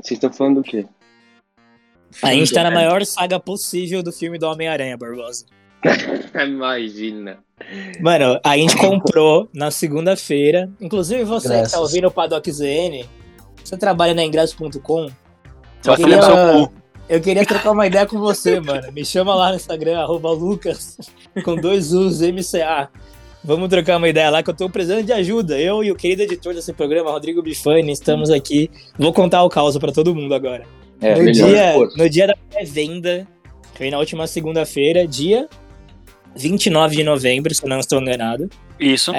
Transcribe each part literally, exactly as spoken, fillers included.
Vocês estão falando do quê? A gente tá na maior saga possível do filme do Homem-Aranha, Barbosa. Imagina. Mano, a gente comprou na segunda-feira. Inclusive você Ingressos. que tá ouvindo o Paddock Z N, você trabalha na ingresso ponto com. Só Eu que ele é queria, seu cu. eu queria trocar uma ideia com você, mano. Me chama lá no Instagram, arroba Lucas, com dois U's, M C A. Vamos trocar uma ideia lá que eu tô precisando de ajuda. Eu e o querido editor desse programa, Rodrigo Bifani, estamos aqui. Vou contar o caos pra todo mundo agora. É, no, melhor dia, esforço. no dia da pré-venda, foi na última segunda-feira, dia vinte e nove de novembro, se eu não estou enganado. Isso.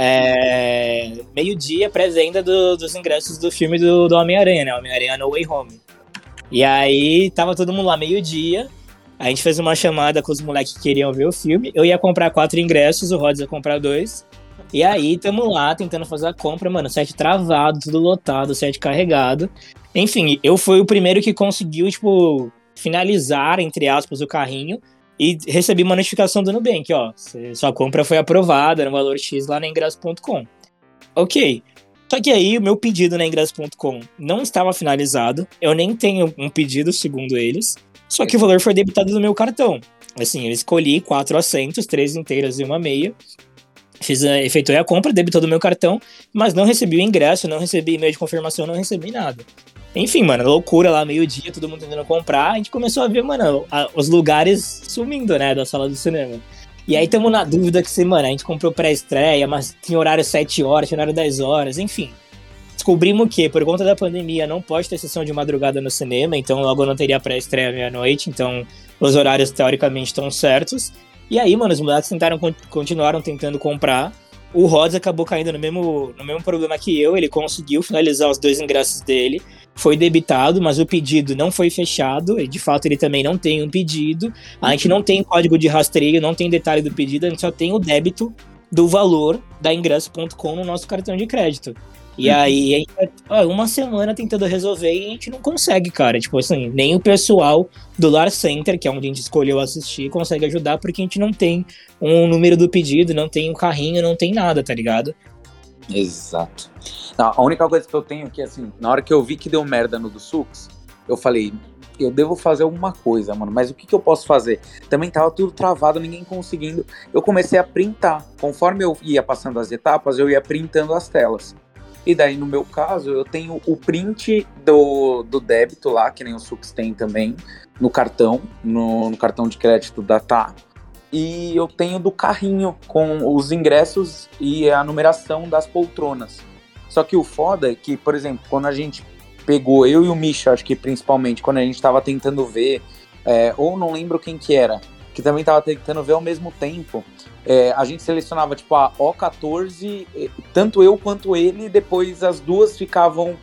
É, meio-dia, pré-venda do- dos ingressos do filme do, do Homem-Aranha, né? Homem-Aranha No Way Home. E aí, tava todo mundo lá meio-dia. A gente fez uma chamada com os moleques que queriam ver o filme. Eu ia comprar quatro ingressos, o Rods ia comprar dois. E aí, tamo lá tentando fazer a compra, mano. Site travado, tudo lotado, site carregado. Enfim, eu fui o primeiro que conseguiu, tipo, finalizar, entre aspas, o carrinho. E recebi uma notificação do Nubank, ó. cê- Sua compra foi aprovada no valor X lá na ingresso ponto com. Ok. Só que aí, o meu pedido na ingresso ponto com não estava finalizado. Eu nem tenho um pedido, segundo eles. Só que o valor foi debitado do meu cartão. Assim, eu escolhi quatro assentos, três inteiras e uma meia. Fiz a, efetuei a compra, debitou do meu cartão, mas não recebi o ingresso, não recebi e-mail de confirmação, não recebi nada. Enfim, mano, loucura lá, meio-dia, todo mundo tentando comprar. A gente começou a ver, mano, a- os lugares sumindo, né, da sala do cinema. E aí tamo na dúvida que, se, mano, a gente comprou pré-estreia, mas tinha horário sete horas, tinha horário dez horas, enfim. Descobrimos que, por conta da pandemia, não pode ter sessão de madrugada no cinema, então logo não teria pré-estreia meia-noite, então os horários teoricamente estão certos. E aí, mano, os moleques tentaram, con- continuaram tentando comprar. O Rods acabou caindo no mesmo, no mesmo problema que eu, ele conseguiu finalizar os dois ingressos dele, foi debitado, mas o pedido não foi fechado, e de fato ele também não tem um pedido. A gente não tem código de rastreio, não tem detalhe do pedido, a gente só tem o débito do valor da ingresso ponto com no nosso cartão de crédito. E aí, a gente tá, ó, uma semana tentando resolver e a gente não consegue, cara. Tipo assim, nem o pessoal do Lar Center, que é onde a gente escolheu assistir, consegue ajudar, porque a gente não tem um número do pedido, não tem um carrinho, não tem nada, tá ligado? Exato. Não, a única coisa que eu tenho aqui, assim, na hora que eu vi que deu merda no do Sux, eu falei, eu devo fazer alguma coisa, mano, mas o que que eu posso fazer? Também tava tudo travado, ninguém conseguindo. Eu comecei a printar. Conforme eu ia passando as etapas, eu ia printando as telas. E daí, no meu caso, eu tenho o print do, do débito lá, que nem o Sux tem também, no cartão, no, no cartão de crédito da T A. E eu tenho do carrinho com os ingressos e a numeração das poltronas. Só que o foda é que, por exemplo, quando a gente pegou, eu e o Misha, acho que principalmente, quando a gente tava tentando ver, é, ou não lembro quem que era, que também tava tentando ver ao mesmo tempo, é, a gente selecionava tipo a O quatorze, eh, tanto eu quanto ele, depois as duas ficavam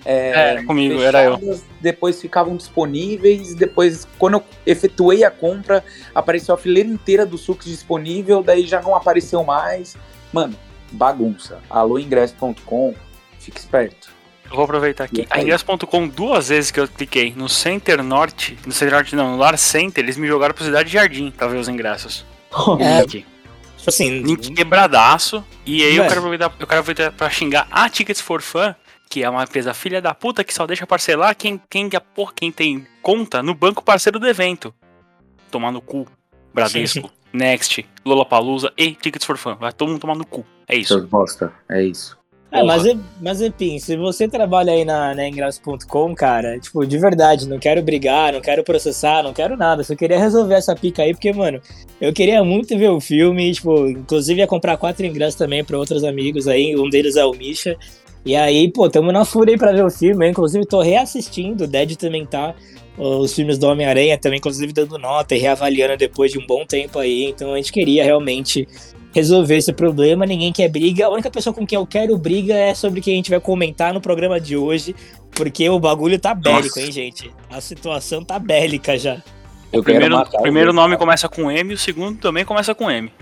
é, É, comigo, era eu. depois ficavam disponíveis, depois quando eu efetuei a compra, apareceu a fileira inteira do Sux disponível, daí já não apareceu mais. Mano, bagunça. Alô, ingresso ponto com, fica esperto. Eu vou aproveitar aqui. E aí? A ingresso ponto com, duas vezes que eu cliquei no Center Norte, no Center Norte não, no Lar Center, eles me jogaram pro Cidade Jardim pra ver os ingressos. É, Link. tipo assim, Link quebradaço. E aí eu Ué. quero aproveitar, eu quero aproveitar pra xingar a Tickets for Fun, que é uma empresa filha da puta que só deixa parcelar quem, quem, porra, quem tem conta no banco parceiro do evento. Tomar no cu. Bradesco, Next, Lollapalooza e Tickets for Fun. Vai todo mundo tomar no cu. É isso. Seus bosta, é isso. É, mas, é- mas Epim, se você trabalha aí na, na ingresso ponto com, cara, tipo, de verdade, não quero brigar, não quero processar, não quero nada, só queria resolver essa pica aí, porque, mano, eu queria muito ver o filme, tipo, inclusive ia comprar quatro ingressos também pra outros amigos aí, um deles é o Misha, e aí, pô, tamo na fúria aí pra ver o filme, eu inclusive tô reassistindo, o Dead também tá, os filmes do Homem-Aranha também, inclusive dando nota e reavaliando depois de um bom tempo aí, então a gente queria realmente resolver esse problema, ninguém quer briga. A única pessoa com quem eu quero briga é sobre quem a gente vai comentar no programa de hoje, porque o bagulho tá bélico, Nossa. hein, gente? A situação tá bélica já. Eu O primeiro, matar o primeiro os nome dois, começa com M, o segundo também começa com M.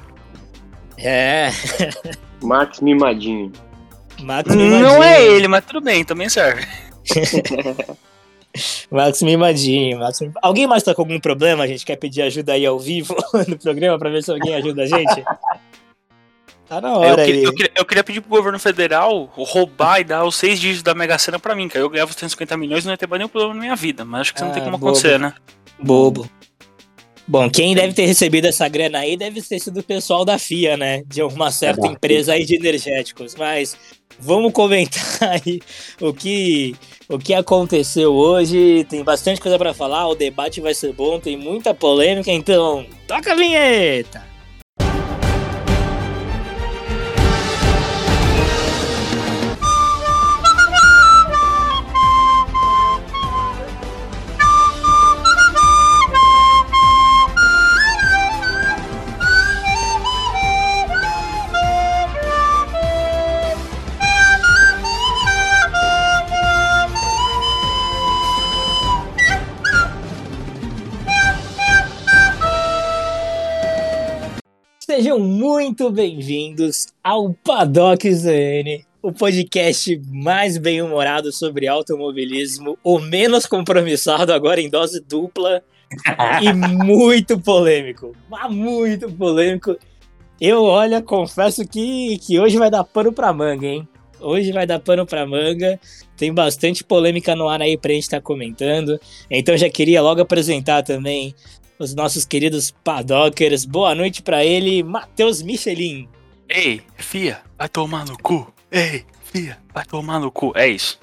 É, Max Mimadinho. Max Não Mimadinho. é ele, mas tudo bem, também serve. Max Mimadinho. Max Mim- Alguém mais tá com algum problema? A gente quer pedir ajuda aí ao vivo no programa pra ver se alguém ajuda a gente? Tá na Eu, hora que- aí. eu queria, eu queria pedir pro governo federal roubar e dar os seis dígitos da Mega Sena pra mim, que aí eu ganhava cento e cinquenta milhões e não ia ter mais nenhum problema na minha vida. Mas acho que isso não tem Ah, como bobo. acontecer, né? Bobo. Bom, quem deve ter recebido essa grana aí deve ter sido o pessoal da F I A, né? De uma certa Da empresa aí de energéticos. Mas vamos comentar aí o que, o que aconteceu hoje. Tem bastante coisa pra falar, o debate vai ser bom, tem muita polêmica, então toca a vinheta! Sejam muito bem-vindos ao Paddock Z N, o podcast mais bem-humorado sobre automobilismo, o menos compromissado, agora em dose dupla, e muito polêmico, mas muito polêmico. Eu, olha, confesso que, que hoje vai dar pano pra manga, hein? Hoje vai dar pano pra manga, tem bastante polêmica no ar aí pra gente estar comentando, então já queria logo apresentar também os nossos queridos Paddockers. Boa noite pra ele, Matheus Michelin. Ei, fia, vai tomar no cu. Ei, fia, vai tomar no cu. É isso.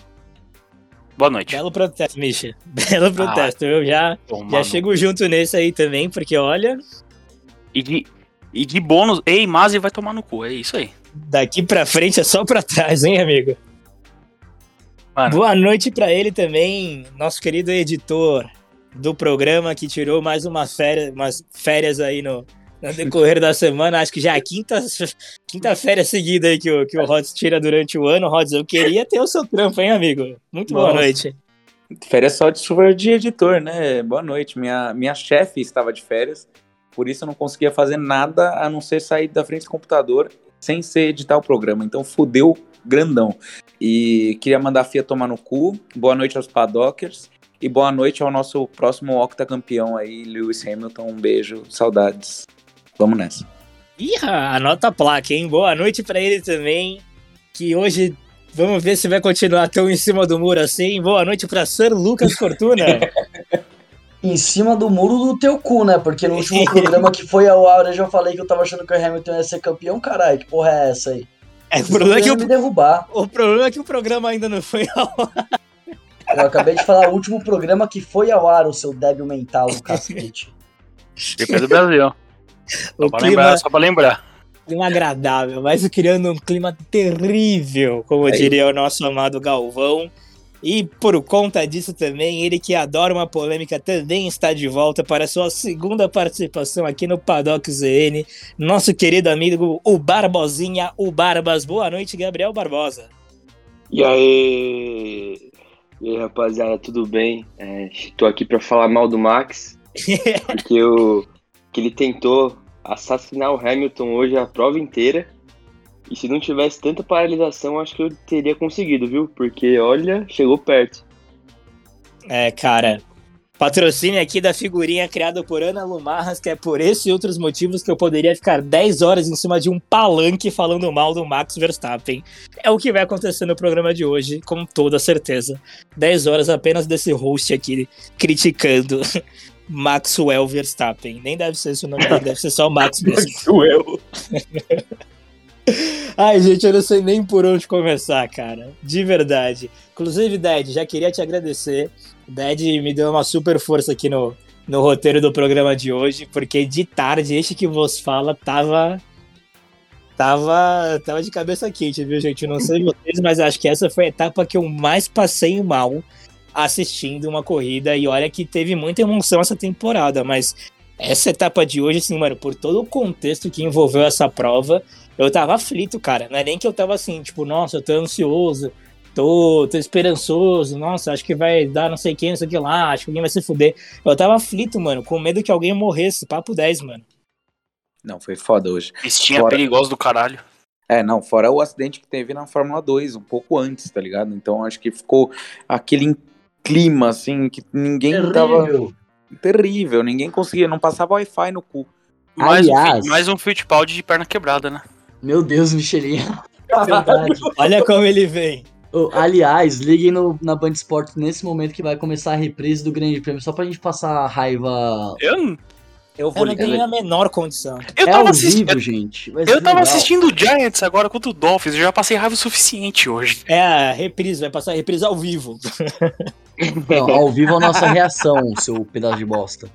Boa noite. Belo protesto, Misha. Belo protesto. Eu já, Tomar já no chego junto nesse aí também, porque olha, E de, e de bônus, ei, Mazi vai tomar no cu. É isso aí. daqui pra frente é só pra trás, hein, amigo? Mano, Boa noite pra ele também, nosso querido editor do programa, que tirou mais uma férias, umas férias aí no, no decorrer da semana. Acho que já é a quinta, quinta férias seguida aí que o, que o Rods tira durante o ano. Rods, eu queria ter o seu trampo, hein, amigo? Muito boa Nossa. noite. Férias só de chuva de editor, né? Boa noite. Minha, minha chefe estava de férias, por isso eu não conseguia fazer nada a não ser sair da frente do computador sem ser editar o programa. Então fudeu grandão. E queria mandar a F I A tomar no cu. Boa noite aos Paddockers. E boa noite ao nosso próximo octacampeão aí, Lewis Hamilton. Um beijo, saudades. Vamos nessa. Ih, anota a placa, hein? Boa noite pra ele também, que hoje vamos ver se vai continuar tão em cima do muro assim. Boa noite pra Sir Lucas Fortuna. Em cima do muro do teu cu, né? Porque no último programa que foi ao ar eu já falei que eu tava achando que o Hamilton ia ser campeão. Caralho, que porra é essa aí? É, o, problema é que Vocês o, me derrubar. o problema é que o programa ainda não foi ao ar. Eu acabei de falar o último programa que foi ao ar, o seu débil mental do cacete. G P do Brasil. Só O pra clima, lembrar, só pra lembrar. clima agradável, mas criando um clima terrível, como diria o nosso amado Galvão. E por conta disso também, ele que adora uma polêmica também está de volta para sua segunda participação aqui no Paddock Z N. Nosso querido amigo, o Barbosinha, o Barbas. Boa noite, Gabriel Barbosa. E aí? E aí, rapaziada, tudo bem? É, tô aqui pra falar mal do Max, porque o, que ele tentou assassinar o Hamilton hoje a prova inteira. E se não tivesse tanta paralisação, acho que eu teria conseguido, viu? Porque, olha, chegou perto. É, cara, patrocínio aqui da figurinha criada por Ana Lumarras, que é por esse e outros motivos que eu poderia ficar dez horas em cima de um palanque falando mal do Max Verstappen. É o que vai acontecer no programa de hoje, com toda certeza. dez horas apenas desse host aqui criticando Maxwell Verstappen. Nem deve ser esse o nome dele, deve ser só o Max mesmo. Maxwell. Ai, gente, eu não sei nem por onde começar, cara. De verdade. Inclusive, Dad, já queria te agradecer. O Dad me deu uma super força aqui no, no roteiro do programa de hoje, porque de tarde, este que vos fala tava... Tava, tava de cabeça quente, viu, gente? Eu não sei vocês, mas acho que essa foi a etapa que eu mais passei mal assistindo uma corrida. E olha que teve muita emoção essa temporada, mas essa etapa de hoje, assim, mano, por todo o contexto que envolveu essa prova, eu tava aflito, cara. Não é nem que eu tava assim, tipo, nossa, eu tô ansioso, tô, tô esperançoso, nossa, acho que vai dar não sei quem, não sei o que lá, acho que alguém vai se fuder. Eu tava aflito, mano, com medo que alguém morresse, papo dez, mano. Não, foi foda hoje. Pistinha Fora- perigosa do caralho. É, não, fora o acidente que teve na Fórmula dois, um pouco antes, tá ligado? Então acho que ficou aquele clima, assim, que ninguém tava... Terrível. Terrível, ninguém conseguia, não passava Wi-Fi no cu. Mais, um, Aliás- fi- mais um Fittipaldi de perna quebrada, né? Meu Deus, Michelinha. Verdade. Olha como ele vem. Oh, aliás, liguem no, na Band Esportes nesse momento que vai começar a reprise do Grande Prêmio, só pra gente passar a raiva. Eu, não- Eu Eu vou não ligar. tenho a menor condição. eu é tava ao assistindo. vivo, gente. Vai Eu ser tava legal. assistindo o Giants agora contra o Dolphins. Eu já passei raiva o suficiente hoje. É a reprise, vai passar a reprise ao vivo. Não, ao vivo é a nossa reação, seu pedaço de bosta.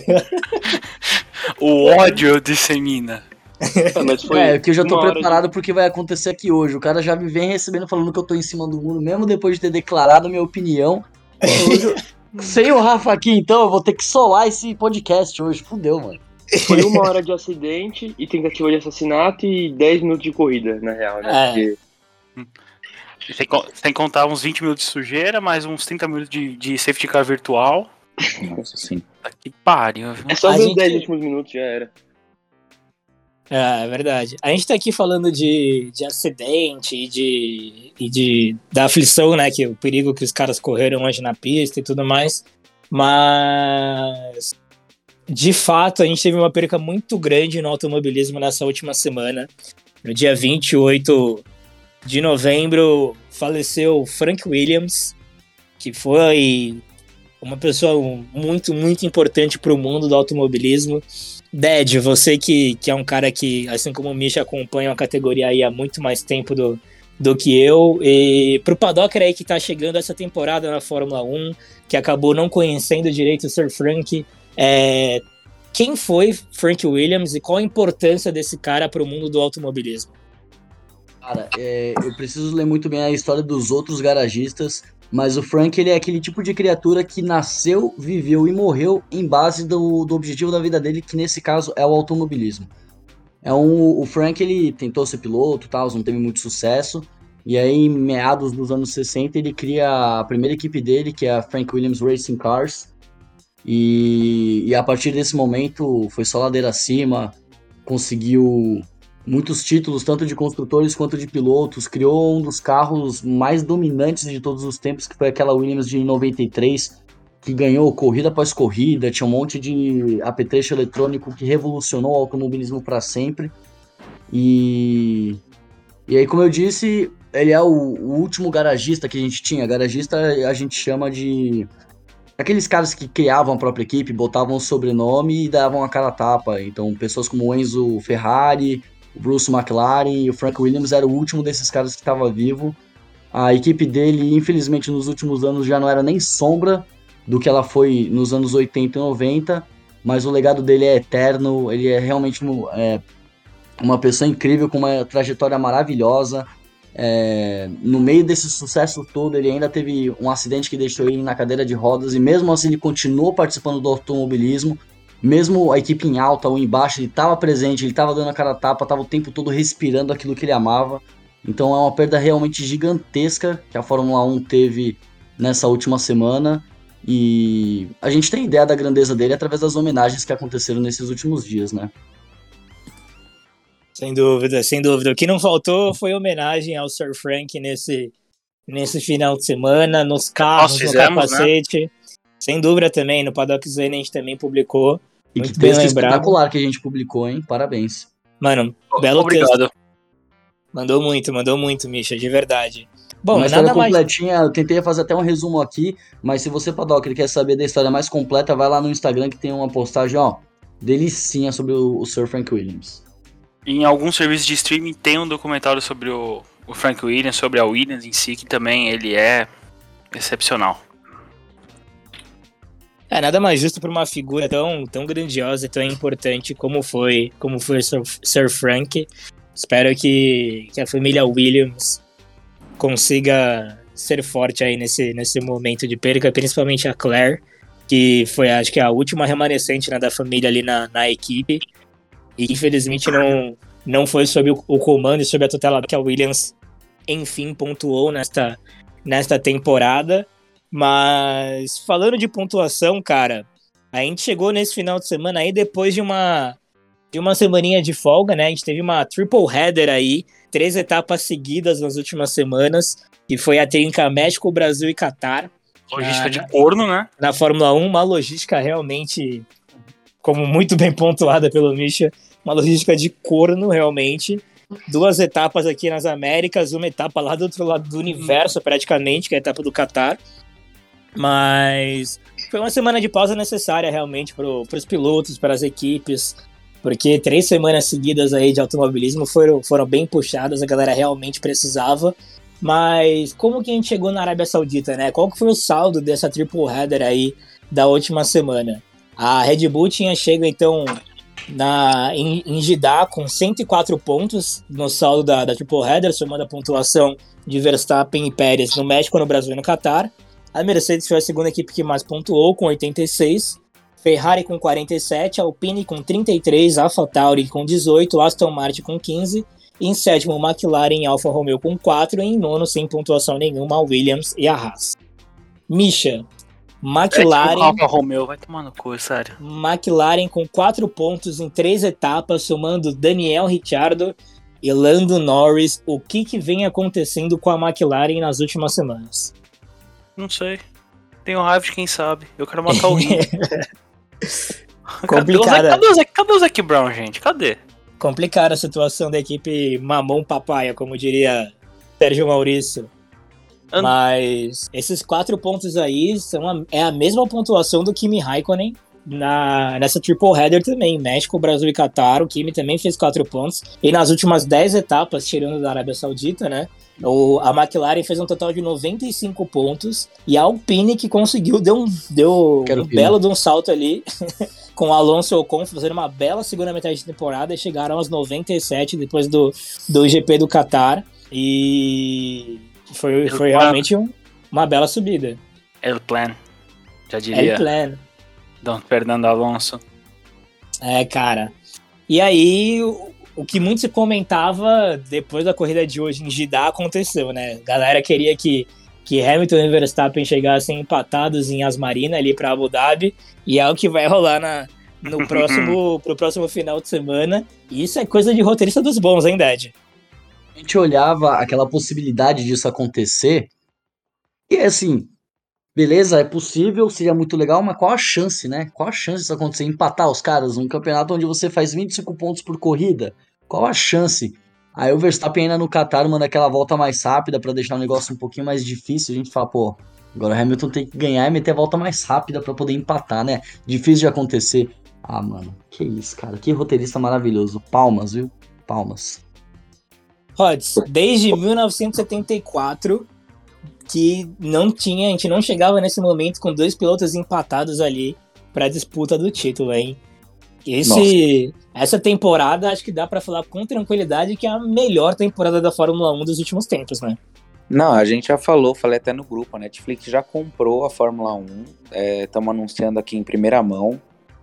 O ódio dissemina. É, mas foi É, que eu já tô uma hora preparado porque vai acontecer aqui hoje. O cara já me vem recebendo falando que eu tô em cima do muro, mesmo depois de ter declarado a minha opinião. Hoje, eu- sem o Rafa aqui, então, eu vou ter que solar esse podcast hoje. Fudeu, mano. de, foi uma hora de acidente e tentativa de assassinato e dez minutos de corrida, na real, né? É. Porque Sem, co- sem contar uns vinte minutos de sujeira, mais uns trinta minutos de, de safety car virtual. Nossa, sim. Tá que pariu, viu? é só A ver os gente- dez últimos minutos, já era. É, é verdade. A gente tá aqui falando de, de acidente e de, e de da aflição, né? Que o perigo que os caras correram hoje na pista e tudo mais. Mas de fato a gente teve uma perca muito grande no automobilismo nessa última semana. No dia vinte e oito de novembro faleceu Frank Williams, que foi uma pessoa muito, muito importante para o mundo do automobilismo. Ded, você que, que é um cara que, assim como o Misha, acompanha a categoria aí há muito mais tempo do, do que eu, e pro Paddocker aí que tá chegando essa temporada na Fórmula um, que acabou não conhecendo direito o Sir Frank, é, quem foi Frank Williams e qual a importância desse cara pro mundo do automobilismo? Cara, é, eu preciso ler muito bem a história dos outros garagistas, mas o Frank, ele é aquele tipo de criatura que nasceu, viveu e morreu em base do, do objetivo da vida dele, que nesse caso é o automobilismo. É um, o Frank, ele tentou ser piloto, tal, não teve muito sucesso, e aí em meados dos anos sessenta ele cria a primeira equipe dele, que é a Frank Williams Racing Cars, e, e a partir desse momento foi só ladeira acima, conseguiu muitos títulos, tanto de construtores quanto de pilotos, criou um dos carros mais dominantes de todos os tempos, que foi aquela Williams de noventa e três, que ganhou corrida após corrida, tinha um monte de apetrecho eletrônico que revolucionou o automobilismo para sempre. E, e aí, como eu disse, ele é o, o último garagista que a gente tinha. Garagista a gente chama de aqueles caras que criavam a própria equipe, botavam o sobrenome e davam a cara a tapa. Então, pessoas como o Enzo Ferrari, o Bruce McLaren e o Frank Williams era o último desses caras que estava vivo. A equipe dele, infelizmente, nos últimos anos já não era nem sombra do que ela foi nos anos oitenta e noventa, mas o legado dele é eterno, ele é realmente um, é, uma pessoa incrível, com uma trajetória maravilhosa. É, no meio desse sucesso todo, ele ainda teve um acidente que deixou ele na cadeira de rodas, e mesmo assim ele continuou participando do automobilismo. Mesmo a equipe em alta ou embaixo, ele estava presente, ele estava dando a cara a tapa, estava o tempo todo respirando aquilo que ele amava. Então é uma perda realmente gigantesca que a Fórmula um teve nessa última semana. E a gente tem ideia da grandeza dele através das homenagens que aconteceram nesses últimos dias, né? Sem dúvida, sem dúvida. O que não faltou foi homenagem ao Sir Frank nesse, nesse final de semana, nos carros, Nós no fizemos, capacete. Né? Sem dúvida também, no Paddock Zone a gente também publicou. E Muito que bem texto lembrado. espetacular que a gente publicou, hein? Parabéns. Mano, belo Obrigado. texto. Mandou muito, mandou muito, Misha, de verdade. Bom, Uma história nada mais... completinha, eu tentei fazer até um resumo aqui, mas se você, Paddock, quer saber da história mais completa, vai lá no Instagram que tem uma postagem, ó, delicinha sobre o, o Sir Frank Williams. Em alguns serviços de streaming tem um documentário sobre o, o Frank Williams, sobre a Williams em si, que também ele é excepcional. É, nada mais justo para uma figura tão, tão grandiosa e tão importante como foi, como foi o Sir, Sir Frank. Espero que, que a família Williams consiga ser forte aí nesse, nesse momento de perca, principalmente a Claire, que foi, acho que, a última remanescente, né, da família ali na, na equipe, e infelizmente não, não foi sob o, o comando e sob a tutela que a Williams, enfim, pontuou nesta, nesta temporada. Mas falando de pontuação, cara, a gente chegou nesse final de semana aí depois de uma, de uma semaninha de folga, né? A gente teve uma triple header aí, três etapas seguidas nas últimas semanas, que foi a trinca México, Brasil e Catar. Logística na, de corno, né? Na Fórmula um, uma logística realmente, como muito bem pontuada pelo Misha, uma logística de corno realmente. duas etapas aqui nas Américas, uma etapa lá do outro lado do universo, praticamente, que é a etapa do Qatar. Mas foi uma semana de pausa necessária, realmente, para os pilotos, para as equipes, porque três semanas seguidas aí de automobilismo foram, foram bem puxadas, a galera realmente precisava. Mas como que a gente chegou na Arábia Saudita, né? Qual que foi o saldo dessa triple header aí da última semana? A Red Bull tinha chego, então, na, em, em Jeddah com cento e quatro pontos no saldo da, da triple header, somando a pontuação de Verstappen e Pérez no México, no Brasil e no Qatar. A Mercedes foi a segunda equipe que mais pontuou, com oitenta e seis. Ferrari com quarenta e sete, Alpine com trinta e três, AlphaTauri com dezoito, Aston Martin com quinze. Em sétimo, McLaren e Alfa Romeo com quatro. E em nono, sem pontuação nenhuma, a Williams e a Haas. Misha, McLaren... É, Alfa Romeo vai tomar no cu, sério. McLaren com quatro pontos em três etapas, somando Daniel Ricciardo e Lando Norris. O que, que vem acontecendo com a McLaren nas últimas semanas? Não sei. Tenho raiva de quem sabe. Eu quero matar o ringue. Complicada. Cadê o, Zac, cadê o Zac Brown, gente? Cadê? Complicada a situação da equipe mamão papaya, como diria Sérgio Maurício. And... Mas esses quatro pontos aí são a, é a mesma pontuação do Kimi Raikkonen na, nessa triple header também. México, Brasil e Qatar. O Kimi também fez quatro pontos. E nas últimas dez etapas, tirando da Arábia Saudita, né? O, a McLaren fez um total de noventa e cinco pontos. E a Alpine, que conseguiu, deu um, deu um belo de um salto ali, com o Alonso e o Ocon fazendo uma bela segunda metade de temporada, e chegaram aos noventa e sete depois do, do G P do Qatar. E foi, foi realmente um, uma bela subida. El Plan, já diria. El Plan. Don Fernando Alonso. É, cara. E aí... O, O que muito se comentava depois da corrida de hoje em Jeddah aconteceu, né? A galera queria que, que Hamilton e Verstappen chegassem empatados em Asmarina ali para Abu Dhabi, e é o que vai rolar na, no próximo, pro próximo final de semana. E isso é coisa de roteirista dos bons, hein, Dad? A gente olhava aquela possibilidade disso acontecer, e assim, beleza, é possível, seria muito legal, mas qual a chance, né? Qual a chance disso acontecer? Empatar os caras num campeonato onde você faz vinte e cinco pontos por corrida? Qual a chance? Aí o Verstappen ainda no Qatar manda aquela volta mais rápida pra deixar o negócio um pouquinho mais difícil. A gente fala, pô, agora o Hamilton tem que ganhar e meter a volta mais rápida pra poder empatar, né? Difícil de acontecer. Ah, mano, que isso, cara. Que roteirista maravilhoso. Palmas, viu? Palmas. Rods, desde mil novecentos e setenta e quatro... que não tinha, a gente não chegava nesse momento com dois pilotos empatados ali pra disputa do título, hein? Esse, essa temporada, acho que dá pra falar com tranquilidade que é a melhor temporada da Fórmula um dos últimos tempos, né? Não, a gente já falou, falei até no grupo, a Netflix já comprou a Fórmula um, estamos é, anunciando aqui em primeira mão.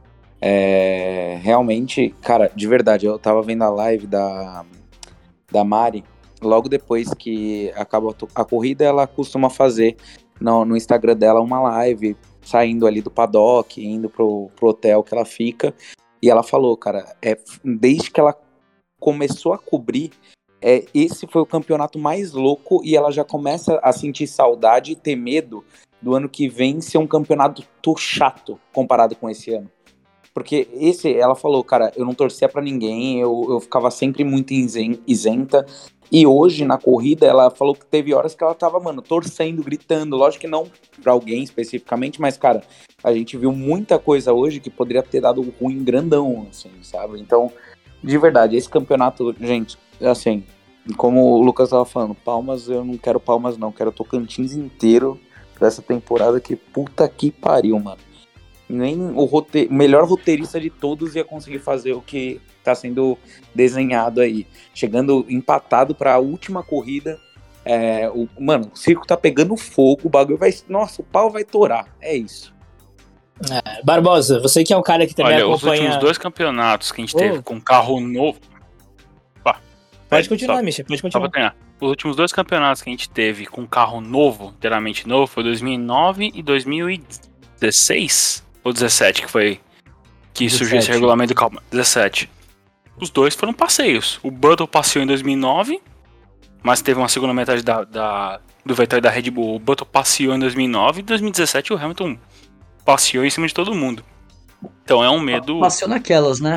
É, realmente, cara, de verdade, eu tava vendo a live da, da Mari. Logo depois que acaba a corrida, ela costuma fazer no, no Instagram dela uma live, saindo ali do paddock, indo pro, pro hotel que ela fica. E ela falou, cara, é, desde que ela começou a cobrir, é, esse foi o campeonato mais louco, e ela já começa a sentir saudade e ter medo do ano que vem ser um campeonato chato comparado com esse ano. Porque esse, ela falou, cara, eu não torcia pra ninguém, eu, eu ficava sempre muito isenta. E hoje, na corrida, ela falou que teve horas que ela tava, mano, torcendo, gritando. Lógico que não pra alguém especificamente, mas, cara, a gente viu muita coisa hoje que poderia ter dado ruim grandão, assim, sabe? Então, de verdade, esse campeonato, gente, assim, como o Lucas tava falando, Palmas, eu não quero Palmas não, quero Tocantins inteiro dessa temporada, que puta que pariu, mano. Nem o rote- melhor roteirista de todos ia conseguir fazer o que tá sendo desenhado aí. Chegando empatado para a última corrida. É, o, mano, o circo tá pegando fogo, o bagulho vai... Nossa, o pau vai torar. É isso. É, Barbosa, você que é o cara que também Olha, acompanha... os últimos dois campeonatos que a gente oh. teve com carro novo... Opa, pode continuar, Misha, pode continuar. Só pra treinar. Os últimos dois campeonatos que a gente teve com carro novo, inteiramente novo, foi dois mil e nove e dois mil e dezesseis... Ou dezessete que foi que dezessete. Surgiu esse regulamento do carro. dezessete. Os dois foram passeios. O Button passeou em dois mil e nove, mas teve uma segunda metade da, da, do Vettel e da Red Bull. O Button passeou em dois mil e nove, e em dois mil e dezessete o Hamilton passeou em cima de todo mundo. Então é um medo... Passeou naquelas, né?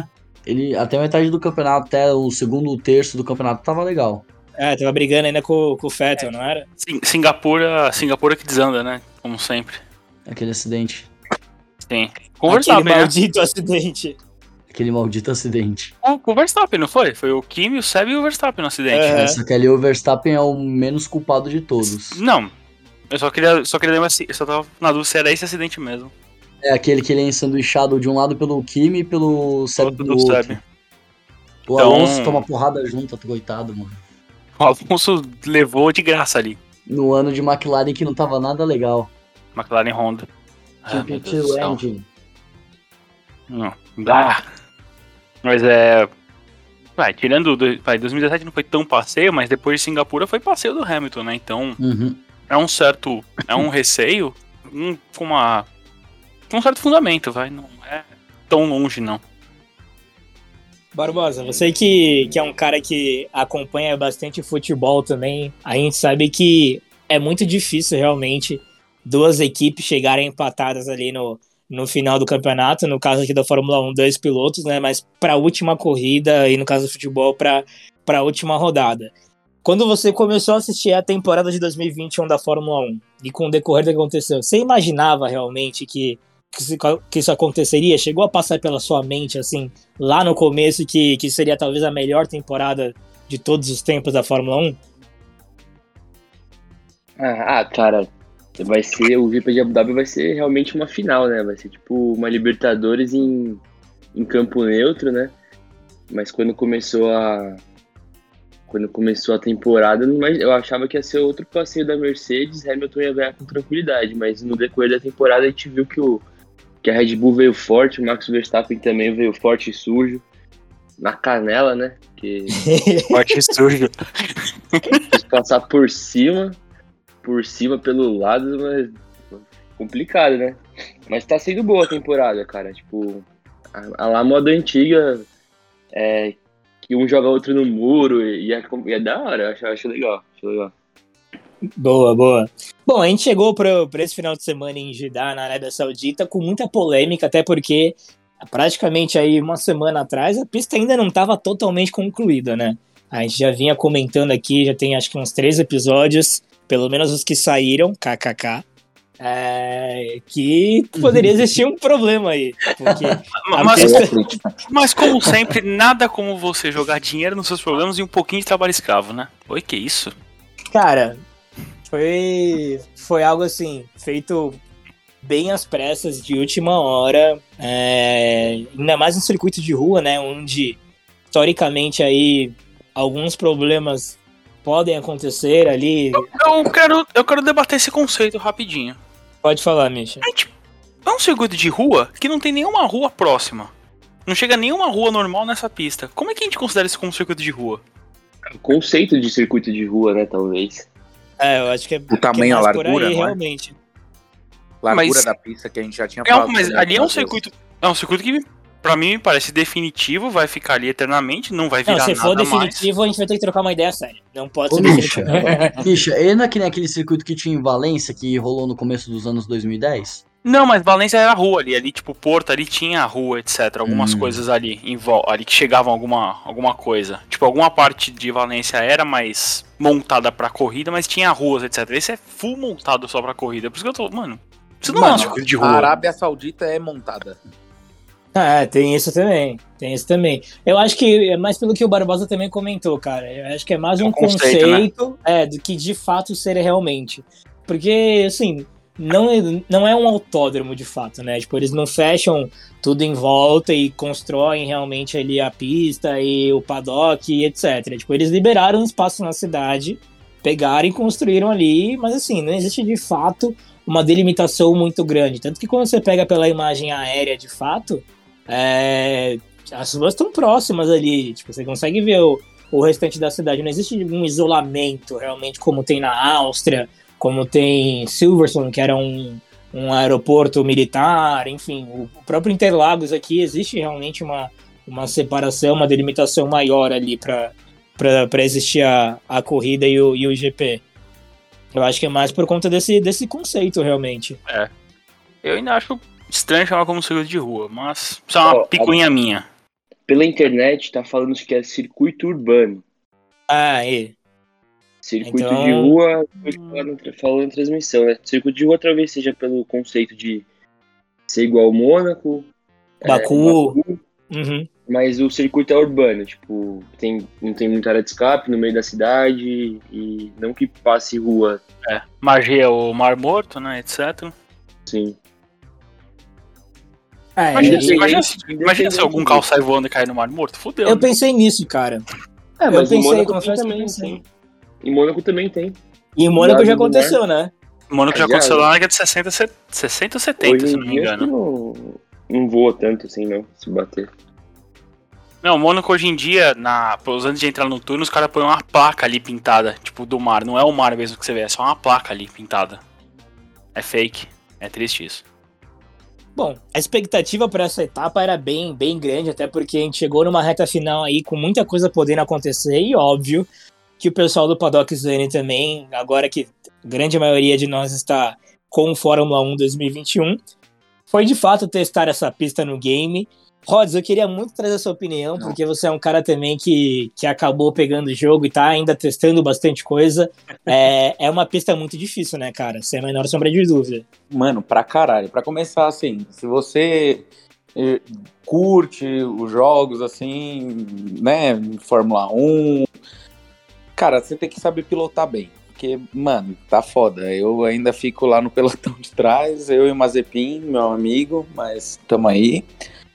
Ele, até a metade do campeonato, até o segundo terço do campeonato, tava legal. É, tava brigando ainda com, com o Vettel, não era? Sim, Singapura, Singapura que desanda, né? Como sempre. Aquele acidente. Sim. Com o Aquele Verstappen, né? maldito acidente. Aquele maldito acidente. Com com o Verstappen, não foi? Foi o Kimi, o Seb e o Verstappen no acidente. É. É, só que ali o Verstappen é o menos culpado de todos. Não. Eu só queria, só queria lembrar assim, eu só tava na dúvida se era esse acidente mesmo. É aquele que ele é ensanduichado de um lado pelo Kimi e pelo Seb Outro do do outro. Seb. O Então- Alonso toma porrada junto, coitado, mano. O Alonso levou de graça ali. No ano de McLaren que não tava nada legal. McLaren e Honda. Ah, meu Deus do Two céu. engine. Não. Ah. Mas é. Vai, tirando. do- Vai, dois mil e dezessete não foi tão passeio, mas depois de Singapura foi passeio do Hamilton, né? Então Uhum. é um certo. É um receio um, com uma. Com um certo fundamento, vai. Não é tão longe, não. Barbosa, você que, que é um cara que acompanha bastante futebol também, a gente sabe que é muito difícil realmente duas equipes chegarem empatadas ali no, no final do campeonato, no caso aqui da Fórmula um, dois pilotos, né, mas para a última corrida e no caso do futebol para a última rodada. Quando você começou a assistir a temporada de dois mil e vinte e um da Fórmula um e com o decorrer do que aconteceu, você imaginava realmente que que isso- que isso aconteceria? Chegou a passar pela sua mente, assim, lá no começo, que, que seria talvez a melhor temporada de todos os tempos da Fórmula um? Ah, ah, cara, vai ser, o G P de Abu Dhabi vai ser realmente uma final, né? Vai ser tipo uma Libertadores em, em campo neutro, né? Mas quando começou a quando começou a temporada, eu não imag- eu achava que ia ser outro passeio da Mercedes, Hamilton ia ganhar com tranquilidade, mas no decorrer da temporada a gente viu que, o, que a Red Bull veio forte, o Max Verstappen também veio forte e sujo, na canela, né? Que Forte e sujo. quis passar por cima, por cima pelo lado, mas complicado, né? Mas tá sendo boa a temporada, cara. Tipo, a, a lá moda antiga, é, que um joga outro no muro e é, e é da hora, eu acho, eu acho legal, acho legal. Boa, boa. Bom, a gente chegou para esse final de semana em Jeddah, na Arábia Saudita, com muita polêmica, até porque praticamente aí uma semana atrás a pista ainda não estava totalmente concluída, né? A gente já vinha comentando aqui, já tem acho que uns três episódios, pelo menos os que saíram, kkk, é, que poderia existir um problema aí, porque a Mas, pista- mas como sempre, nada como você jogar dinheiro nos seus problemas e um pouquinho de trabalho escravo, né? Oi, que isso? Cara, foi, foi algo assim, feito bem às pressas, de última hora, é, ainda mais no circuito de rua, né, onde, historicamente, aí, alguns problemas podem acontecer ali. Eu quero, eu quero debater esse conceito rapidinho. Pode falar, Misha. A gente, é um circuito de rua que não tem nenhuma rua próxima. Não chega nenhuma rua normal nessa pista. Como é que a gente considera isso como circuito de rua? O conceito de circuito de rua, né, talvez. É, eu acho que é, O tamanho, que é mais a por largura, aí, não é? realmente. Largura Mas- da pista que a gente já tinha É um, falado. mas também ali é um algumas vezes. circuito. É um circuito que, pra mim, me parece definitivo, vai ficar ali eternamente, não vai Não, virar se for nada mais. definitivo, a gente vai ter que trocar uma ideia séria. Não pode Ô, ser Misha, definitivo. Misha, ele não é que nem aquele circuito que tinha em Valência, que rolou no começo dos anos dois mil e dez? Não, mas Valência era a rua ali, ali tipo Porto, ali tinha a rua, etcétera. Algumas Hum. coisas ali em vol- ali que chegavam alguma, alguma coisa. Tipo, alguma parte de Valência era mais montada pra corrida, mas tinha ruas, etcétera. Esse é full montado só pra corrida. Por isso que eu tô, mano, isso não é um Mano, circuito de a rua. Arábia Saudita é montada. Ah, tem isso também. Tem isso também. Eu acho que é mais pelo que o Barbosa também comentou, cara. Eu acho que é mais É um um conceito, conceito, é, do que de fato ser realmente. Porque, assim, não é, não é um autódromo de fato, né? Tipo, eles não fecham tudo em volta e constroem realmente ali a pista e o paddock e etcétera. Tipo, eles liberaram um espaço na cidade, pegaram e construíram ali, mas assim, não existe de fato uma delimitação muito grande. Tanto que quando você pega pela imagem aérea de fato, é, as ruas estão próximas ali, tipo, você consegue ver o, o restante da cidade. Não existe um isolamento realmente como tem na Áustria, como tem Silverstone, que era um, um aeroporto militar, enfim, o próprio Interlagos aqui existe realmente uma, uma separação, uma delimitação maior ali para existir a, a corrida e o, e o G P. Eu acho que é mais por conta desse, desse conceito, realmente. Eu ainda acho estranho chamar como circuito de rua, mas isso é uma Ó, picuinha minha. pela internet tá falando que é circuito urbano. Ah, e. Circuito Então- de rua, falando, falando em transmissão, né? Circuito de rua talvez seja pelo conceito de ser igual ao Mônaco, Baku. Baku, Uhum. mas o circuito é urbano, tipo, tem, não tem muita área de escape no meio da cidade e não que passe rua, É. Magia, o Mar Morto, né, etcétera. assim. É, Imagina, e- se, imagina, se, independente imagina se algum disso. carro sai voando e cai no Mar Morto. Fudeu. eu né? pensei nisso, cara. É, Eu mas em pensei, Mônaco tem confesso que eu também, pensei. tem. Em Mônaco também tem. E em Mônaco Lado já do mar. aconteceu, né? O Mônaco já Já, aconteceu né? lá na década de sessenta, sessenta ou setenta, Hoje se em não me dia acho que engano. não, não voa tanto assim, não, se bater. Não, o Mônaco hoje em dia, na, antes de entrar no turno, os caras põem uma placa ali pintada, tipo, do mar. Não é o mar mesmo que você vê, é só uma placa ali pintada. É fake. É triste isso. Bom, a expectativa para essa etapa era bem, bem grande, até porque a gente chegou numa reta final aí com muita coisa podendo acontecer, e óbvio que o pessoal do Paddock Zane também, agora que a grande maioria de nós está com o Fórmula um dois mil e vinte e um, foi de fato testar essa pista no game. Rods, eu queria muito trazer a sua opinião, Não. porque você é um cara também que, que acabou pegando o jogo e tá ainda testando bastante coisa. É, é uma pista muito difícil, né, cara? Sem a menor sombra de dúvida. Mano, pra caralho. Pra começar, assim, se você eh, curte os jogos, assim, né, Fórmula um, cara, você tem que saber pilotar bem. Porque, mano, tá foda. Eu ainda fico lá no pelotão de trás, eu e o Mazepin, meu amigo, mas tamo aí.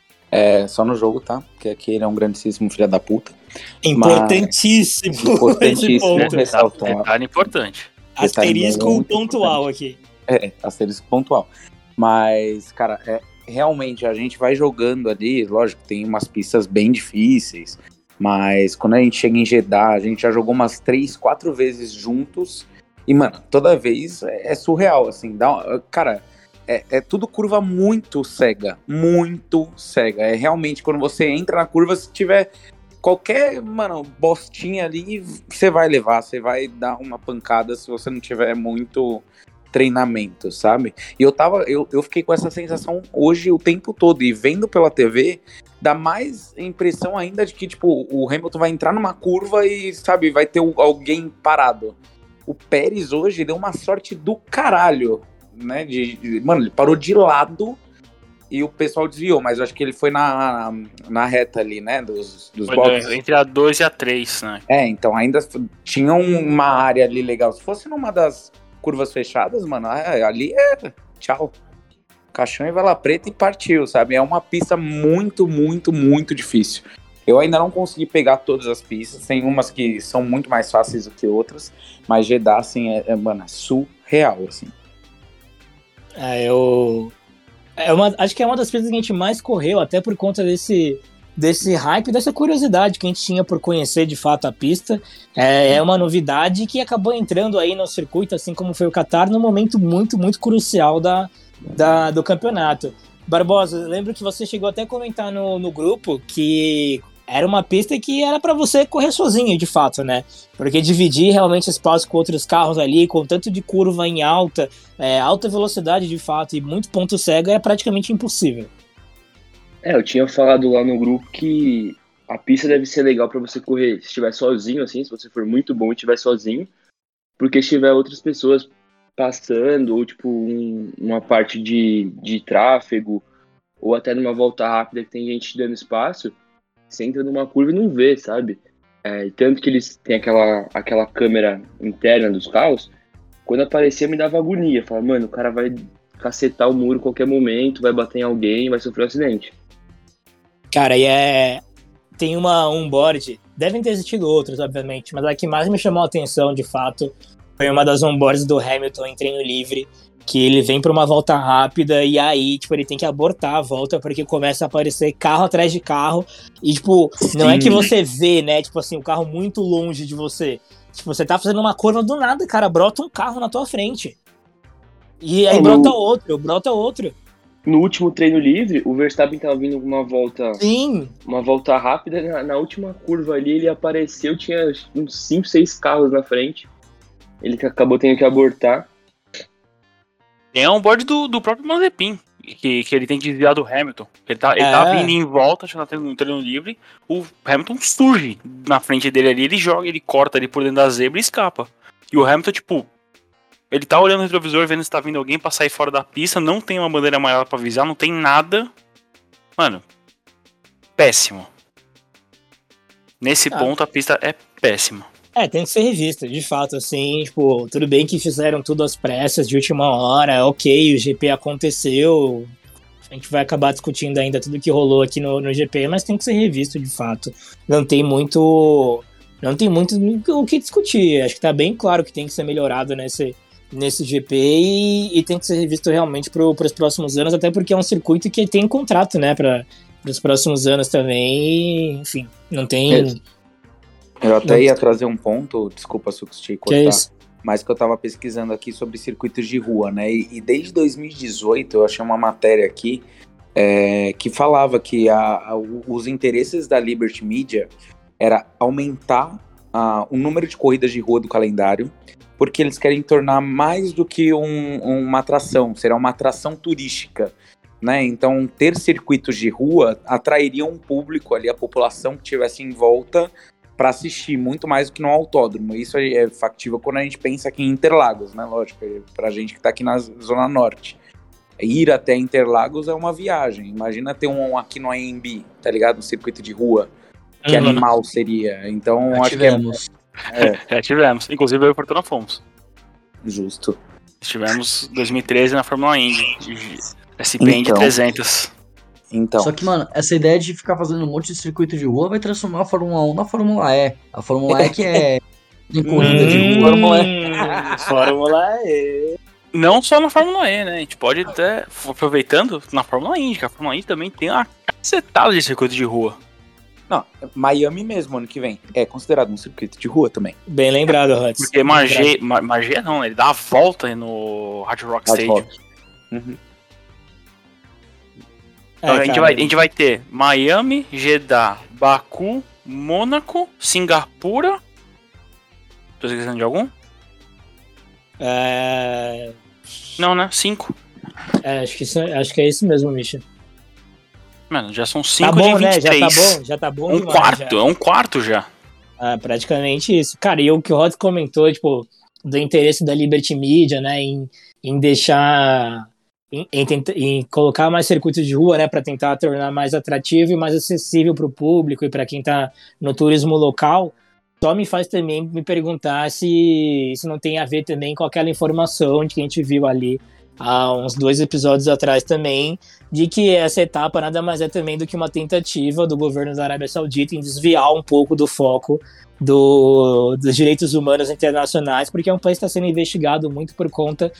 É, só no jogo, tá? Porque aqui ele é um grandíssimo filho da puta. Importantíssimo esse Importantíssimo. ponto. Ressaltar. Detalhe importante. Asterisco muito pontual aqui. É, asterisco pontual. Mas, cara, é, realmente a gente vai jogando ali, lógico, tem umas pistas bem difíceis, mas quando a gente chega em Jeddah, a gente já jogou umas três, quatro vezes juntos, e, mano, toda vez é, é surreal, assim, dá, uma- cara, é, é tudo curva muito cega, muito cega, é realmente, quando você entra na curva, se tiver qualquer, mano, bostinha ali, você vai levar, você vai dar uma pancada se você não tiver muito treinamento, sabe? E eu tava, eu, eu fiquei com essa sensação hoje o tempo todo, e vendo pela T V, dá mais impressão ainda de que, tipo, o Hamilton vai entrar numa curva e, sabe, vai ter alguém parado. O Pérez hoje deu uma sorte do caralho, né? De, de- mano, ele parou de lado e o pessoal desviou, mas eu acho que ele foi na, na reta ali, né? Dos, dos Foi boxes. no- entre a dois e a três, né? É, então ainda f- tinha uma área ali legal. Se fosse numa das curvas fechadas, mano, é, ali é tchau. Caixão e vela preta e partiu, sabe? É uma pista muito, muito, muito difícil. Eu ainda não consegui pegar todas as pistas, tem umas que são muito mais fáceis do que outras, mas Jeddah, assim, é, é, mano, é surreal, assim. É, eu. É uma, acho que é uma das pistas que a gente mais correu, até por conta desse, desse hype, dessa curiosidade que a gente tinha por conhecer de fato a pista. É, é uma novidade que acabou entrando aí no circuito, assim como foi o Qatar, num momento muito, muito crucial da, da, do campeonato. Barbosa, eu lembro que você chegou até a comentar no, no grupo que era uma pista que era para você correr sozinho, de fato, né? Porque dividir realmente espaço com outros carros ali, com tanto de curva em alta, é, alta velocidade de fato e muito ponto cego é praticamente impossível. É, eu tinha falado lá no grupo que a pista deve ser legal pra você correr se estiver sozinho, assim, se você for muito bom e estiver sozinho, porque se tiver outras pessoas passando, ou tipo um- uma parte de, de tráfego, ou até numa volta rápida que tem gente dando espaço, você entra numa curva e não vê, sabe? É, e tanto que eles têm aquela, aquela câmera interna dos carros, quando aparecia me dava agonia, falava, mano, o cara vai cacetar o muro a qualquer momento, vai bater em alguém, vai sofrer um acidente. Cara, e é. Tem uma onboard, devem ter existido outras, obviamente, mas a que mais me chamou a atenção, de fato, foi uma das onboards do Hamilton em treino livre, que ele vem pra uma volta rápida e aí, tipo, ele tem que abortar a volta porque começa a aparecer carro atrás de carro e, tipo, não é que você vê, né, tipo assim, o carro muito longe de você. Tipo, você tá fazendo uma curva do nada, cara, brota um carro na tua frente. E aí É, brota no- outro, brota outro. No último treino livre, o Verstappen tava vindo com uma volta, Sim, uma volta rápida, na, na última curva ali ele apareceu, tinha uns cinco, seis carros na frente, ele que acabou tendo que abortar. Tem um board do, do próprio Mazepin. que, que ele tem que desviar do Hamilton. Ele tá, ele É. tá vindo em volta, já tá tendo um treino livre, o Hamilton surge na frente dele ali, ele joga, ele corta ali por dentro da zebra e escapa. E o Hamilton, tipo, ele tá olhando no retrovisor, vendo se tá vindo alguém pra sair fora da pista, não tem uma bandeira amarela pra avisar, não tem nada. Mano, péssimo. Nesse Ah. ponto a pista é péssima. É, tem que ser revista, de fato, assim, tipo, tudo bem que fizeram tudo às pressas, de última hora, ok, o G P aconteceu, a gente vai acabar discutindo ainda tudo que rolou aqui no, no G P, mas tem que ser revisto, de fato. Não tem muito, não tem muito o que discutir, acho que tá bem claro que tem que ser melhorado nesse, nesse G P e, e tem que ser revisto realmente pro, pros próximos anos, até porque é um circuito que tem contrato, né, para os próximos anos também, e, enfim, não tem... É. Eu até Não. ia trazer um ponto, desculpa, Sux, te Que é cortar, isso? mas que eu tava pesquisando aqui sobre circuitos de rua, né? E, e desde dois mil e dezoito eu achei uma matéria aqui é, que falava que a, a, os interesses da Liberty Media era aumentar a, o número de corridas de rua do calendário, porque eles querem tornar mais do que um, uma atração, será uma atração turística. Né? Então, ter circuitos de rua atrairia um público ali, a população que estivesse em volta para assistir, muito mais do que no autódromo. Isso é factível quando a gente pensa aqui em Interlagos, né? Lógico, pra gente que tá aqui na Zona Norte. Ir até Interlagos é uma viagem. Imagina ter um aqui no A M B, tá ligado? Um circuito de rua. Que Uhum. animal seria. Então, Já acho tivemos. que é, é Já tivemos. Inclusive eu e o Fortuna fomos. justo. Estivemos em dois mil e treze na Fórmula Indy. S P Indy Então. trezentos. Então, Só que, mano, essa ideia de ficar fazendo um monte de circuito de rua vai transformar a Fórmula um na Fórmula E. A Fórmula E que é em corrida de Hum, rua. Fórmula Fórmula E. Não só na Fórmula E, né? A gente pode até, aproveitando, na Fórmula Indy, que a Fórmula Indy também tem uma cacetada de circuito de rua. não, Miami mesmo, ano que vem, é considerado um circuito de rua também. Bem lembrado, Hudson. Porque Margé, Mar- Margé não, ele dá a volta no Hard Rock Hard Stadium. Rock. Uhum. Então É, a, gente cara, vai, a gente vai ter Miami, Jeddah, Baku, Mônaco, Singapura. Tô esquecendo de algum? É, Não, né? Cinco. é, acho, que isso, acho que é isso mesmo, Misha. Mano, já são cinco Tá bom, de né? vinte e Já tá três. bom, já tá bom Um demais, quarto, já. é um quarto já. É, praticamente isso. Cara, e o que o Rod comentou, tipo, do interesse da Liberty Media, né, em, em deixar, em, em, tenta- em colocar mais circuitos de rua, né, para tentar tornar mais atrativo e mais acessível para o público e para quem tá no turismo local, só me faz também me perguntar se isso não tem a ver também com aquela informação de que a gente viu ali há uns dois episódios atrás também, de que essa etapa nada mais é também do que uma tentativa do governo da Arábia Saudita em desviar um pouco do foco do, dos direitos humanos internacionais, porque é um país que está sendo investigado muito por conta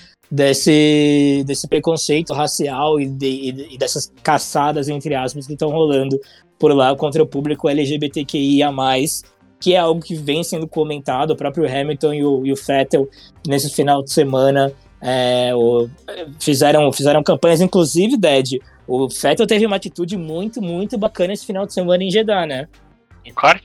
desse, desse preconceito racial e, de, e dessas caçadas, entre aspas, que estão rolando por lá contra o público L G B T Q I A mais, que é algo que vem sendo comentado, o próprio Hamilton e o, e o Vettel nesse final de semana é, o, fizeram, fizeram campanhas, inclusive, Ded, o Vettel teve uma atitude muito, muito bacana esse final de semana em Jeddah, né? Um kart?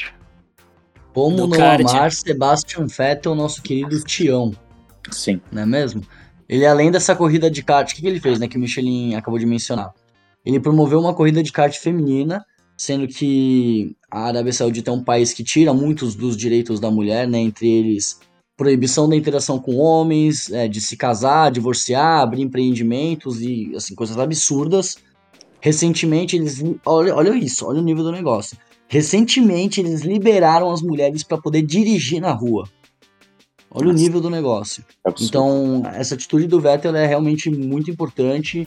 Como Do não kart. amar Sebastian Vettel, nosso querido Tião, Sim. não é mesmo? Ele, além dessa corrida de kart, o que, que ele fez, né, que o Michelin acabou de mencionar? Ele promoveu uma corrida de kart feminina, sendo que a Arábia Saudita é um país que tira muitos dos direitos da mulher, né, entre eles proibição da interação com homens, é, de se casar, divorciar, abrir empreendimentos e assim, coisas absurdas. Recentemente eles, olha, olha isso, olha o nível do negócio. Recentemente eles liberaram as mulheres para poder dirigir na rua. Olha Nossa. o nível do negócio. Absurdo. Então, essa atitude do Vettel é realmente muito importante.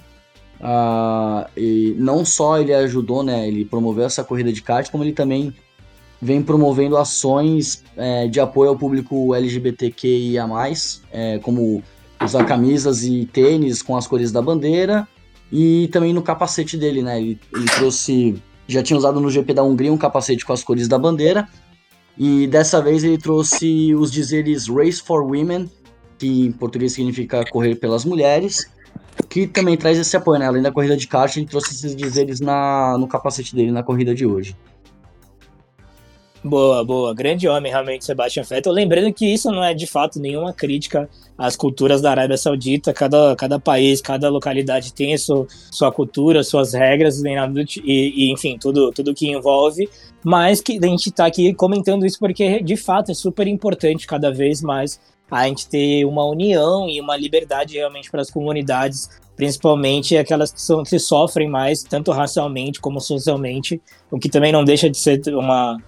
Uh, e não só ele ajudou, né, ele promoveu essa corrida de kart, como ele também vem promovendo ações é, de apoio ao público L G B T Q I A mais, é, como usar camisas e tênis com as cores da bandeira, e também no capacete dele, né, ele, ele trouxe, já tinha usado no G P da Hungria um capacete com as cores da bandeira, e dessa vez ele trouxe os dizeres Race for Women, que em português significa correr pelas mulheres, que também traz esse apoio, né? Além da corrida de kart, ele trouxe esses dizeres na, no capacete dele na corrida de hoje. Boa, boa. Grande homem, realmente, Sebastian Vettel. Lembrando que isso não é, de fato, nenhuma crítica às culturas da Arábia Saudita. Cada, cada país, cada localidade tem a sua, sua cultura, suas regras, e, e, enfim, tudo, tudo que envolve. Mas que a gente está aqui comentando isso porque, de fato, é super importante cada vez mais a gente ter uma união e uma liberdade realmente para as comunidades, principalmente aquelas que, são, que sofrem mais, tanto racialmente como socialmente, o que também não deixa de ser uma...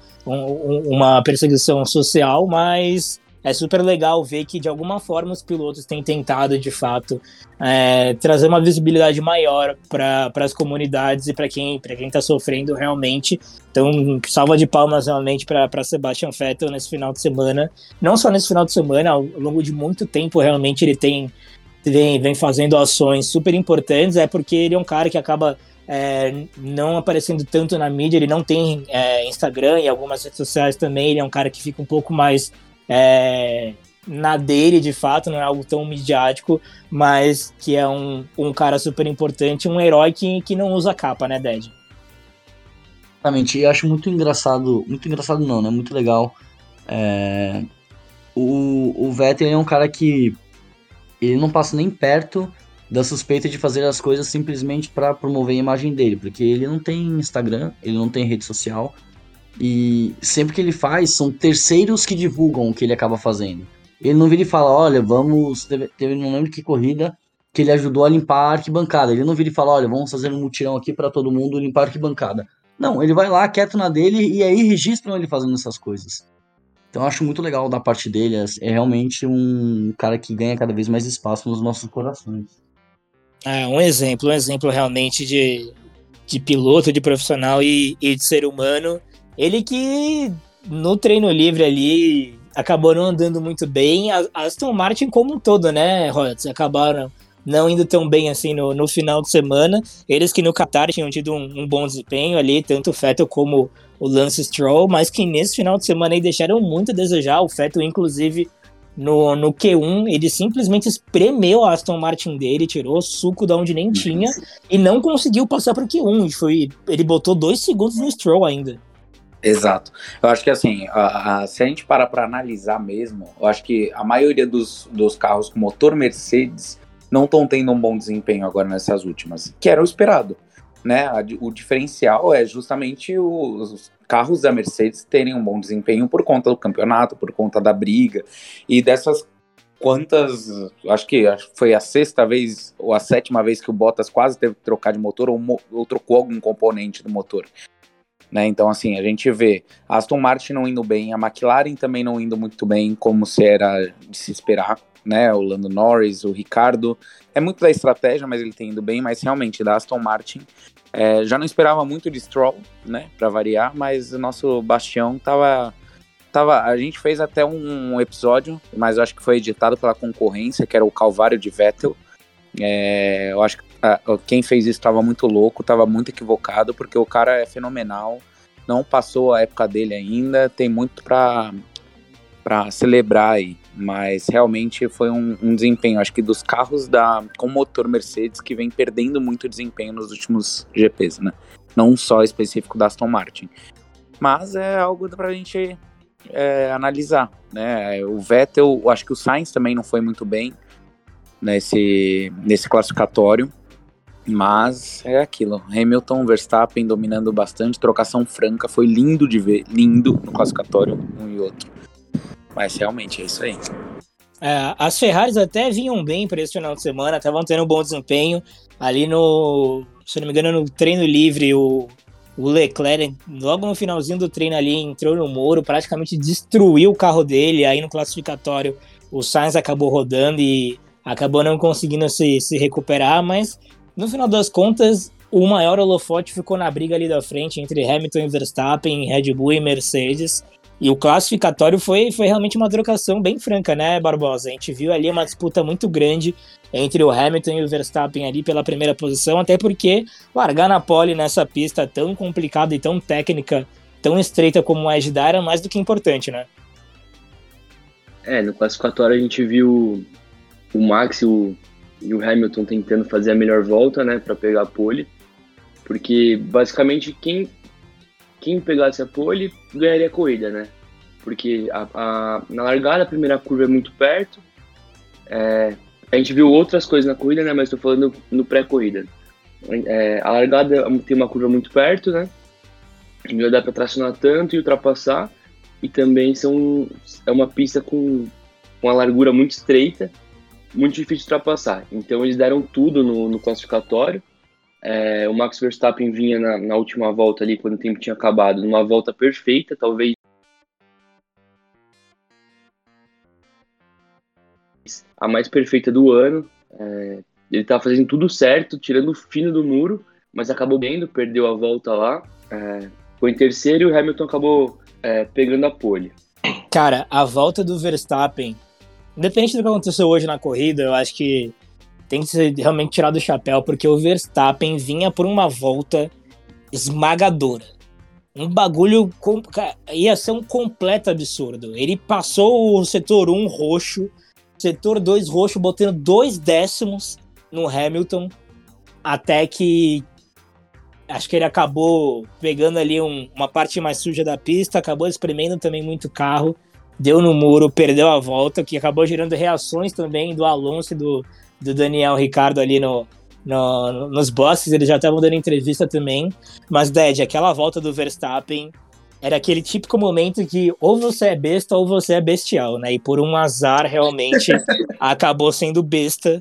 uma perseguição social, mas é super legal ver que de alguma forma os pilotos têm tentado de fato é, trazer uma visibilidade maior para as comunidades e para quem para quem está sofrendo realmente. Então, salva de palmas realmente para Sebastian Vettel nesse final de semana, não só nesse final de semana, ao longo de muito tempo realmente ele tem vem, vem fazendo ações super importantes, é porque ele é um cara que acaba É, não aparecendo tanto na mídia, ele não tem é, Instagram e algumas redes sociais também, ele é um cara que fica um pouco mais é, na dele, de fato, não é algo tão midiático, mas que é um, um cara super importante, um herói que, que não usa capa, né, Ded? Exatamente, e eu acho muito engraçado, muito engraçado não, né, muito legal, é, o, o Vettel é um cara que ele não passa nem perto da suspeita de fazer as coisas simplesmente para promover a imagem dele, porque ele não tem Instagram, ele não tem rede social, e sempre que ele faz, são terceiros que divulgam o que ele acaba fazendo. Ele não vira e fala, olha, vamos... Teve, teve, não lembro que corrida que ele ajudou a limpar a arquibancada. Ele não vira e fala, olha, vamos fazer um mutirão aqui para todo mundo limpar a arquibancada. Não, ele vai lá, quieto na dele, e aí registram ele fazendo essas coisas. Então eu acho muito legal da parte dele, é realmente um cara que ganha cada vez mais espaço nos nossos corações. É um exemplo, um exemplo realmente de, de piloto, de profissional e, e de ser humano. Ele que no treino livre ali acabou não andando muito bem. A Aston Martin como um todo, né, Royals? Acabaram não indo tão bem assim no, no final de semana. Eles que no Qatar tinham tido um, um bom desempenho ali, tanto o Vettel como o Lance Stroll, mas que nesse final de semana aí deixaram muito a desejar. O Vettel, inclusive, No, no Q um, ele simplesmente espremeu a Aston Martin dele, tirou suco de onde nem tinha e não conseguiu passar para o Q um. Foi, ele botou dois segundos no Stroll ainda. Exato. Eu acho que assim, a, a, se a gente parar para analisar mesmo, eu acho que a maioria dos, dos carros com motor Mercedes não estão tendo um bom desempenho agora nessas últimas, que era o esperado, né? A, o diferencial é justamente os, os carros da Mercedes terem um bom desempenho por conta do campeonato, por conta da briga, e dessas quantas, acho que foi a sexta vez ou a sétima vez que o Bottas quase teve que trocar de motor ou, ou trocou algum componente do motor, né? Então assim, a gente vê a Aston Martin não indo bem, a McLaren também não indo muito bem, como se era de se esperar, né? O Lando Norris, o Ricardo, é muito da estratégia, mas ele tem indo bem, mas realmente da Aston Martin É, já não esperava muito de Stroll, né, para variar, mas o nosso bastião tava, tava... A gente fez até um episódio, mas eu acho que foi editado pela concorrência, que era o Calvário de Vettel. É, eu acho que a, quem fez isso estava muito louco, estava muito equivocado, porque o cara é fenomenal, não passou a época dele ainda, tem muito para para celebrar aí, mas realmente foi um, um desempenho, acho que dos carros da, com motor Mercedes que vem perdendo muito desempenho nos últimos G Ps, né? Não só específico da Aston Martin, mas é algo pra gente é, analisar, né? O Vettel, acho que o Sainz também não foi muito bem nesse, nesse classificatório, mas é aquilo, Hamilton, Verstappen dominando bastante, trocação franca, foi lindo de ver, lindo no classificatório, um e outro. Mas realmente é isso aí. É, as Ferraris até vinham bem para esse final de semana, estavam tendo um bom desempenho. Ali no, se não me engano, no treino livre, o, o Leclerc, logo no finalzinho do treino ali, entrou no muro, praticamente destruiu o carro dele. Aí no classificatório, o Sainz acabou rodando e acabou não conseguindo se, se recuperar. Mas no final das contas, o maior holofote ficou na briga ali da frente entre Hamilton e Verstappen, Red Bull e Mercedes. E o classificatório foi, foi realmente uma trocação bem franca, né, Barbosa? A gente viu ali uma disputa muito grande entre o Hamilton e o Verstappen ali pela primeira posição, até porque largar na pole nessa pista tão complicada e tão técnica, tão estreita como é Jeddah era mais do que importante, né? É, no classificatório a gente viu o Max e o, e o Hamilton tentando fazer a melhor volta, né, para pegar a pole, porque basicamente quem quem pegasse a pole ganharia a corrida, né? Porque a, a, na largada a primeira curva é muito perto, é, a gente viu outras coisas na corrida, né? Mas estou falando no pré-corrida. É, a largada tem uma curva muito perto, né? Não dá para tracionar tanto e ultrapassar, e também são, é uma pista com uma largura muito estreita, muito difícil de ultrapassar. Então eles deram tudo no, no classificatório. É, o Max Verstappen vinha na, na última volta ali, quando o tempo tinha acabado, numa volta perfeita, talvez a mais perfeita do ano. É, ele estava fazendo tudo certo, tirando o fino do muro, mas acabou ganhando, perdeu a volta lá. É, foi em terceiro e o Hamilton acabou é, pegando a pole. Cara, a volta do Verstappen, independente do que aconteceu hoje na corrida, eu acho que tem que ser realmente tirado do chapéu, porque o Verstappen vinha por uma volta esmagadora. Um bagulho, ia ser um completo absurdo. Ele passou o setor um roxo, setor dois roxo, botando dois décimos no Hamilton, até que acho que ele acabou pegando ali um, uma parte mais suja da pista, acabou espremendo também muito carro, deu no muro, perdeu a volta, que acabou gerando reações também do Alonso e do, do Daniel Ricciardo ali no, no, nos boxes, eles já estavam dando entrevista também. Mas, Ded, aquela volta do Verstappen era aquele típico momento que ou você é besta ou você é bestial, né? E por um azar, realmente, acabou sendo besta,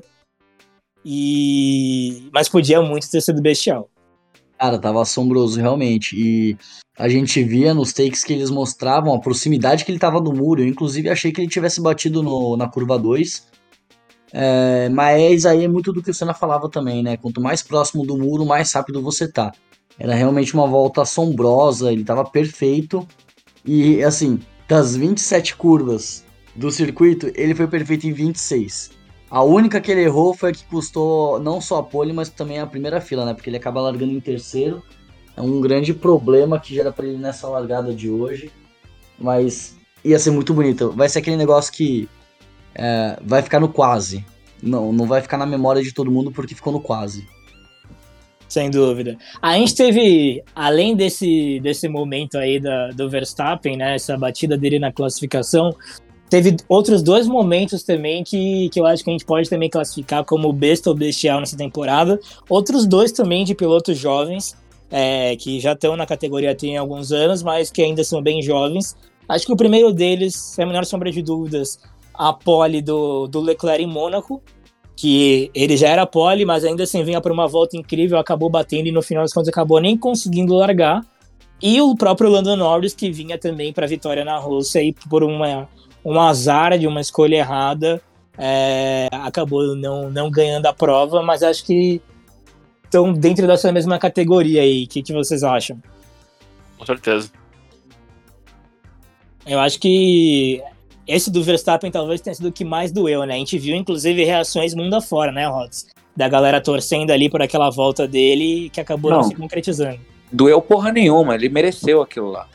e... mas podia muito ter sido bestial. Cara, tava assombroso, realmente. E a gente via nos takes que eles mostravam a proximidade que ele tava do muro. Eu, inclusive, achei que ele tivesse batido no, na curva dois. É, mas aí é muito do que o Senna falava também, né? Quanto mais próximo do muro, mais rápido você tá. Era realmente uma volta assombrosa, ele tava perfeito. E, assim, das vinte e sete curvas do circuito, ele foi perfeito em vinte e seis. A única que ele errou foi a que custou não só a pole, mas também a primeira fila, né? Porque ele acaba largando em terceiro. É um grande problema que gera pra ele nessa largada de hoje. Mas ia ser muito bonito. Vai ser aquele negócio que é, vai ficar no quase. Não, não vai ficar na memória de todo mundo porque ficou no quase. Sem dúvida. A gente teve, além desse, desse momento aí da, do Verstappen, né? Essa batida dele na classificação, teve outros dois momentos também que, que eu acho que a gente pode também classificar como besta ou bestial nessa temporada. Outros dois também de pilotos jovens, é, que já estão na categoria tem alguns anos, mas que ainda são bem jovens. Acho que o primeiro deles, sem a menor sombra de dúvidas, a pole do, do Leclerc em Mônaco, que ele já era pole, mas ainda assim vinha para uma volta incrível, acabou batendo e no final das contas acabou nem conseguindo largar. E o próprio Lando Norris, que vinha também para a vitória na Rússia e por uma... um azar de uma escolha errada, é, acabou não, não ganhando a prova, mas acho que estão dentro dessa mesma categoria aí. O que, que vocês acham? Com certeza. Eu acho que esse do Verstappen talvez tenha sido o que mais doeu, né? A gente viu, inclusive, reações mundo afora, né, Rods? Da galera torcendo ali por aquela volta dele, que acabou não, não se concretizando. Doeu porra nenhuma, ele mereceu aquilo lá.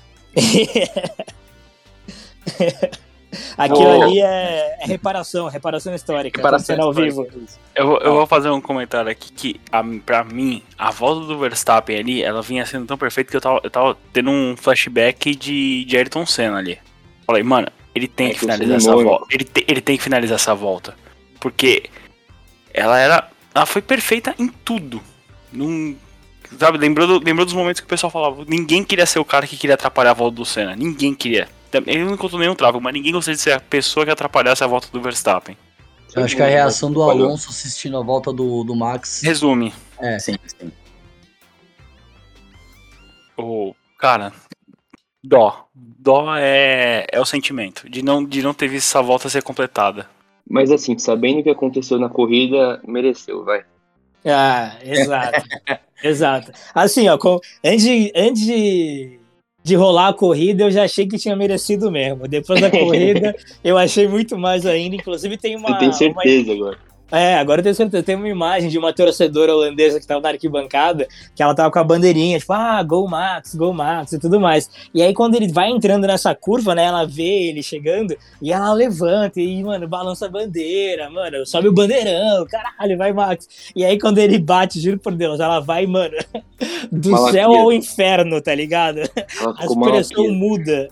Aquilo oh. ali é, é reparação, reparação histórica. Reparação ao vivo. Eu vou, eu vou fazer um comentário aqui que, a, pra mim, a volta do Verstappen ali, ela vinha sendo tão perfeita que eu tava, eu tava tendo um flashback de, de Ayrton Senna ali. Falei, mano, ele tem é que finalizar essa volta. Ele, te, ele tem que finalizar essa volta. Porque ela era. Ela foi perfeita em tudo. Num, sabe, lembrou, do, lembrou dos momentos que o pessoal falava. Ninguém queria ser o cara que queria atrapalhar a volta do Senna. Ninguém queria. Ele não encontrou nenhum travo, mas ninguém gostaria de ser a pessoa que atrapalhasse a volta do Verstappen. Eu acho que a reação do Alonso assistindo a volta do, do Max... Resume. É, sim, sim. Oh, cara, dó. Dó é, é o sentimento de não, de não ter visto essa volta ser completada. Mas assim, sabendo o que aconteceu na corrida, mereceu, vai. Ah, exato. Exato. Assim, ó, com, antes de... Antes de... de rolar a corrida, eu já achei que tinha merecido mesmo. Depois da corrida, eu achei muito mais ainda. Inclusive, tem uma... Você tem certeza uma... agora? É, agora eu tenho certeza. Tem uma imagem de uma torcedora holandesa que tava na arquibancada, que ela tava com a bandeirinha, tipo, ah, Go Max, Go Max e tudo mais. E aí, quando ele vai entrando nessa curva, né, ela vê ele chegando e ela levanta e, mano, balança a bandeira, mano, sobe o bandeirão, caralho, vai Max. E aí, quando ele bate, juro por Deus, ela vai, mano, Do Malaquias. céu ao inferno, tá ligado? Ela A ficou expressão Malaquias. muda.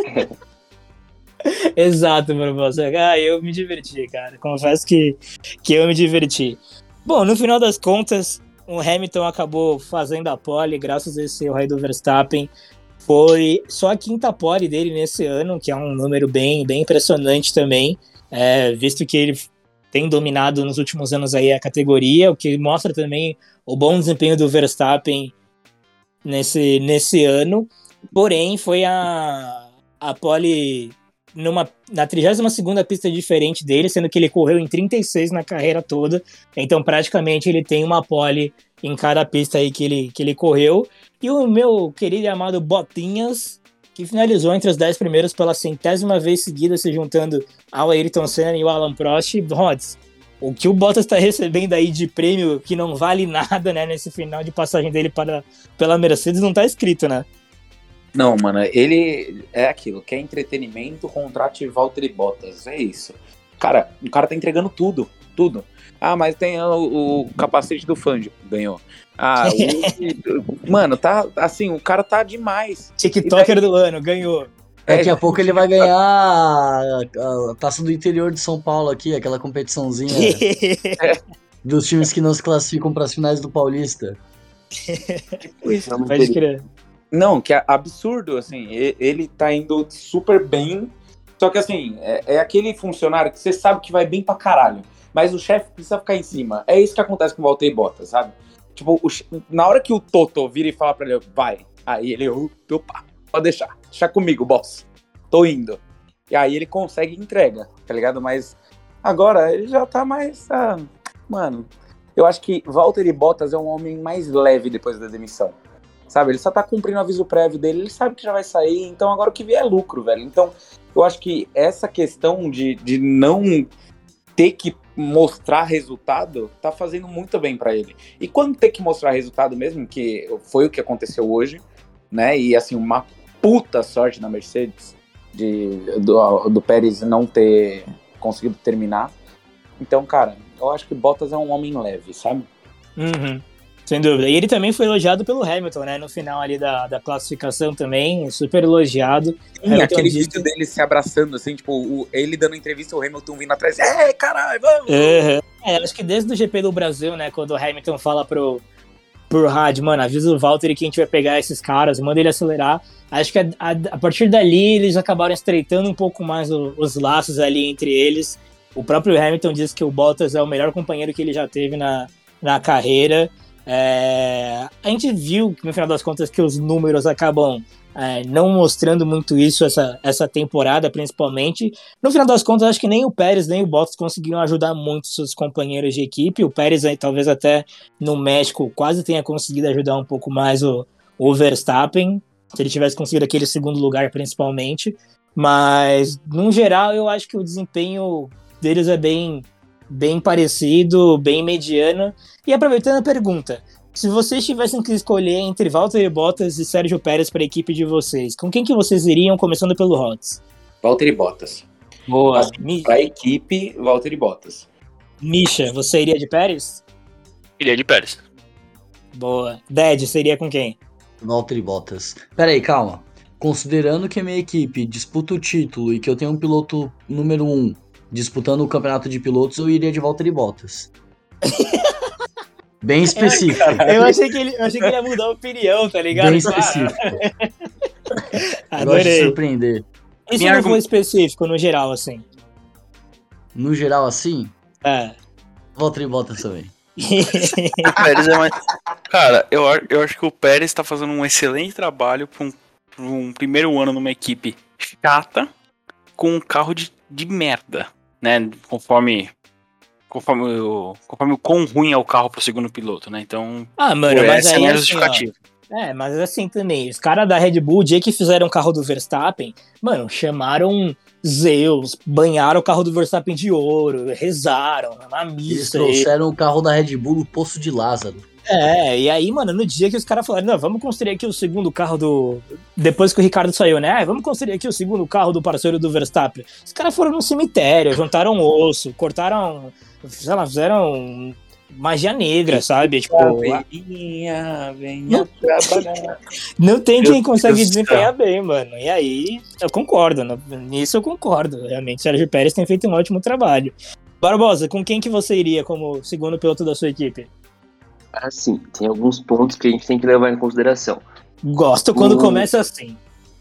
Exato, meu irmão. Ah, eu me diverti, cara. Confesso que, que eu me diverti. Bom, no final das contas, o Hamilton acabou fazendo a pole, graças a esse erro aí do Verstappen. Foi só a quinta pole dele nesse ano, que é um número bem, bem impressionante também, é, visto que ele tem dominado nos últimos anos aí a categoria, o que mostra também o bom desempenho do Verstappen nesse, nesse ano. Porém, foi a, a pole numa, na trigésima segunda pista diferente dele, sendo que ele correu em trinta e seis na carreira toda, então praticamente ele tem uma pole em cada pista aí que ele, que ele correu. E o meu querido e amado Bottinhas, que finalizou entre os dez primeiros pela centésima vez seguida, se juntando ao Ayrton Senna e o Alan Prost. Rods, o que o Bottas está recebendo aí de prêmio que não vale nada, né, nesse final de passagem dele para, pela Mercedes, não tá escrito, né? Não, mano, ele é aquilo, quer entretenimento, contrate Valtteri Bottas, é isso. Cara, o cara tá entregando tudo, tudo. Ah, mas tem o, o capacete do Fangio, ganhou. Ah, o, mano, tá assim, o cara tá demais. TikToker daí, do ano, ganhou. Daqui a pouco ele vai ganhar a, a taça do interior de São Paulo aqui, aquela competiçãozinha dos times que não se classificam para as finais do Paulista. Isso, pode crer. Não, que é absurdo, assim, ele tá indo super bem, só que assim, é, é aquele funcionário que você sabe que vai bem pra caralho, mas o chefe precisa ficar em cima. É isso que acontece com o Valtteri Bottas, sabe? Tipo, o, na hora que o Toto vira e fala pra ele, vai, aí ele, opa, pode deixar, deixa comigo, boss, tô indo. E aí ele consegue entrega, tá ligado? Mas agora ele já tá mais, ah, mano, eu acho que Valtteri Bottas é um homem mais leve depois da demissão. Sabe, ele só tá cumprindo o aviso prévio dele, ele sabe que já vai sair, então agora o que vier é lucro, velho. Então, eu acho que essa questão de, de não ter que mostrar resultado tá fazendo muito bem pra ele. E quando ter que mostrar resultado mesmo, que foi o que aconteceu hoje, né, e assim, uma puta sorte na Mercedes de, do, do Pérez não ter conseguido terminar. Então, cara, eu acho que Bottas é um homem leve, sabe? Uhum. Sem dúvida. E ele também foi elogiado pelo Hamilton, né? No final ali da, da classificação também, super elogiado. Sim, aquele disse... vídeo dele se abraçando, assim, tipo, o, ele dando entrevista, o Hamilton vindo atrás, é, caralho, vamos! Uhum. É, acho que desde o G P do Brasil, né, quando o Hamilton fala pro, pro rádio, mano, avisa o Valtteri que a gente vai pegar esses caras, manda ele acelerar. Acho que a, a, a partir dali eles acabaram estreitando um pouco mais o, os laços ali entre eles. O próprio Hamilton disse que o Bottas é o melhor companheiro que ele já teve na, na carreira. É, a gente viu, no final das contas, que os números acabam é, não mostrando muito isso essa, essa temporada, principalmente. No final das contas, acho que nem o Pérez nem o Bottas conseguiram ajudar muito seus companheiros de equipe. O Pérez, aí, talvez até no México, quase tenha conseguido ajudar um pouco mais o, o Verstappen, se ele tivesse conseguido aquele segundo lugar, principalmente. Mas, no geral, eu acho que o desempenho deles é bem... bem parecido, bem mediano. E aproveitando a pergunta, se vocês tivessem que escolher entre Valtteri Bottas e Sérgio Pérez para a equipe de vocês, com quem que vocês iriam, começando pelo Rods? Valtteri Bottas. Boa. Assim, para a equipe, Valtteri Bottas. Misha, você iria de Pérez? Iria de Pérez. Boa. Ded, seria com quem? Valtteri Bottas. Pera aí, calma. Considerando que a minha equipe disputa o título e que eu tenho um piloto número um disputando o campeonato de pilotos, eu iria de Valtteri Bottas. Bem específico. Eu achei, que ele, eu achei que ele ia mudar a opinião, tá ligado? Bem específico. Gosto de surpreender. E se não argum... for específico, no geral, assim? No geral, assim? É. Valtteri Bottas também. O Pérez é mais... Cara, eu, eu acho que o Pérez tá fazendo um excelente trabalho pra um, pra um primeiro ano numa equipe chata com um carro de, de merda, né? Conforme... Conforme o, conforme o quão ruim é o carro pro segundo piloto, né? Então, ah, mano, mas essa aí é a assim, justificativa. Ó, é, mas assim também, os caras da Red Bull, o dia que fizeram o carro do Verstappen, mano, chamaram Zeus, banharam o carro do Verstappen de ouro, rezaram, uma missa. Eles trouxeram o carro da Red Bull no Poço de Lázaro. É, e aí, mano, no dia que os caras falaram, não, vamos construir aqui o segundo carro do... Depois que o Ricardo saiu, né? Ah, vamos construir aqui o segundo carro do parceiro do Verstappen. Os caras foram no cemitério, juntaram osso, cortaram... Sei lá, fizeram magia negra, sabe? Tipo, Venha, venha trabalhar. não tem quem Meu consegue Deus do desempenhar bem, mano. E aí, eu concordo, né? Nisso eu concordo. Realmente, o Sérgio Pérez tem feito um ótimo trabalho. Barbosa, com quem que você iria como segundo piloto da sua equipe? Assim, tem alguns pontos que a gente tem que levar em consideração. Gosto quando O- começa assim.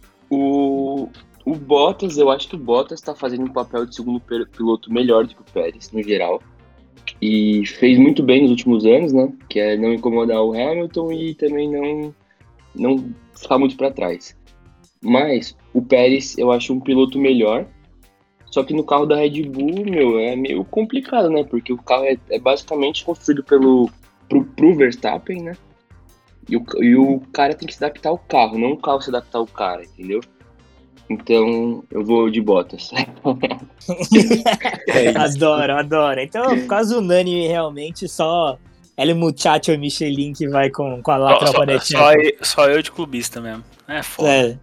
O, o Bottas, eu acho que o Bottas tá fazendo um papel de segundo pe- piloto melhor do que o Pérez, no geral. E fez muito bem nos últimos anos, né? Que é não incomodar o Hamilton e também não, não ficar muito para trás. Mas o Pérez eu acho um piloto melhor. Só que no carro da Red Bull, meu, é meio complicado, né? Porque o carro é, é basicamente construído pelo, pro, pro Verstappen, né? E o, e o cara tem que se adaptar ao carro, não o carro se adaptar ao cara, entendeu? Então eu vou de Bottas. É isso. Adoro, adoro. Então, por causa unânime, realmente, só El Muchacho Michelin que vai com, com a Só, La Tropa só, de só, Checo. eu- só eu de clubista mesmo. É foda. É.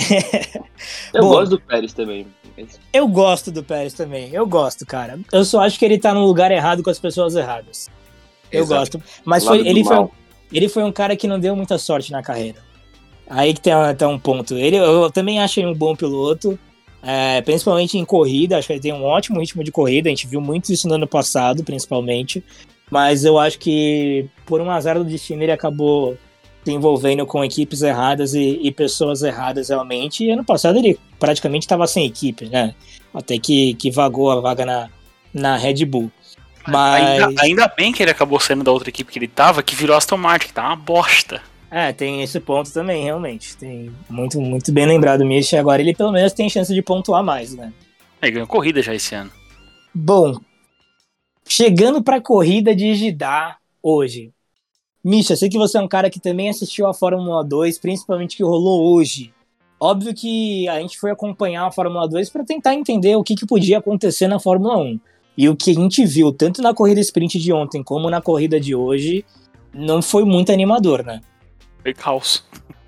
Eu Bom, gosto do Pérez também. mas- eu gosto do Pérez também. Eu gosto, cara. Eu só acho que ele tá no lugar errado com as pessoas erradas. Eu Exato. gosto. Mas Lado foi, do ele, foi, mal. ele foi um cara que não deu muita sorte na carreira. Aí que tem até um ponto. Ele, eu também acho ele um bom piloto, é, principalmente em corrida. Acho que ele tem um ótimo ritmo de corrida. A gente viu muito isso no ano passado, principalmente. Mas eu acho que, por um azar do destino, ele acabou se envolvendo com equipes erradas e, e pessoas erradas, realmente. E ano passado ele praticamente estava sem equipe, né? Até que, que vagou a vaga na, na Red Bull. Mas... Ainda, ainda bem que ele acabou saindo da outra equipe que ele tava, que virou Aston Martin, que tá uma bosta. É, tem esse ponto também, realmente. Tem muito, muito bem lembrado, Michi. Agora ele pelo menos tem chance de pontuar mais, né? Ele ganhou corrida já esse ano. Bom, chegando pra corrida de Jeddah hoje. Misha, sei que você é um cara que também assistiu a Fórmula dois, principalmente que rolou hoje. Óbvio que a gente foi acompanhar a Fórmula dois para tentar entender o que, que podia acontecer na Fórmula um. E o que a gente viu, tanto na corrida sprint de ontem como na corrida de hoje, não foi muito animador, né? Foi caos.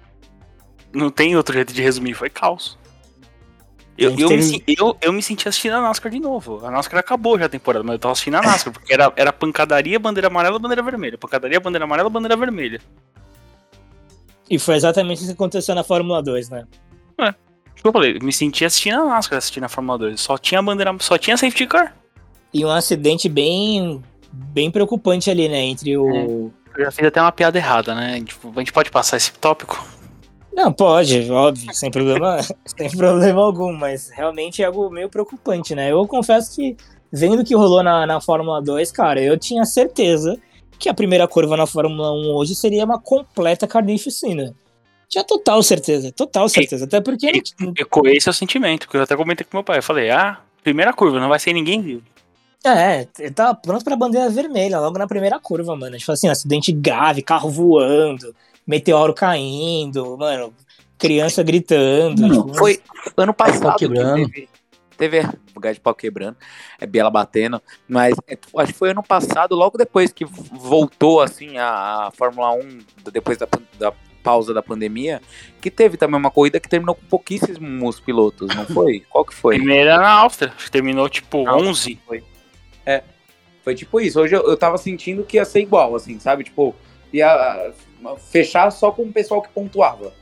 Não tem outro jeito de resumir, foi caos. Eu, eu, me, sen- eu, eu me senti assistindo a NASCAR de novo. A NASCAR acabou já a temporada, mas eu tava assistindo a NASCAR, porque era, era pancadaria, bandeira amarela, bandeira vermelha. Pancadaria, bandeira amarela, bandeira vermelha. E foi exatamente isso que aconteceu na Fórmula dois, né? É. Eu falei, eu me senti assistindo a NASCAR, assistindo a Fórmula dois. Só tinha bandeira, só tinha safety car. E um acidente bem, bem preocupante ali, né? Entre o... Eu já fiz até uma piada errada, né? Tipo, a gente pode passar esse tópico? Não, pode, óbvio, sem problema, sem problema algum, mas realmente é algo meio preocupante, né? Eu confesso que, vendo o que rolou na, na Fórmula dois, cara, eu tinha certeza que a primeira curva na Fórmula um hoje seria uma completa carnificina. Tinha total certeza, total certeza, até porque... E, eu com esse é o sentimento, porque eu até comentei com meu pai. Eu falei, ah, primeira curva, não vai ser ninguém vivo. É, ele tava pronto pra bandeira vermelha, logo na primeira curva, mano. Tipo assim, acidente grave, carro voando, meteoro caindo, mano, criança gritando. Não, tipo, foi ano passado Pau que quebrando. teve, teve lugar de pau quebrando, é Biela batendo, mas é, acho que foi ano passado, logo depois que voltou assim a, a Fórmula um, depois da, da pausa da pandemia, que teve também uma corrida que terminou com pouquíssimos pilotos, não foi? Qual que foi? Primeira na Áustria, acho que terminou tipo Na Áustria, onze. Foi. É, foi tipo isso. Hoje eu, eu tava sentindo que ia ser igual, assim, sabe? Tipo, ia fechar só com o pessoal que pontuava.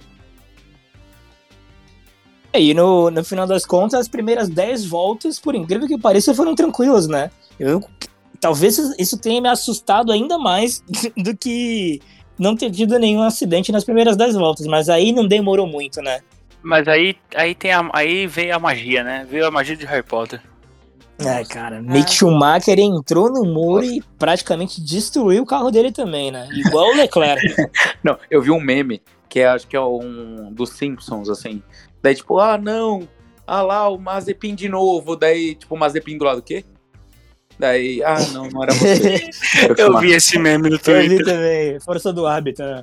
E no, no final das contas, as primeiras dez voltas, por incrível que pareça, foram tranquilas, né? Eu, talvez isso tenha me assustado ainda mais do que não ter tido nenhum acidente nas primeiras dez voltas, mas aí não demorou muito, né? Mas aí, aí, tem a, aí veio a magia, né? Veio a magia de Harry Potter. É, cara, Mick Schumacher entrou no muro e praticamente destruiu o carro dele também, né? Igual o Leclerc. Não, eu vi um meme, que é, acho que é um dos Simpsons, assim. Daí, tipo, ah, não, ah lá, o Mazepin de novo. Daí, tipo, o Mazepin do lado do quê? Daí, ah, não, não era você. Eu vi esse meme no Eu vi Twitter. também, força do hábito, né?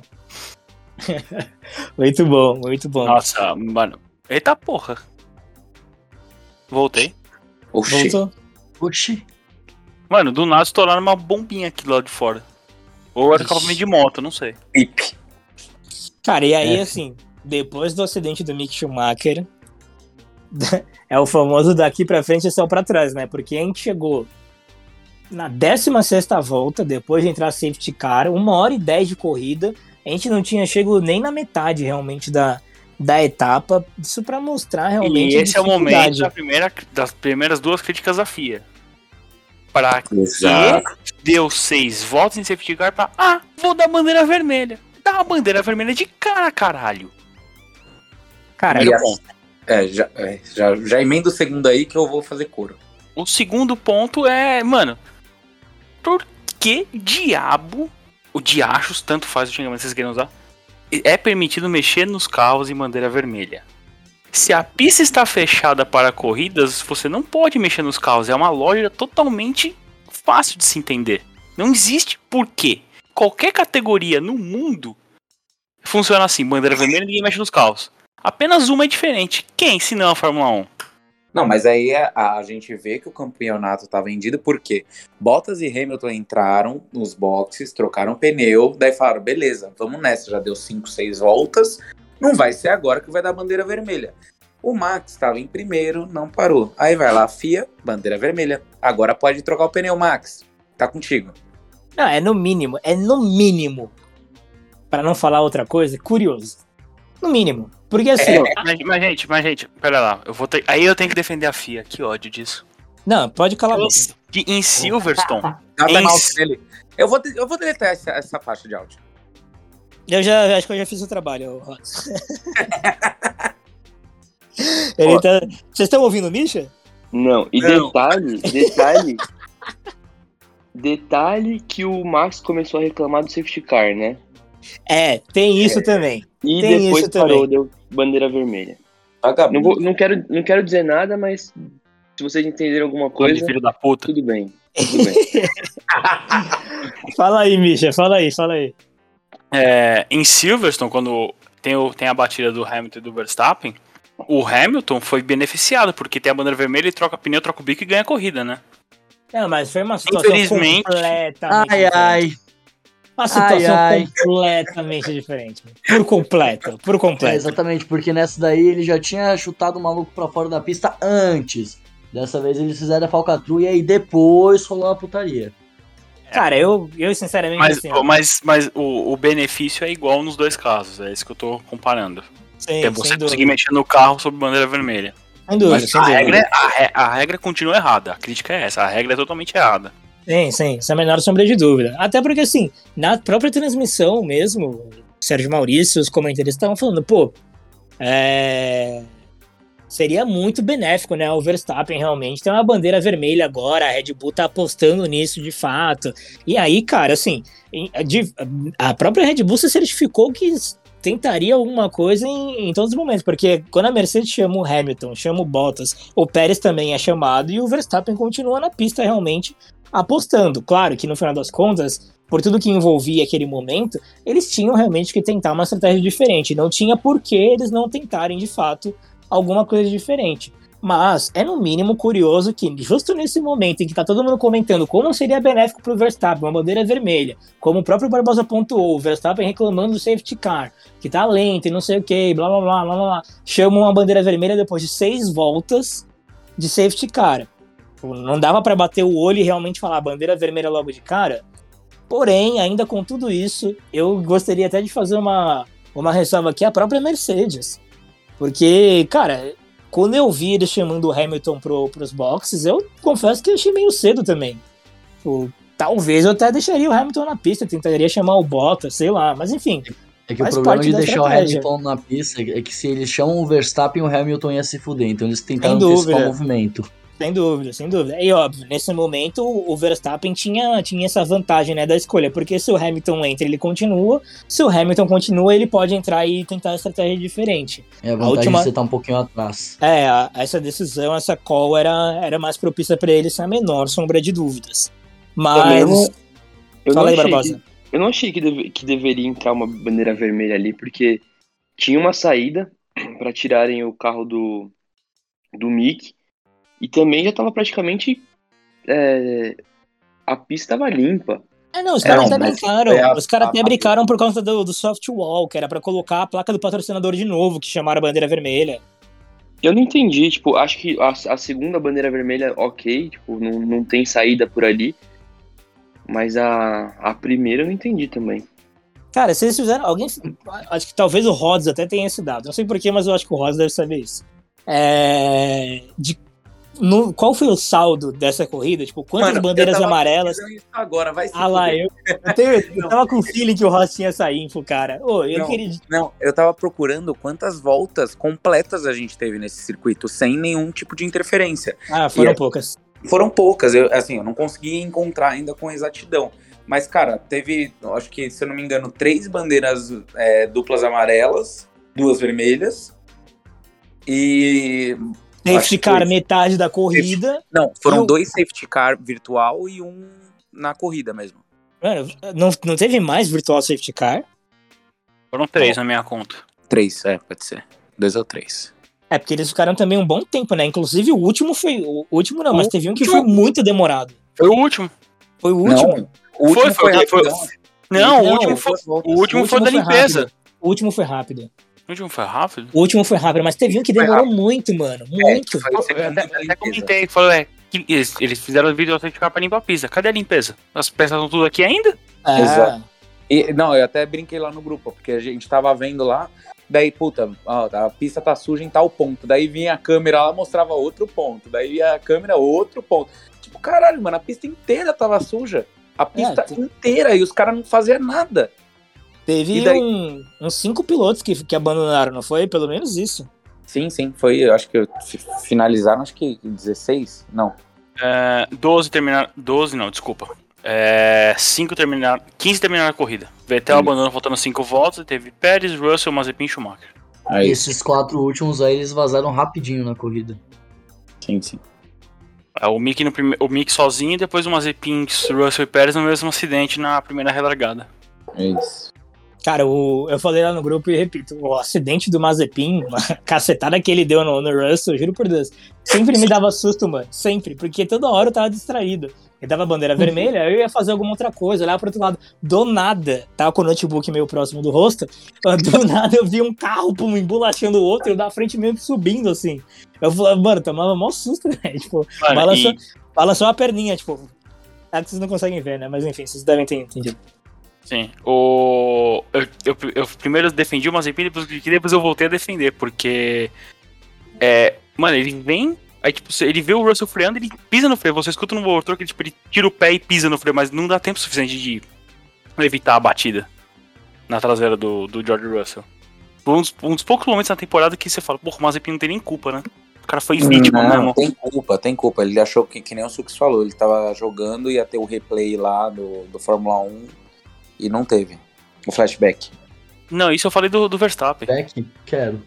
Muito bom, muito bom. Nossa, mano. Eita porra. Voltei. Oxi. Voltou? Oxi. Mano, do nada estouraram uma bombinha aqui lá de fora. Ou era acabamento de moto, não sei. Pip. Cara, e aí, É. assim, depois do acidente do Mick Schumacher, é o famoso daqui pra frente e só pra trás, né? Porque a gente chegou na décima sexta volta, depois de entrar safety car, uma hora e dez de corrida, a gente não tinha chegado nem na metade realmente da, da etapa, isso para mostrar realmente E a esse é o momento da primeira, das primeiras duas críticas da F I A. Pra que deu seis voltas em safety car pra, ah, vou dar bandeira vermelha. Dá a bandeira vermelha de cara, caralho. Cara, E assim, é, já, é, já, já emenda o segundo aí que eu vou fazer coro. O segundo ponto é, mano, por que diabo, o diachos, tanto faz o xingamento que vocês querem usar, é permitido mexer nos carros em bandeira vermelha? Se a pista está fechada para corridas, você não pode mexer nos carros. É uma lógica totalmente fácil de se entender. Não existe porquê. Qualquer categoria no mundo funciona assim. Bandeira vermelha, ninguém mexe nos carros. Apenas uma é diferente. Quem, se não a Fórmula um? Não, mas aí a, a gente vê que o campeonato tá vendido porque Bottas e Hamilton entraram nos boxes, trocaram pneu, daí falaram, beleza, vamos nessa, já deu cinco, seis voltas, não vai ser agora que vai dar bandeira vermelha. O Max estava em primeiro, não parou. Aí vai lá a F I A, bandeira vermelha. Agora pode trocar o pneu, Max. Tá contigo. Não, é no mínimo, é no mínimo, para não falar outra coisa, curioso. No mínimo. Porque assim... É, mas, mas, gente, mas, gente, pera lá. Eu vou ter... Aí eu tenho que defender a F I A. Que ódio disso. Não, pode calar a boca. Que em Silverstone... Dá em... mal dele. Eu vou, eu vou deletar essa, essa faixa de áudio. Eu já acho que eu já fiz o trabalho, Ross. Ele tá... Vocês estão ouvindo o Misha? Não, e Não. detalhe, detalhe... detalhe que o Max começou a reclamar do safety car, né? É, tem isso é. também. E tem depois isso parou, também. deu bandeira vermelha. Acabou. Não, vou, não, quero, não quero dizer nada, mas se vocês entenderam alguma coisa, filho da puta. tudo bem. Tudo bem. Fala aí, Misha, fala aí, fala aí. É, em Silverstone, quando tem, o, tem a batida do Hamilton e do Verstappen, o Hamilton foi beneficiado, porque tem a bandeira vermelha, ele troca pneu, troca o bico e ganha a corrida, né? É, mas foi uma situação Infelizmente, completamente Ai, diferente. ai. Uma situação Ai, ai. completamente diferente. Por completo, por É, completo. exatamente, porque nessa daí ele já tinha chutado o maluco pra fora da pista antes. Dessa vez eles fizeram a falcatrua e aí depois rolou a putaria. Cara, eu, eu sinceramente... Mas, assim, ó, mas, mas o, o benefício é igual nos dois casos, é isso que eu tô comparando. sim, É você sem conseguir dúvida. mexer no carro sob bandeira vermelha. Sem dúvida, Mas sem a dúvida. regra, é- a, re- a regra continua errada, a crítica é essa, a regra é totalmente errada. Sim, sim, sem a menor sombra de dúvida. Até porque, assim, na própria transmissão mesmo, o Sérgio Maurício, os comentaristas estavam falando, pô, é... seria muito benéfico, né, o Verstappen realmente ter uma bandeira vermelha agora, a Red Bull tá apostando nisso de fato. E aí, cara, assim, em- de- a própria Red Bull se certificou que tentaria alguma coisa em, em todos os momentos, porque quando a Mercedes chama o Hamilton, chama o Bottas, o Pérez também é chamado e o Verstappen continua na pista realmente apostando. Claro que no final das contas, por tudo que envolvia aquele momento, eles tinham realmente que tentar uma estratégia diferente. Não tinha por que eles não tentarem de fato alguma coisa diferente. Mas é no mínimo curioso que justo nesse momento em que tá todo mundo comentando como seria benéfico pro Verstappen, uma bandeira vermelha, como o próprio Barbosa pontuou, o Verstappen reclamando do safety car, que tá lento e não sei o que, blá blá blá blá blá blá, chamam uma bandeira vermelha depois de seis voltas de safety car. Não dava pra bater o olho e realmente falar bandeira vermelha logo de cara. Porém, ainda com tudo isso, eu gostaria até de fazer uma, uma ressalva aqui à própria Mercedes. Porque, cara, quando eu vi eles chamando o Hamilton pro, pros boxes, eu confesso que achei meio cedo também. Tipo, talvez eu até deixaria o Hamilton na pista, tentaria chamar o Bottas, sei lá, mas enfim. É que o Faz problema parte de da deixar estratégia. o Hamilton na pista é que se eles chamam o Verstappen, o Hamilton ia se fuder. Então eles tentaram Sem antecipar o dúvida. movimento. Sem dúvida, sem dúvida. E óbvio, nesse momento o Verstappen tinha, tinha essa vantagem, né, da escolha, porque se o Hamilton entra, ele continua, se o Hamilton continua, ele pode entrar e tentar uma estratégia diferente. É a vantagem última- de você estar um pouquinho atrás. É, a- essa decisão, essa call era, era mais propícia pra ele, sem a menor sombra de dúvidas. Também eu Mas... não- Eu Fala não aí, achei Barbosa. que, eu não achei que, deve- que deveria entrar uma bandeira vermelha ali, porque tinha uma saída para tirarem o carro do, do Mick e também já estava praticamente. é, a pista estava limpa. É, não, os É, caras não, até mas brincaram. foi a- Os caras a- até a- brincaram por causa do, do soft wall, que era pra colocar a placa do patrocinador de novo, que chamaram a bandeira vermelha. Eu não entendi, tipo, acho que a, a segunda bandeira vermelha, ok, tipo, não, não tem saída por ali. Mas a, a primeira eu não entendi também. Cara, se eles fizeram. Alguém. Acho que talvez o Rhodes até tenha esse dado. Não sei porquê, mas eu acho que o Rhodes deve saber isso. É, de, no, qual foi o saldo dessa corrida? Tipo, quantas Mano, bandeiras eu tava amarelas. pesquisando isso agora, vai se Ah lá, fuder. eu, eu, tenho, eu tava com o feeling que o Rhodes tinha essa info, cara. Ô, eu Não, queria. não, eu tava procurando quantas voltas completas a gente teve nesse circuito, sem nenhum tipo de interferência. Ah, foram E é- poucas. Foram poucas, eu, assim, eu não consegui encontrar ainda com exatidão. Mas, cara, teve, eu acho que, se eu não me engano, três bandeiras é, duplas amarelas, duas vermelhas. E. acho Safety que car, foi- metade da corrida. Não, E foram o- dois safety car virtual e um na corrida mesmo. Mano, não, não teve mais virtual safety car? Foram três na minha conta. Três, é, pode ser. Dois ou três. É, porque eles ficaram também um bom tempo, né? Inclusive o último foi. O último não, O mas teve um que último- foi muito demorado. Foi o último. Foi o último. Não, o último Foi, foi, foi, foi- rapidão. Não, o Não, último foi, duas voltas. o último foi da limpeza. rápido. O último foi rápido. O último foi rápido? O último foi rápido, mas teve um que Foi demorou rápido. muito, mano. É, Muito. foi Eu o segundo até, da até limpeza. comentei, falou, é, que eles, eles fizeram o vídeo autenticar pra limpar a pista. Cadê a limpeza? As peças estão tudo aqui ainda? Ah, Exato. E, não, eu até brinquei lá no grupo, porque a gente tava vendo lá, daí, puta, ó, a pista tá suja em tal ponto. Daí vinha a câmera lá, mostrava outro ponto. Daí vinha a câmera, outro ponto. Tipo, caralho, mano, a pista inteira tava suja. A pista É, inteira, e os caras não faziam nada. Teve E daí? um- uns cinco pilotos que, que abandonaram, não foi? Pelo menos isso. Sim, sim, foi, eu acho que eu- fi- finalizaram, acho que dezesseis? Não. É, doze terminaram. doze não, desculpa. É, cinco terminaram. quinze terminaram a corrida. Vettel Hum. abandonou faltando cinco voltas. Teve Pérez, Russell, Mazepin e Schumacher. Aí, Esses quatro últimos aí, eles vazaram rapidinho na corrida. sim, sim. É, o, Mick no prime... o Mick sozinho e depois o Mazepin, Russell e Pérez no mesmo acidente na primeira relargada. É isso. Cara, o, eu falei lá no grupo e repito, o acidente do Mazepin, a cacetada que ele deu no, no Russell, juro por Deus, sempre me dava susto, mano, sempre, porque toda hora eu tava distraído. Ele dava bandeira vermelha, eu ia fazer alguma outra coisa, olhar pro outro lado, do nada, tava com o notebook meio próximo do rosto, do nada eu vi um carro, pum, embolachando o outro, eu da frente meio que subindo, assim. Eu falava, mano, tomava mó susto, né, tipo, Mano, balançou, e- balançou a perninha, tipo, é que vocês não conseguem ver, né, mas enfim, vocês devem ter entendido. Sim. O... Eu, eu, eu primeiro defendi o Mazepin, depois, depois eu voltei a defender, porque. É, mano, ele vem. Aí, tipo, ele vê o Russell freando, ele pisa no freio. Você escuta no motor que ele, tipo, ele tira o pé e pisa no freio, mas não dá tempo suficiente de evitar a batida na traseira do, do George Russell. Foi um dos, um dos poucos momentos na temporada que você fala, porra, o Mazepin não tem nem culpa, né? O cara foi vítima não, mesmo. tem culpa, tem culpa. Ele achou que, que nem o Sux falou, ele tava jogando, ia ter o replay lá do, do Fórmula um e não teve. O flashback. Não, isso eu falei do, do Verstappen. Beck, quero.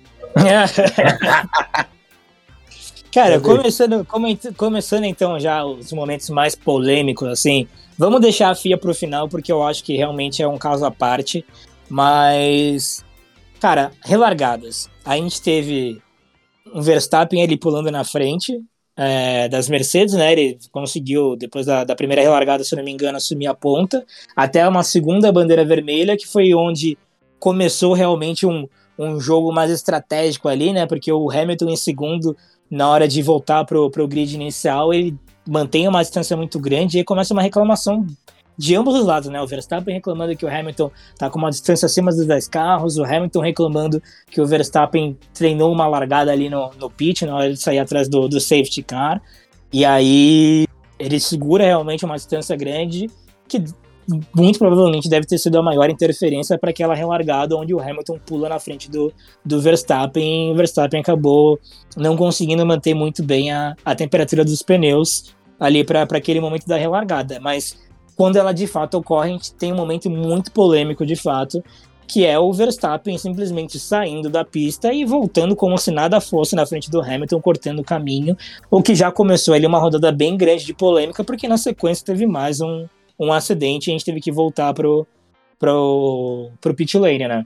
Cara, Cadê? começando, come- começando então já os momentos mais polêmicos, assim, vamos deixar a F I A pro final, porque eu acho que realmente é um caso à parte, mas, cara, relargadas. A gente teve um Verstappen ali pulando na frente é, das Mercedes, né, ele conseguiu, depois da, da primeira relargada, se eu não me engano, assumir a ponta, até uma segunda bandeira vermelha, que foi onde começou realmente um, um jogo mais estratégico ali, né, porque o Hamilton em segundo, na hora de voltar pro, pro grid inicial, ele mantém uma distância muito grande e aí começa uma reclamação de ambos os lados, né? O Verstappen reclamando que o Hamilton tá com uma distância acima dos dez carros, o Hamilton reclamando que o Verstappen treinou uma largada ali no, no pit na hora de sair atrás do, do safety car, e aí ele segura realmente uma distância grande que muito provavelmente deve ter sido a maior interferência para aquela relargada onde o Hamilton pula na frente do, do Verstappen e o Verstappen acabou não conseguindo manter muito bem a, a temperatura dos pneus ali para aquele momento da relargada. Mas quando ela de fato ocorre, a gente tem um momento muito polêmico de fato, que é o Verstappen simplesmente saindo da pista e voltando como se nada fosse na frente do Hamilton, cortando o caminho, o que já começou ali uma rodada bem grande de polêmica, porque na sequência teve mais um um acidente e a gente teve que voltar pro, pro, pro pit lane, né?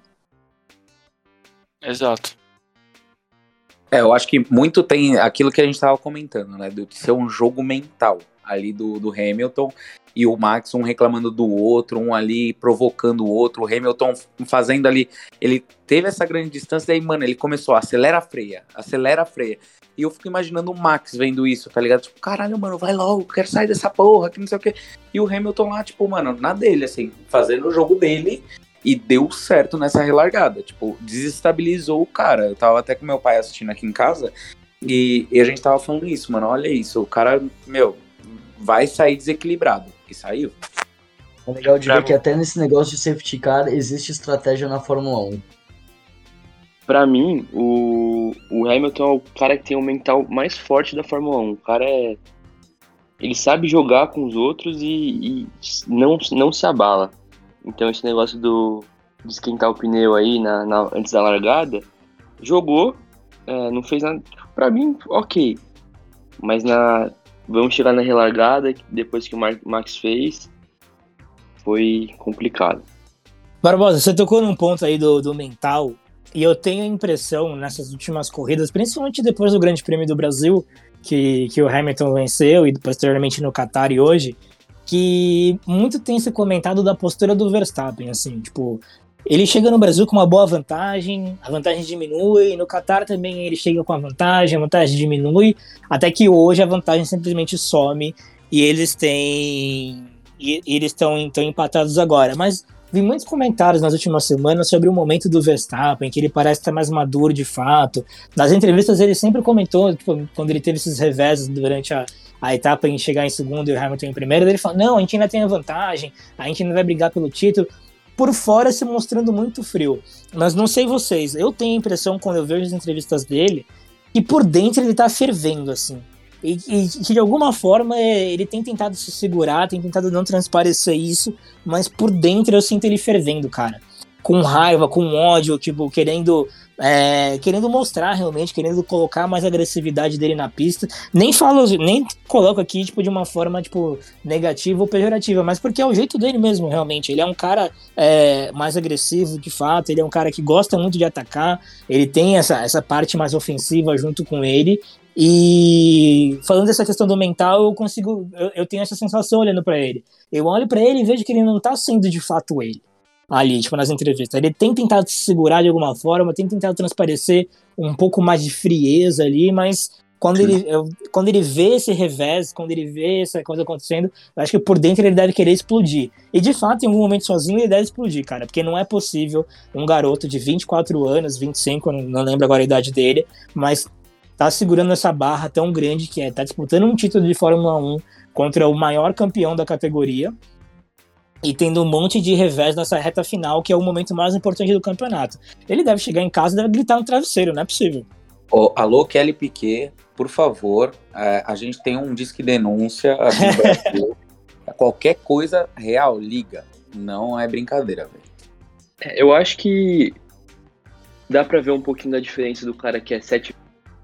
Exato. É, eu acho que muito tem aquilo que a gente tava comentando, né? De ser um jogo mental. ali do, do Hamilton e o Max, um reclamando do outro, um ali provocando o outro, o Hamilton fazendo ali, ele teve essa grande distância, daí, mano, ele começou, acelera a freia, acelera a freia. E eu fico imaginando o Max vendo isso, tá ligado? Tipo, caralho, mano, vai logo, quero sair dessa porra, que não sei o quê. E o Hamilton lá, tipo, mano, na dele, assim, fazendo o jogo dele. E deu certo nessa relargada, tipo, desestabilizou o cara. Eu tava até com meu pai assistindo aqui em casa e, e a gente tava falando isso, mano, olha isso, o cara, meu, vai sair desequilibrado. E saiu. É legal de Pra ver mim- que até nesse negócio de safety car existe estratégia na Fórmula um. Pra mim, o, o Hamilton é o cara que tem o mental mais forte da Fórmula um. O cara é. Ele sabe jogar com os outros e, e não, não se abala. Então esse negócio do, de esquentar o pneu aí na, na- antes da largada, jogou, é, não fez nada. Pra mim, ok. Mas na, vamos chegar na relargada, depois que o Mar- Max fez, foi complicado. Barbosa, você tocou num ponto aí do, do mental, e eu tenho a impressão, nessas últimas corridas, principalmente depois do Grande Prêmio do Brasil, que, que o Hamilton venceu, e posteriormente no Qatar e hoje, que muito tem se comentado da postura do Verstappen, assim, tipo, ele chega no Brasil com uma boa vantagem, a vantagem diminui, no Qatar também ele chega com a vantagem, a vantagem diminui, até que hoje a vantagem simplesmente some, e eles têm... e e eles estão então empatados agora, mas vi muitos comentários nas últimas semanas sobre o momento do Verstappen, que ele parece estar mais maduro de fato. Nas entrevistas ele sempre comentou, tipo, quando ele teve esses reveses durante a, a etapa em chegar em segundo e o Hamilton em primeiro, ele falou, não, a gente ainda tem a vantagem, a gente ainda vai brigar pelo título. Por fora se mostrando muito frio. Mas não sei vocês, eu tenho a impressão, quando eu vejo as entrevistas dele, que por dentro ele tá fervendo, assim. E que de alguma forma ele tem tentado se segurar, tem tentado não transparecer isso, mas por dentro eu sinto ele fervendo, cara. Com raiva, com ódio, tipo, querendo, é, querendo mostrar realmente, querendo colocar mais agressividade dele na pista. Nem falo, nem coloco aqui, tipo, de uma forma, tipo, negativa ou pejorativa, mas porque é o jeito dele mesmo, realmente. Ele é um cara é, mais agressivo, de fato, ele é um cara que gosta muito de atacar, ele tem essa, essa parte mais ofensiva junto com ele. E falando dessa questão do mental, eu consigo, eu, eu tenho essa sensação olhando pra ele. Eu olho pra ele e vejo que ele não tá sendo de fato ele ali, tipo, nas entrevistas. Ele tem tentado se segurar de alguma forma, tem tentado transparecer um pouco mais de frieza ali, mas quando ele, eu, quando ele vê esse revés, quando ele vê essa coisa acontecendo, eu acho que por dentro ele deve querer explodir. E de fato, em algum momento sozinho, ele deve explodir, cara, porque não é possível um garoto de vinte e quatro anos, vinte e cinco, eu não, não lembro agora a idade dele, mas tá segurando essa barra tão grande que é, tá disputando um título de Fórmula um contra o maior campeão da categoria e tendo um monte de revés nessa reta final, que é o momento mais importante do campeonato. Ele deve chegar em casa e deve gritar no travesseiro, não é possível. Oh, alô, Kelly Piquet, por favor, é, a gente tem um disque denúncia aqui no Brasil. Qualquer coisa real, liga. Não é brincadeira, velho. Eu acho que dá pra ver um pouquinho da diferença do cara que é sete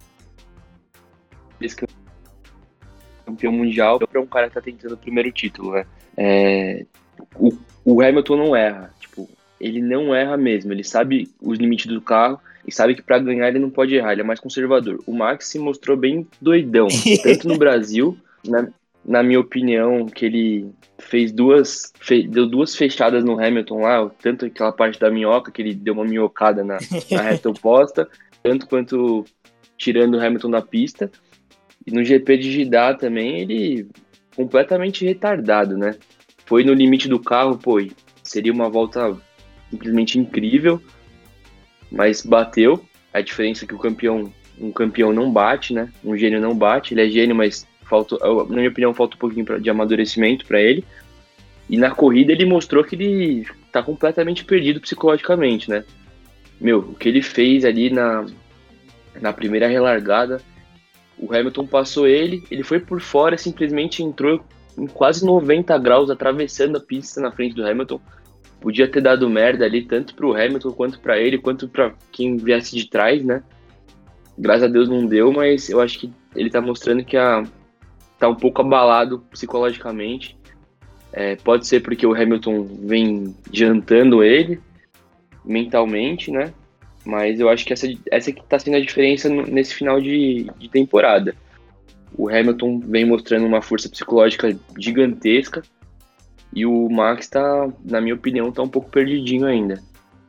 vezes campeão mundial para um cara que tá tentando o primeiro título, né? É, o, o Hamilton não erra, tipo, ele não erra mesmo, ele sabe os limites do carro e sabe que para ganhar ele não pode errar, ele é mais conservador. O Max se mostrou bem doidão, tanto no Brasil, na, na minha opinião, que ele fez duas, fe, deu duas fechadas no Hamilton lá, tanto aquela parte da minhoca, que ele deu uma minhocada na, na reta oposta, tanto quanto tirando o Hamilton da pista. E no G P de Jeddah também, ele completamente retardado, né? Foi no limite do carro, pô, seria uma volta simplesmente incrível, mas bateu. A diferença é que o campeão, um campeão não bate, né? Um gênio não bate, ele é gênio, mas faltou, na minha opinião, falta um pouquinho de amadurecimento para ele. E na corrida ele mostrou que ele tá completamente perdido psicologicamente, né? Meu, o que ele fez ali na, na primeira relargada, o Hamilton passou ele, ele foi por fora, simplesmente entrou em quase noventa graus, atravessando a pista na frente do Hamilton. Podia ter dado merda ali, tanto pro Hamilton, quanto pra ele, quanto pra quem viesse de trás, né? Graças a Deus não deu, mas eu acho que ele tá mostrando que a, tá um pouco abalado psicologicamente. É, pode ser porque o Hamilton vem jantando ele mentalmente, né? Mas eu acho que essa, essa que tá sendo a diferença nesse final de, de temporada. o Hamilton vem mostrando uma força psicológica gigantesca e o Max tá, na minha opinião, tá um pouco perdidinho ainda.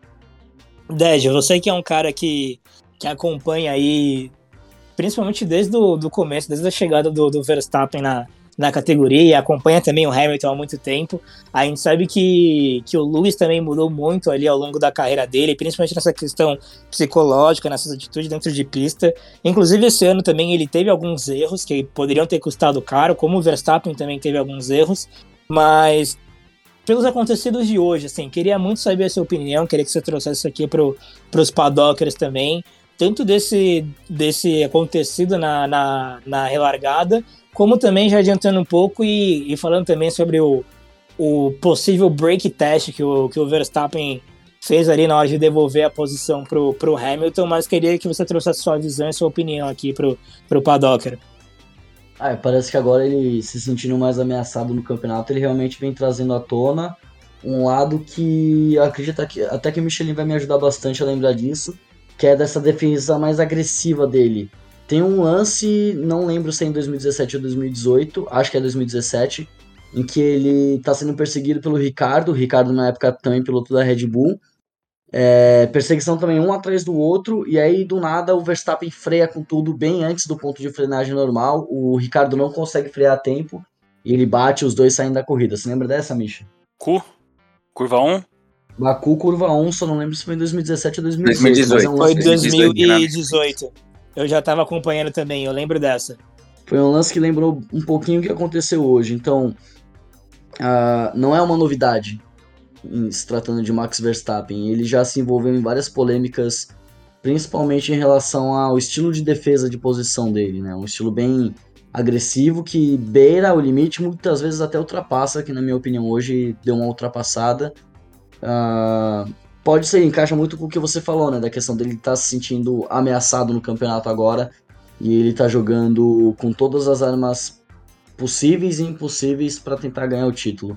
Dédio, você que é um cara que, que acompanha aí, principalmente desde o do começo, desde a chegada do, do Verstappen na, na categoria, acompanha também o Hamilton há muito tempo, a gente sabe que, que o Lewis também mudou muito ali ao longo da carreira dele, principalmente nessa questão psicológica, nessas atitudes dentro de pista. Inclusive esse ano também ele teve alguns erros que poderiam ter custado caro, como o Verstappen também teve alguns erros, mas pelos acontecidos de hoje, assim, queria muito saber a sua opinião, queria que você trouxesse isso aqui para os paddockers também, tanto desse, desse acontecido na, na, na relargada, como também já adiantando um pouco e, e falando também sobre o, o possível break test que o, que o Verstappen fez ali na hora de devolver a posição pro, pro Hamilton, mas queria que você trouxesse sua visão e sua opinião aqui pro, pro paddocker. Ah, parece que agora ele se sentindo mais ameaçado no campeonato, ele realmente vem trazendo à tona um lado que eu acredito que até que o Michelin vai me ajudar bastante a lembrar disso, que é dessa defesa mais agressiva dele. Tem um lance, não lembro se é em dois mil e dezessete ou dois mil e dezoito, acho que é dois mil e dezessete, em que ele está sendo perseguido pelo Ricardo, o Ricardo na época também piloto da Red Bull, é, perseguição também um atrás do outro, e aí do nada o Verstappen freia com tudo bem antes do ponto de frenagem normal, o Ricardo não consegue frear a tempo, e ele bate, os dois saem da corrida. Você lembra dessa, Misha? Cu? Curva um? Baku, curva um, só não lembro se foi em dois mil e dezessete ou dois mil e dezoito. dois mil e dezoito. Mas é um Foi lance dois mil e dezoito. Eu já estava acompanhando também, eu lembro dessa. Foi um lance que lembrou um pouquinho o que aconteceu hoje. Então, uh, não é uma novidade em se tratando de Max Verstappen. Ele já se envolveu em várias polêmicas, principalmente em relação ao estilo de defesa de posição dele, né? Um estilo bem agressivo que beira o limite, muitas vezes até ultrapassa, que na minha opinião hoje deu uma ultrapassada. Uh, pode ser, encaixa muito com o que você falou, né? Da questão dele estar tá se sentindo ameaçado no campeonato agora e ele tá jogando com todas as armas possíveis e impossíveis para tentar ganhar o título.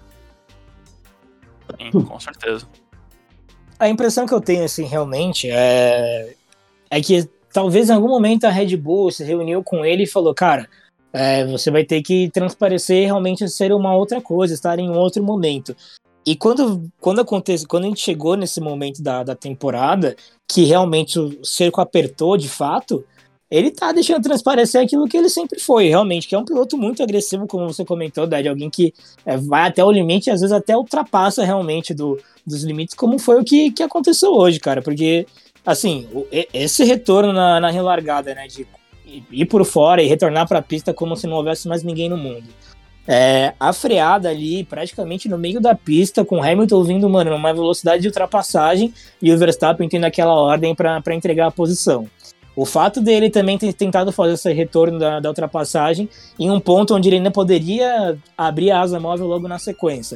Sim, com certeza. A impressão que eu tenho, assim, realmente, é, é que talvez em algum momento a Red Bull se reuniu com ele e falou, cara, é, você vai ter que transparecer realmente ser uma outra coisa, estar em um outro momento. E quando, quando acontece, quando a gente chegou nesse momento da, da temporada, que realmente o cerco apertou de fato, ele tá deixando transparecer aquilo que ele sempre foi, realmente, que é um piloto muito agressivo, como você comentou, Dad, alguém que é, vai até o limite e às vezes até ultrapassa realmente do, dos limites, como foi o que, que aconteceu hoje, cara, porque, assim, o, esse retorno na, na relargada, né, de ir por fora e retornar pra pista como se não houvesse mais ninguém no mundo. É, a freada ali, praticamente no meio da pista, com o Hamilton vindo, mano, numa velocidade de ultrapassagem e o Verstappen tendo aquela ordem pra, pra entregar a posição. O fato dele também ter tentado fazer esse retorno da, da ultrapassagem em um ponto onde ele ainda poderia abrir a asa móvel logo na sequência.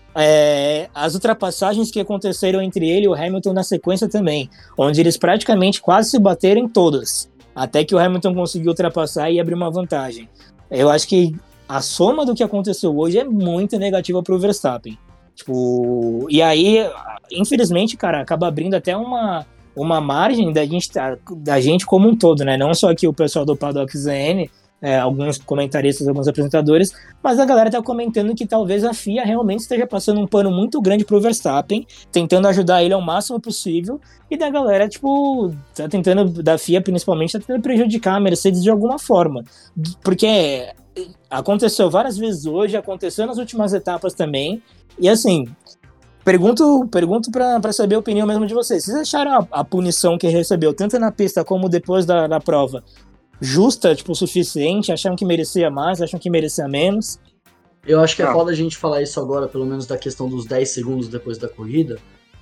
É, as ultrapassagens que aconteceram entre ele e o Hamilton na sequência também, onde eles praticamente quase se bateram em todas, até que o Hamilton conseguiu ultrapassar e abrir uma vantagem. Eu acho que a soma do que aconteceu hoje é muito negativa pro Verstappen. Tipo, e aí, infelizmente, cara, acaba abrindo até uma... uma margem da gente, da gente como um todo, né? Não só aqui o pessoal do Paddock Z N, é, alguns comentaristas, alguns apresentadores, mas a galera tá comentando que talvez a F I A realmente esteja passando um pano muito grande pro Verstappen, tentando ajudar ele ao máximo possível, e da galera, tipo, tá tentando, da F I A principalmente, tá tentando prejudicar a Mercedes de alguma forma. Porque aconteceu várias vezes hoje, aconteceu nas últimas etapas também, e assim... Pergunto, pergunto pra, pra saber a opinião mesmo de vocês. Vocês acharam a, a punição que ele recebeu, tanto na pista como depois da, da prova, justa, tipo, o suficiente? Acharam que merecia mais? Acham que merecia menos? Eu acho que é foda a gente falar isso agora, pelo menos da questão dos dez segundos depois da corrida,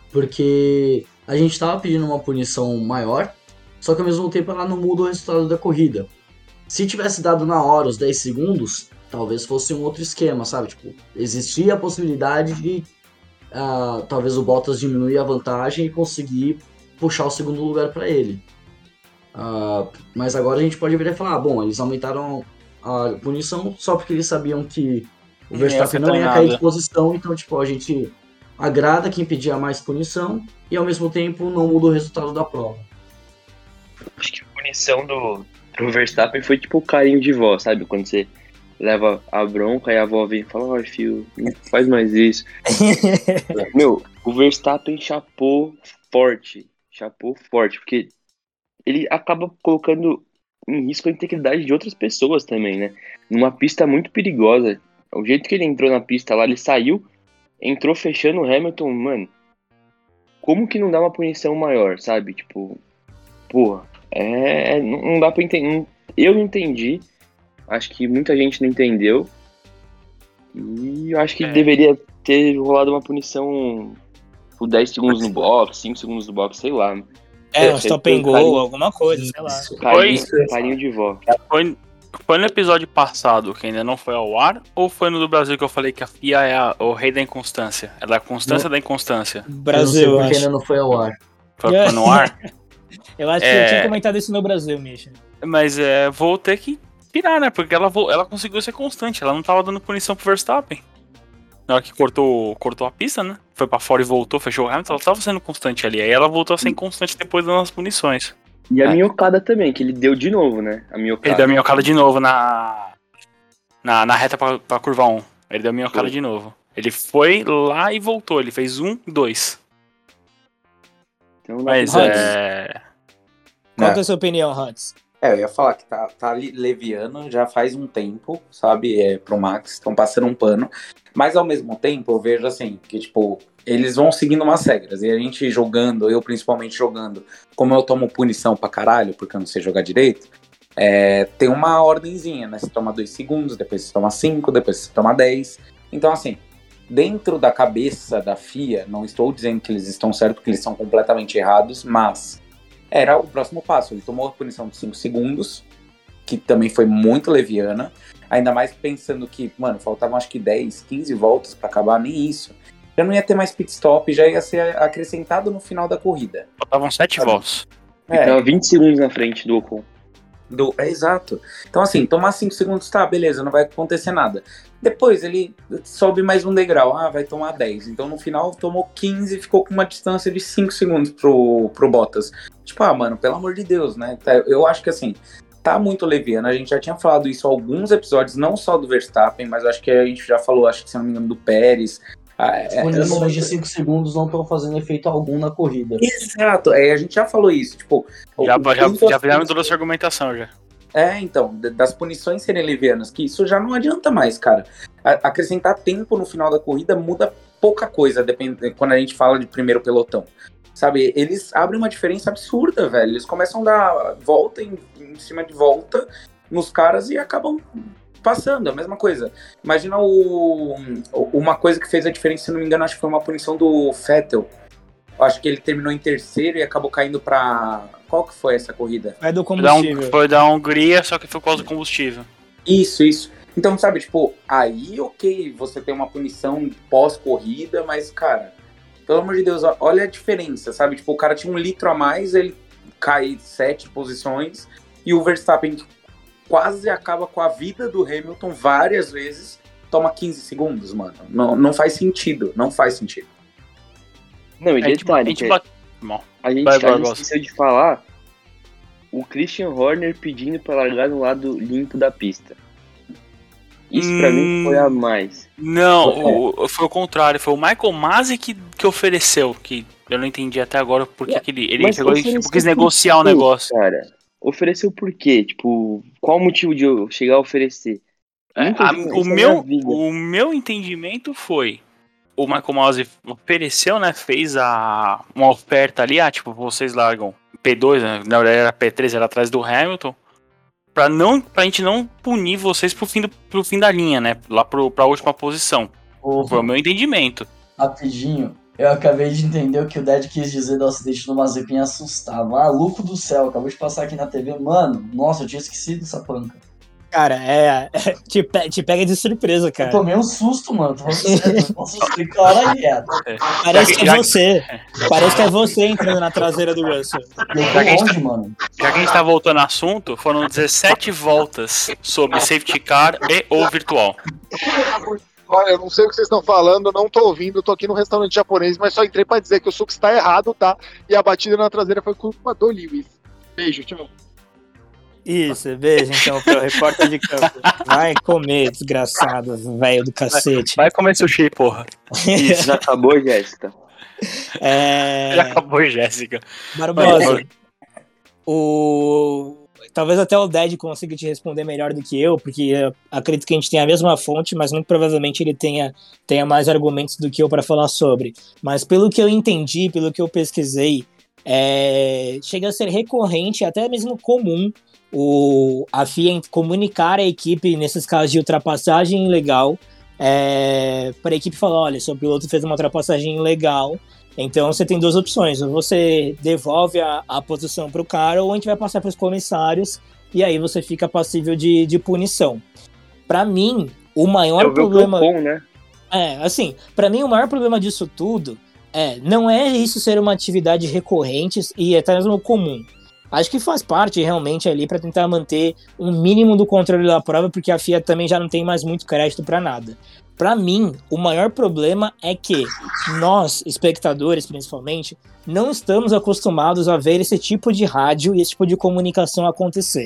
porque a gente tava pedindo uma punição maior, só que ao mesmo tempo ela não muda o resultado da corrida. Se tivesse dado na hora os dez segundos, talvez fosse um outro esquema, sabe? Tipo, existia a possibilidade de Uh, talvez o Bottas diminuir a vantagem e conseguir puxar o segundo lugar para ele. Uh, mas agora a gente pode vir e falar, ah, bom, eles aumentaram a punição só porque eles sabiam que o Verstappen não ia cair de posição, então tipo, a gente agrada quem pedia mais punição e ao mesmo tempo não muda o resultado da prova. Acho que a punição do, pro Verstappen foi tipo o carinho de vó, sabe? Quando você leva a bronca e a avó vem e fala, ó, filho, não faz mais isso. Meu, o Verstappen chapou forte, chapou forte, porque ele acaba colocando em risco a integridade de outras pessoas também, né? Numa pista muito perigosa. O jeito que ele entrou na pista lá, ele saiu, entrou fechando o Hamilton, mano. Como que não dá uma punição maior, sabe? Tipo, porra, é, não, não dá pra entender. Eu não entendi, acho que muita gente não entendeu. E eu acho que É. deveria ter rolado uma punição por dez segundos no box, cinco segundos no box, sei lá. É, É, um stop and go, carinho- alguma coisa, sei lá. Carinho, Foi- carinho de vó. Foi, foi no episódio passado, que ainda não foi ao ar, ou foi no do Brasil que eu falei que a F I A é a- o rei da inconstância? Ela é a constância da inconstância. Brasil, eu não sei eu porque acho. ainda não foi ao ar. Foi, foi no ar? Eu acho que É. eu tinha comentado isso no Brasil, Misha. Mas é, vou ter que tirar, né? Porque ela, vo- ela conseguiu ser constante, ela não tava dando punição pro Verstappen. Na hora que cortou, cortou a pista, né? Foi pra fora e voltou, fechou o Hamilton, ela tava sendo constante ali. Aí ela voltou a ser inconstante depois das punições. E a É. minhocada também, que ele deu de novo, né? A minhocada. Ele deu a minhocada de novo na, na, na reta pra, pra curva um. Ele deu a minhocada Foi. de novo. Ele foi lá e voltou, ele fez um, dois. Então, dá Mas pra- é. Qual Não. que é a sua opinião, Hans? É, eu ia falar que tá, tá ali leviano já faz um tempo, sabe, é, pro Max, estão passando um pano, mas ao mesmo tempo eu vejo assim, que tipo, eles vão seguindo umas regras, e a gente jogando, eu principalmente jogando, como eu tomo punição pra caralho, porque eu não sei jogar direito, é, tem uma ordenzinha, né, você toma dois segundos, depois você toma cinco, depois você toma dez, então assim, dentro da cabeça da F I A, não estou dizendo que eles estão certos, porque eles são completamente errados, mas era o próximo passo. Ele tomou a punição de cinco segundos, que também foi muito leviana. Ainda mais pensando que, mano, faltavam acho que dez, quinze voltas pra acabar, nem isso. Já não ia ter mais pit stop, já ia ser acrescentado no final da corrida. Faltavam sete votos. É, Tava vinte segundos na frente do Ocon. do, é exato. Então, assim, tomar cinco segundos, tá, beleza, não vai acontecer nada. Depois ele sobe mais um degrau, ah, vai tomar dez. Então, no final, tomou quinze e ficou com uma distância de cinco segundos pro, pro Bottas. Tipo, ah, mano, pelo amor de Deus, né? Eu acho que, assim, tá muito leviano. A gente já tinha falado isso em alguns episódios, não só do Verstappen, mas acho que a gente já falou, acho que, se não me engano, do Pérez. Ah, é, eu não- Punições de cinco segundos não estão fazendo efeito algum na corrida. Exato, é, a gente já falou isso, tipo... Já, o- já, o- já as fizemos punições- toda essa argumentação já. É, então, d- das punições serem levianas, que isso já não adianta mais, cara. A- acrescentar tempo no final da corrida muda pouca coisa, depende, quando a gente fala de primeiro pelotão. Sabe, eles abrem uma diferença absurda, velho. Eles começam a dar volta em, em cima de volta nos caras e acabam passando, a mesma coisa. Imagina o, o- uma coisa que fez a diferença, se não me engano, acho que foi uma punição do Vettel. Acho que ele terminou em terceiro e acabou caindo pra... Qual que foi essa corrida? É do Foi da, combustível. Hung- foi da Hungria, só que foi por causa do combustível. Isso, isso. Então, sabe, tipo, aí ok, você tem uma punição pós-corrida, mas, cara, pelo amor de Deus, ó, olha a diferença, sabe? Tipo, o cara tinha um litro a mais, ele cai sete posições, e o Verstappen quase acaba com a vida do Hamilton várias vezes, toma quinze segundos, mano. Não, não faz sentido, não faz sentido. Não, e A gente, a detalhe, gente que bate... Bom, a gente, Vai, a vai, gente Bossa. esqueceu de falar o Christian Horner pedindo pra largar no lado limpo da pista. Isso pra Hum. mim foi a mais. não, É. o- foi o contrário. Foi o Michael Masi que, que ofereceu, que eu não entendi até agora porque que ele, ele Mas chegou e ofereceu tipo, quis por negociar o quê, negócio. Cara, ofereceu por quê? Tipo, qual o motivo de eu chegar a oferecer? É, Nunca a- vi isso o, na meu, minha vida. o meu entendimento foi: o Michael Masi ofereceu, né? Fez a, uma oferta ali, ah, tipo, vocês largam P dois, né, na verdade era P três, era atrás do Hamilton, pra, não, pra gente não punir vocês pro fim, do, pro fim da linha, né? Lá pro, pra última posição. Ô, Foi o meu entendimento. rapidinho, eu acabei de entender o que o Dad quis dizer do acidente do Mazepin assustar. Maluco do céu, acabou de passar aqui na T V. Mano, nossa, eu tinha esquecido essa panca. Cara, é. Te, pe- te pega de surpresa, Eu cara. tomei um susto, mano. Tô falando sério, eu assustei. Caralho, Parece Já que que- é você. Parece que é você entrando na traseira do Russell. eu tô Já que a gente longe, mano. Já que a gente tá voltando ao assunto, foram dezessete voltas sobre safety car e ou virtual. Olha, eu não sei o que vocês estão falando, eu não tô ouvindo, eu tô aqui no restaurante japonês, mas só entrei pra dizer que o Sux tá errado, tá? E a batida na traseira foi culpa do Lewis. Beijo, tchau. Isso, beijo então pro repórter de campo. Vai comer, desgraçado, velho do cacete. Vai comer sushi, porra. Isso, já acabou, Jéssica? É... Já acabou, Jéssica. Barbosa, o... talvez até o Ded consiga te responder melhor do que eu, porque eu acredito que a gente tem a mesma fonte, mas muito provavelmente ele tenha, tenha mais argumentos do que eu para falar sobre. Mas pelo que eu entendi, pelo que eu pesquisei, é... chega a ser recorrente, até mesmo comum, o... a F I A comunicar a equipe nesses casos de ultrapassagem ilegal, é... para a equipe falar, olha, seu piloto fez uma ultrapassagem ilegal. Então você tem duas opções, ou você devolve a, a posição para o cara, ou a gente vai passar para os comissários, e aí você fica passível de, de punição. Para mim, o maior Eu problema... vi o Procon, né? É, assim, para mim o maior problema disso tudo é, não é isso ser uma atividade recorrente e até mesmo comum. Acho que faz parte realmente ali para tentar manter um mínimo do controle da prova, porque a F I A também já não tem mais muito crédito para nada. Para mim, o maior problema é que nós, espectadores principalmente, não estamos acostumados a ver esse tipo de rádio e esse tipo de comunicação acontecer.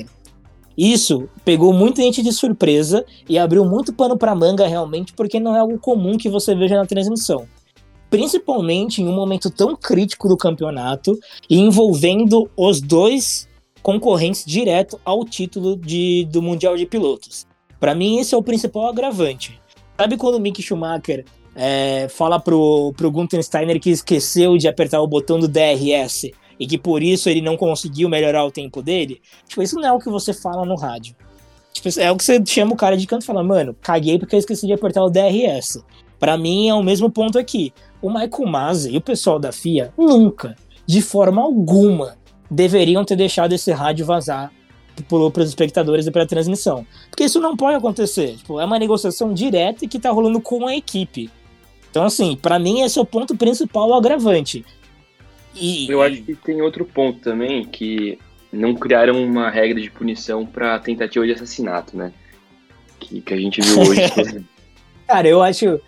Isso pegou muita gente de surpresa e abriu muito pano para manga realmente, porque não é algo comum que você veja na transmissão. Principalmente em um momento tão crítico do campeonato e envolvendo os dois concorrentes direto ao título de, do Mundial de Pilotos. Para mim, esse é o principal agravante. Sabe quando o Mick Schumacher é, fala pro, pro Gunther Steiner que esqueceu de apertar o botão do D R S e que por isso ele não conseguiu melhorar o tempo dele? Tipo, isso não é o que você fala no rádio. Tipo, é o que você chama o cara de canto e fala, mano, caguei porque eu esqueci de apertar o D R S. Pra mim é o mesmo ponto aqui. O Michael Masi e o pessoal da F I A nunca, de forma alguma, deveriam ter deixado esse rádio vazar para os espectadores e para a transmissão. Porque isso não pode acontecer. Tipo, é uma negociação direta que tá rolando com a equipe. Então, assim, para mim esse é o ponto principal, o agravante. E... Eu acho que tem outro ponto também, que não criaram uma regra de punição para tentativa de assassinato, né? Que, que a gente viu hoje. Cara, eu acho...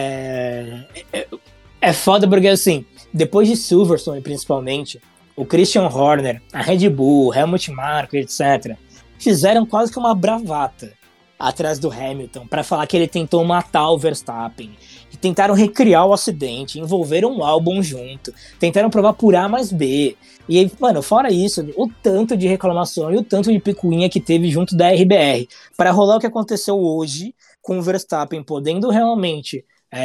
É... é... é foda porque, assim, depois de Silverstone, principalmente, o Christian Horner, a Red Bull, Helmut Marko, etcétera, fizeram quase que uma bravata atrás do Hamilton para falar que ele tentou matar o Verstappen. E tentaram recriar o acidente, envolveram o Albon junto, tentaram provar por A mais B. E aí, mano, fora isso, o tanto de reclamação e o tanto de picuinha que teve junto da R B R para rolar o que aconteceu hoje com o Verstappen podendo realmente,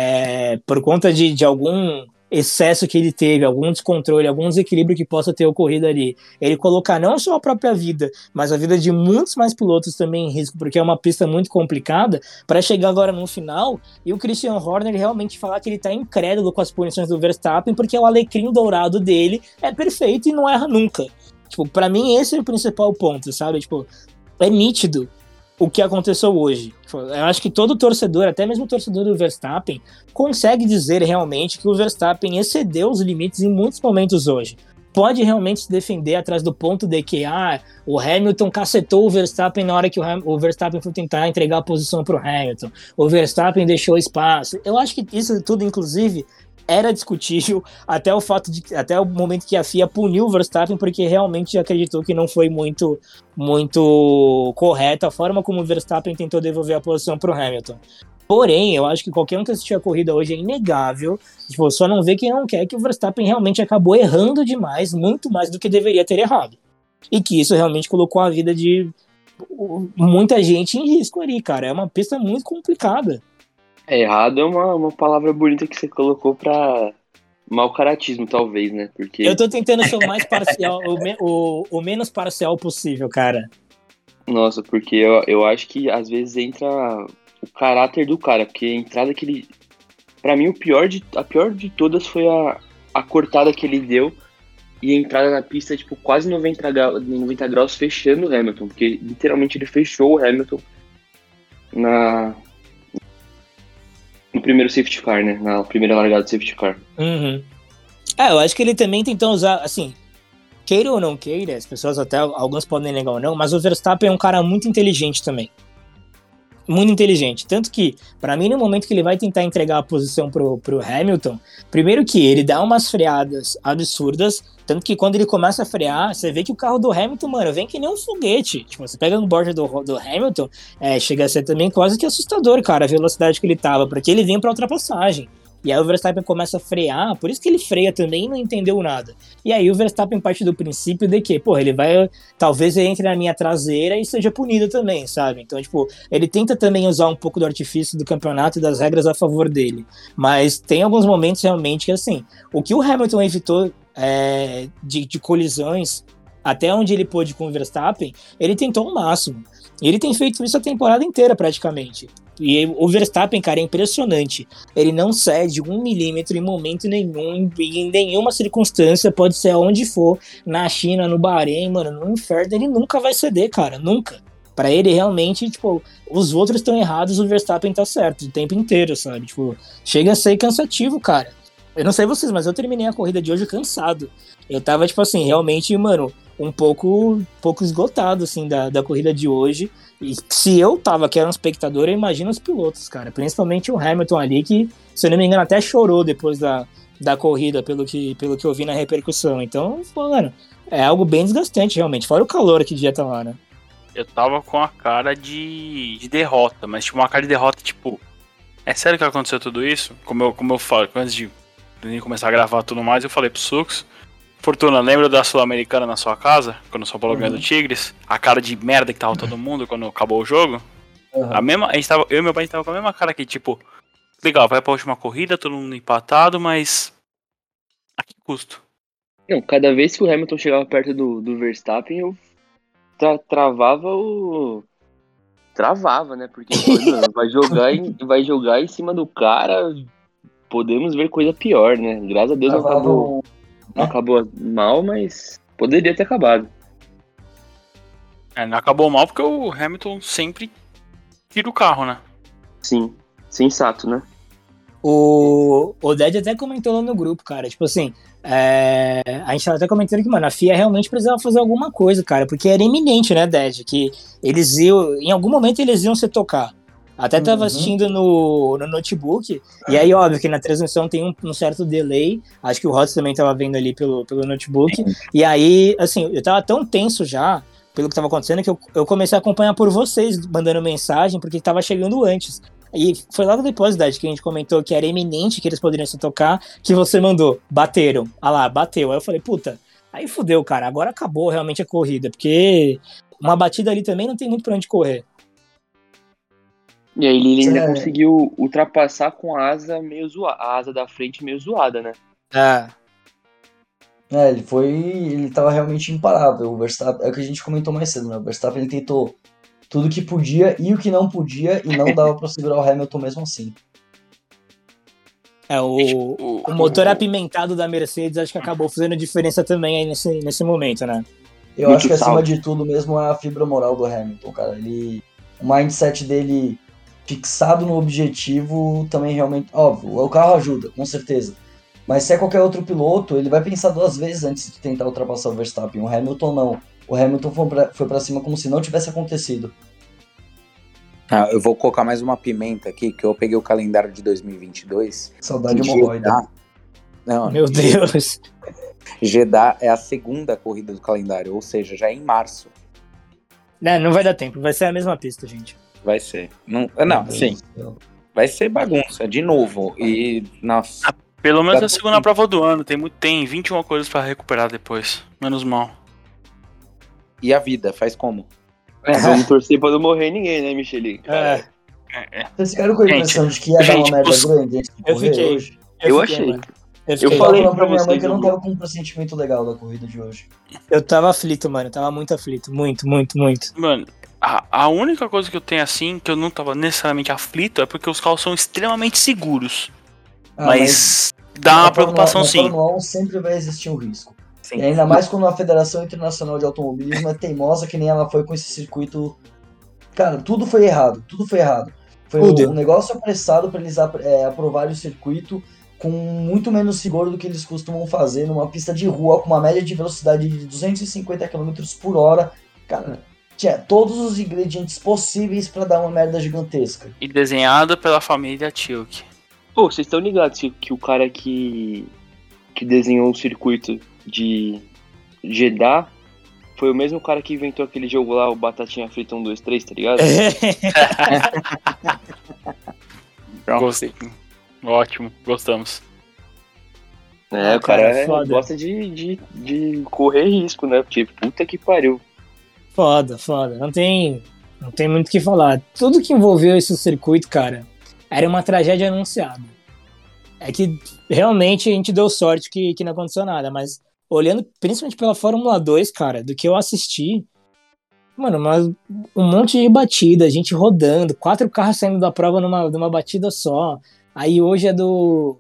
é, por conta de, de algum excesso que ele teve, algum descontrole, algum desequilíbrio que possa ter ocorrido ali, ele colocar não só a própria vida, mas a vida de muitos mais pilotos também em risco, porque é uma pista muito complicada, para chegar agora no final, e o Christian Horner realmente falar que ele tá incrédulo com as punições do Verstappen, porque o alecrim dourado dele é perfeito e não erra nunca. Tipo, pra mim esse é o principal ponto, sabe? Tipo, é nítido o que aconteceu hoje. Eu acho que todo torcedor, até mesmo o torcedor do Verstappen, consegue dizer realmente que o Verstappen excedeu os limites em muitos momentos hoje. Pode realmente se defender atrás do ponto de que ah, o Hamilton cacetou o Verstappen na hora que o, Ham- o Verstappen foi tentar entregar a posição para o Hamilton. O Verstappen deixou espaço. Eu acho que isso tudo, inclusive, era discutível até o fato de até o momento que a F I A puniu o Verstappen, porque realmente acreditou que não foi muito, muito correta a forma como o Verstappen tentou devolver a posição para o Hamilton. Porém, eu acho que qualquer um que assistiu a corrida hoje é inegável, tipo, só não vê quem não quer que o Verstappen realmente acabou errando demais, muito mais do que deveria ter errado. E que isso realmente colocou a vida de muita gente em risco ali, cara. É uma pista muito complicada. É, errado é uma, uma palavra bonita que você colocou pra mau caratismo, talvez, né? Porque... Eu tô tentando ser o mais parcial, o, me, o, o menos parcial possível, cara. Nossa, porque eu, eu acho que às vezes entra o caráter do cara, porque a entrada que ele... Pra mim, o pior de, a pior de todas foi a, a cortada que ele deu e a entrada na pista, tipo, quase noventa graus, noventa graus fechando o Hamilton, porque literalmente ele fechou o Hamilton na... no primeiro safety car, né? Na primeira largada do safety car. Uhum. É, eu acho que ele também tentou usar, assim, queira ou não queira, as pessoas até, alguns podem negar ou não, mas o Verstappen é um cara muito inteligente também. muito inteligente. Tanto que, pra mim, no momento que ele vai tentar entregar a posição pro, pro Hamilton, primeiro que ele dá umas freadas absurdas, tanto que quando ele começa a frear, você vê que o carro do Hamilton, mano, vem que nem um foguete. Tipo, você pega no border do, do Hamilton, é, chega a ser também quase que assustador, cara, a velocidade que ele tava, porque ele vinha pra ultrapassagem. E aí o Verstappen começa a frear, por isso que ele freia também e não entendeu nada. E aí o Verstappen parte do princípio de que, porra, ele vai, talvez ele entre na minha traseira e seja punido também, sabe? Então, tipo, ele tenta também usar um pouco do artifício do campeonato e das regras a favor dele. Mas tem alguns momentos realmente que, assim, o que o Hamilton evitou é, de, de colisões, até onde ele pôde com o Verstappen, ele tentou o máximo. E ele tem feito isso a temporada inteira, praticamente. E o Verstappen, cara, é impressionante. Ele não cede um milímetro em momento nenhum, em nenhuma circunstância, pode ser aonde for, na China, no Bahrein, mano, no inferno, ele nunca vai ceder, cara, nunca. Pra ele, realmente, tipo, os outros estão errados, o Verstappen tá certo, o tempo inteiro, sabe? Tipo, chega a ser cansativo, cara. Eu não sei vocês, mas eu terminei a corrida de hoje cansado. Eu tava, tipo assim, realmente, mano, um pouco, um pouco esgotado, assim, da, da corrida de hoje. E se eu tava, que era um espectador, eu imagino os pilotos, cara. Principalmente o Hamilton ali, que, se eu não me engano, até chorou depois da, da corrida, pelo que, pelo que eu vi na repercussão. Então, pô, mano, é algo bem desgastante, realmente. Fora o calor que devia estar lá, né? Eu tava com a cara de, de derrota, mas tipo, uma cara de derrota, tipo... É sério que aconteceu tudo isso? Como eu, como eu falo, antes de começar a gravar e tudo mais, eu falei pro Sux... Fortuna, lembra da Sul-Americana na sua casa? Quando o São Paulo ganhou do Tigres? A cara de merda que tava todo mundo quando acabou o jogo? Uhum. A mesma, a gente tava, eu e meu pai tava com a mesma cara aqui, tipo... Legal, vai pra última corrida, todo mundo empatado, mas... A que custo? Não, cada vez que o Hamilton chegava perto do, do Verstappen, eu tra- travava o... Travava, né? Porque mano, vai, jogar em, vai jogar em cima do cara, podemos ver coisa pior, né? Graças a Deus travava não acabou... O... Não acabou mal, mas poderia ter acabado. É, não acabou mal porque o Hamilton sempre tira o carro, né? Sim, sensato, né? O, o Ded até comentou lá no grupo, cara, tipo assim, é, a gente tava até comentando que, mano, a F I A realmente precisava fazer alguma coisa, cara, porque era iminente, né, Ded, que eles iam, em algum momento eles iam se tocar. Até tava uhum. assistindo no, no notebook, e aí, óbvio, que na transmissão tem um, um certo delay, acho que o Rods também tava vendo ali pelo, pelo notebook, e aí, assim, eu tava tão tenso já, pelo que tava acontecendo, que eu, eu comecei a acompanhar por vocês, mandando mensagem, porque tava chegando antes. E foi logo depois, Dad, que a gente comentou que era iminente que eles poderiam se tocar, que você mandou, bateram. Ah lá, bateu. Aí eu falei, puta, aí fudeu, cara, agora acabou realmente a corrida, porque uma batida ali também não tem muito pra onde correr. E aí ele ainda é. conseguiu ultrapassar com a asa meio zoada, a asa da frente meio zoada, né? É. É, ele foi. Ele tava realmente imparável. O Verstappen, é o que a gente comentou mais cedo, né? O Verstappen ele tentou tudo que podia e o que não podia, e não dava pra segurar o Hamilton mesmo assim. É, o, o motor apimentado da Mercedes acho que acabou fazendo diferença também aí nesse, nesse momento, né? Eu Muito acho que acima salve. de tudo mesmo é a fibra moral do Hamilton, cara. Ele, o mindset dele fixado no objetivo também realmente... Óbvio, o carro ajuda, com certeza. Mas se é qualquer outro piloto, ele vai pensar duas vezes antes de tentar ultrapassar o Verstappen. O Hamilton não. O Hamilton foi pra, foi pra cima como se não tivesse acontecido. Ah, eu vou colocar mais uma pimenta aqui, que eu peguei o calendário de dois mil e vinte e dois. Saudade hemorroida. Não, Meu Deus. Jeddah é a segunda corrida do calendário, ou seja, já é em março. Não, não vai dar tempo, vai ser a mesma pista, gente. Vai ser. Não, não sim. Vai ser bagunça, de novo. E, nossa. Ah, pelo menos a segunda tempo. prova do ano. Tem, muito, tem vinte e uma coisas pra recuperar depois. Menos mal. E a vida, faz como? É, vamos torcer pra não morrer ninguém, né, Micheli? É. É. Vocês ficaram com a impressão de que ia gente, dar uma merda os... grande antes de eu correr fiquei, hoje? Eu, eu achei. Mano. Eu, eu falei pra, pra minha vocês mãe que eu não tava com um pressentimento legal da corrida de hoje. Eu tava aflito, mano. Eu tava muito aflito. Muito, muito, muito. Mano, a, a única coisa que eu tenho assim, que eu não tava necessariamente aflito, é porque os carros são extremamente seguros. Ah, mas, mas dá uma preocupação sim. Na Fórmula um sempre vai existir um risco. Sim. E ainda mais quando a Federação Internacional de Automobilismo é teimosa que nem ela foi com esse circuito. Cara, tudo foi errado. Tudo foi errado. Foi um, um negócio apressado para eles é, aprovarem o circuito com muito menos rigor do que eles costumam fazer numa pista de rua com uma média de velocidade de duzentos e cinquenta quilômetros por hora. Cara, tinha todos os ingredientes possíveis pra dar uma merda gigantesca. E desenhado pela família Tilk. Pô, vocês estão ligados que, que o cara que, que desenhou o circuito de Jeddah foi o mesmo cara que inventou aquele jogo lá, o Batatinha Frita um, dois, três, tá ligado? Gostei. Ótimo, gostamos. É, Ah, o cara, cara, é- foda. gosta de, de, de correr risco, né? Porque puta que pariu. Foda, foda. Não tem, não tem muito o que falar. Tudo que envolveu esse circuito, cara, era uma tragédia anunciada. É que realmente a gente deu sorte que, que não aconteceu nada, mas olhando principalmente pela Fórmula dois, cara, do que eu assisti, mano, uma, um monte de batida, gente rodando, quatro carros saindo da prova numa, numa batida só. Aí hoje é do,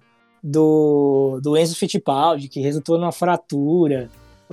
do, do Enzo Fittipaldi, que resultou numa fratura,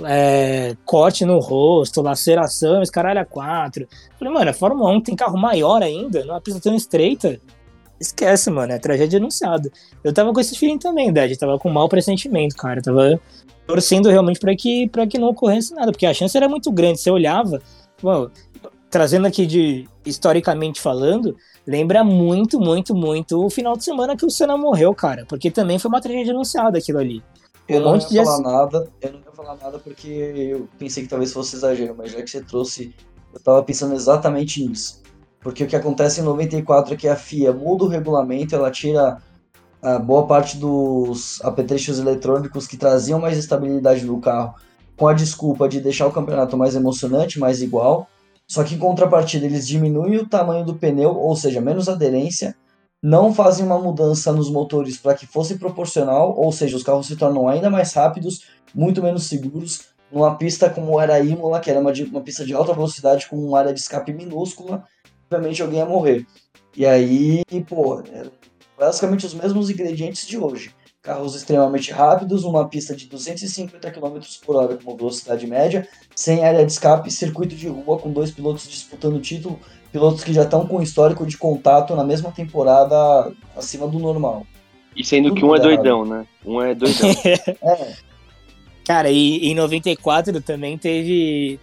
é, corte no rosto, laceração, esse caralho a quatro. Falei, mano, a Fórmula um tem carro maior ainda, numa pista tão estreita. Esquece, mano, é tragédia anunciada. Eu tava com esse feeling também, Dad, tava com mau pressentimento, cara, tava torcendo realmente pra que, pra que não ocorresse nada, porque a chance era muito grande, você olhava, bom, trazendo aqui de, historicamente falando, lembra muito, muito, muito o final de semana que o Senna morreu, cara, porque também foi uma tragédia anunciada aquilo ali. Eu Um não monte ia de falar ass- nada, eu não ia falar nada porque eu pensei que talvez fosse exagero, mas já que você trouxe, eu tava pensando exatamente nisso. Porque o que acontece em noventa e quatro é que a F I A muda o regulamento, ela tira a boa parte dos apetrechos eletrônicos que traziam mais estabilidade no carro, com a desculpa de deixar o campeonato mais emocionante, mais igual. Só que em contrapartida eles diminuem o tamanho do pneu, ou seja, menos aderência, não fazem uma mudança nos motores para que fosse proporcional, ou seja, os carros se tornam ainda mais rápidos, muito menos seguros, numa pista como era a Imola, que era uma, de- uma pista de alta velocidade com uma área de escape minúscula, obviamente alguém ia morrer. E aí, pô, eram basicamente os mesmos ingredientes de hoje. Carros extremamente rápidos, uma pista de duzentos e cinquenta quilômetros por hora com uma velocidade média, sem área de escape, circuito de rua com dois pilotos disputando o título, pilotos que já estão com histórico de contato na mesma temporada acima do normal. E sendo Tudo que um é dá errado. doidão, né? Um é doidão. É, Cara, e em noventa e quatro também teve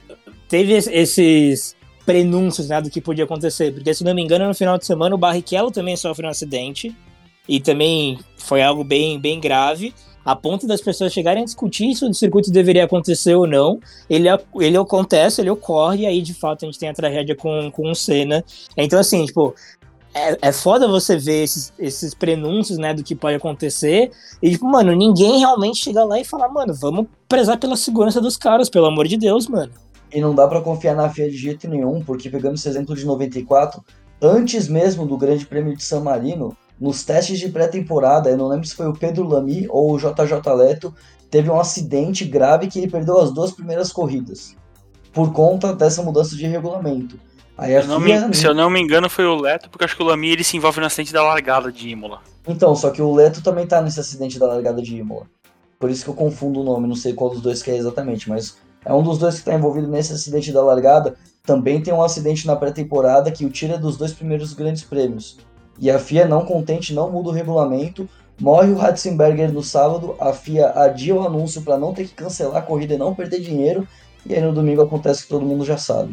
teve es- esses prenúncios, né, do que podia acontecer, porque se não me engano no final de semana o Barrichello também sofre um acidente e também foi algo bem, bem grave, a ponto das pessoas chegarem a discutir se o circuito deveria acontecer ou não. Ele, ac- ele acontece, ele ocorre, e aí de fato a gente tem a tragédia com, com o Senna. Então assim, tipo, é, é foda você ver esses, esses prenúncios, né, do que pode acontecer, e tipo, mano, ninguém realmente chega lá e fala, mano, vamos prezar pela segurança dos caras, pelo amor de Deus, mano. e não dá para confiar na F I A de jeito nenhum, porque pegando esse exemplo de noventa e quatro, antes mesmo do Grande Prêmio de San Marino, nos testes de pré-temporada, eu não lembro se foi o Pedro Lamy ou o J J Leto, teve um acidente grave que ele perdeu as duas primeiras corridas, por conta dessa mudança de regulamento. Aí a Eu não F I A... me- se eu não me engano, foi o Leto, porque acho que o Lamy ele se envolve no acidente da largada de Imola. Então, só que o Leto também tá nesse acidente da largada de Imola. Por isso que eu confundo o nome, não sei qual dos dois que é exatamente, mas é um dos dois que está envolvido nesse acidente da largada. Também tem um acidente na pré-temporada que o tira dos dois primeiros grandes prêmios. E a F I A, não contente, não muda o regulamento. Morre o Ratzenberger no sábado, a F I A adia o anúncio para não ter que cancelar a corrida e não perder dinheiro. E aí no domingo acontece que todo mundo já sabe.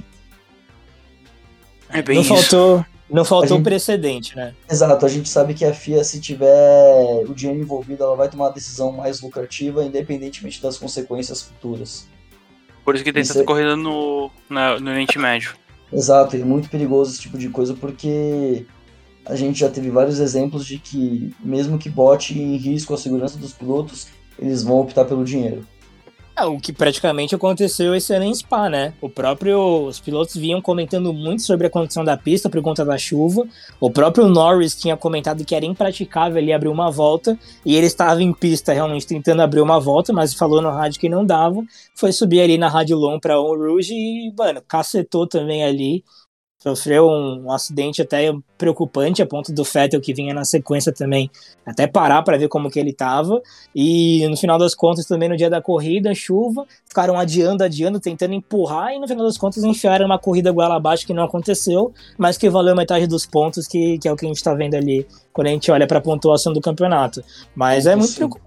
É bem Não isso. faltou, não faltou A gente- precedente, né? Exato, a gente sabe que a F I A, se tiver o dinheiro envolvido, ela vai tomar uma decisão mais lucrativa, independentemente das consequências futuras. Por isso que tem Isso tanta é- corrida no, na- no Oriente Médio. Exato, e é muito perigoso esse tipo de coisa porque a gente já teve vários exemplos de que, mesmo que bote em risco a segurança dos pilotos, eles vão optar pelo dinheiro. É, o que praticamente aconteceu esse ano em Spa, né? O próprio, os pilotos vinham comentando muito sobre a condição da pista por conta da chuva. O próprio Norris tinha comentado que era impraticável ali abrir uma volta, e ele estava em pista realmente tentando abrir uma volta, mas falou no rádio que não dava. Foi subir ali na Rádio Long para o Rouge e, mano, cacetou também ali. Sofreu um, um acidente até preocupante, a ponto do Vettel, que vinha na sequência também, até parar para ver como que ele tava. E no final das contas, também no dia da corrida, chuva, ficaram adiando, adiando, tentando empurrar, e no final das contas enfiaram uma corrida goela abaixo que não aconteceu, mas que valeu metade dos pontos, que, que é o que a gente tá vendo ali quando a gente olha pra pontuação do campeonato. Mas é muito, Sim. preocu-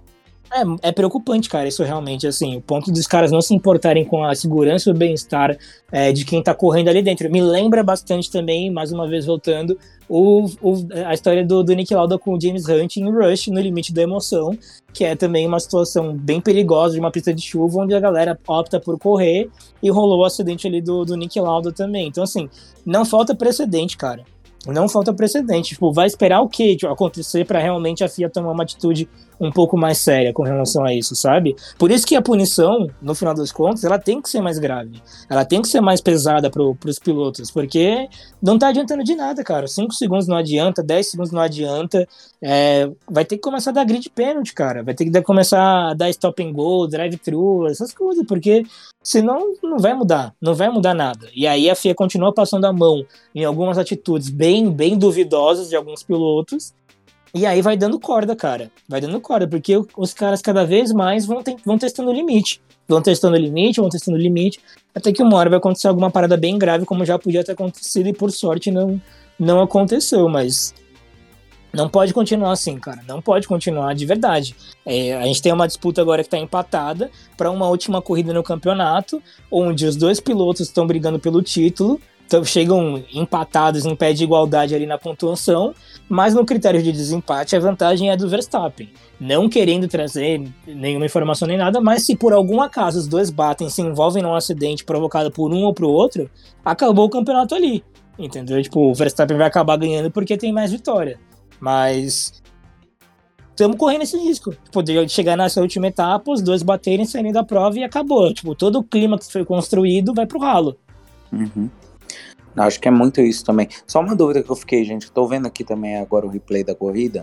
É, é preocupante, cara, isso realmente, assim, o ponto dos caras não se importarem com a segurança e o bem-estar é, de quem tá correndo ali dentro. Me lembra bastante também, mais uma vez voltando, o, o, a história do, do Nick Lauda com o James Hunt em Rush, No Limite da Emoção, que é também uma situação bem perigosa de uma pista de chuva, onde a galera opta por correr, e rolou o acidente ali do, do Nick Lauda também. Então, assim, não falta precedente, cara. Não falta precedente. Tipo, vai esperar o que acontecer pra realmente a F I A tomar uma atitude um pouco mais séria com relação a isso, sabe? Por isso que a punição, no final das contas, ela tem que ser mais grave. Ela tem que ser mais pesada pro, pros pilotos, porque não tá adiantando de nada, cara. cinco segundos não adianta, dez segundos não adianta. É, vai ter que começar a dar grid penalty, cara. Vai ter que dar, começar a dar stop and go, drive-thru, essas coisas, porque senão não vai mudar. Não vai mudar nada. E aí a F I A continua passando a mão em algumas atitudes bem, bem duvidosas de alguns pilotos. E aí vai dando corda, cara. Vai dando corda, porque os caras cada vez mais vão, te- vão testando o limite. Vão testando o limite, vão testando o limite, até que uma hora vai acontecer alguma parada bem grave, como já podia ter acontecido, e por sorte não, não aconteceu, mas não pode continuar assim, cara. Não pode continuar de verdade. É, a gente tem uma disputa agora que tá empatada para uma última corrida no campeonato, onde os dois pilotos estão brigando pelo título, então chegam empatados em pé de igualdade ali na pontuação, mas no critério de desempate a vantagem é do Verstappen. Não querendo trazer nenhuma informação nem nada, mas se por algum acaso os dois batem, se envolvem num acidente provocado por um ou pro outro, acabou o campeonato ali, entendeu? Tipo, o Verstappen vai acabar ganhando porque tem mais vitória, mas estamos correndo esse risco, poder chegar nessa última etapa, os dois baterem, saírem da prova e acabou. Tipo, todo o clima que foi construído vai pro ralo. Uhum. Acho que é muito isso também. Só uma dúvida que eu fiquei, gente. Eu tô vendo aqui também agora o replay da corrida.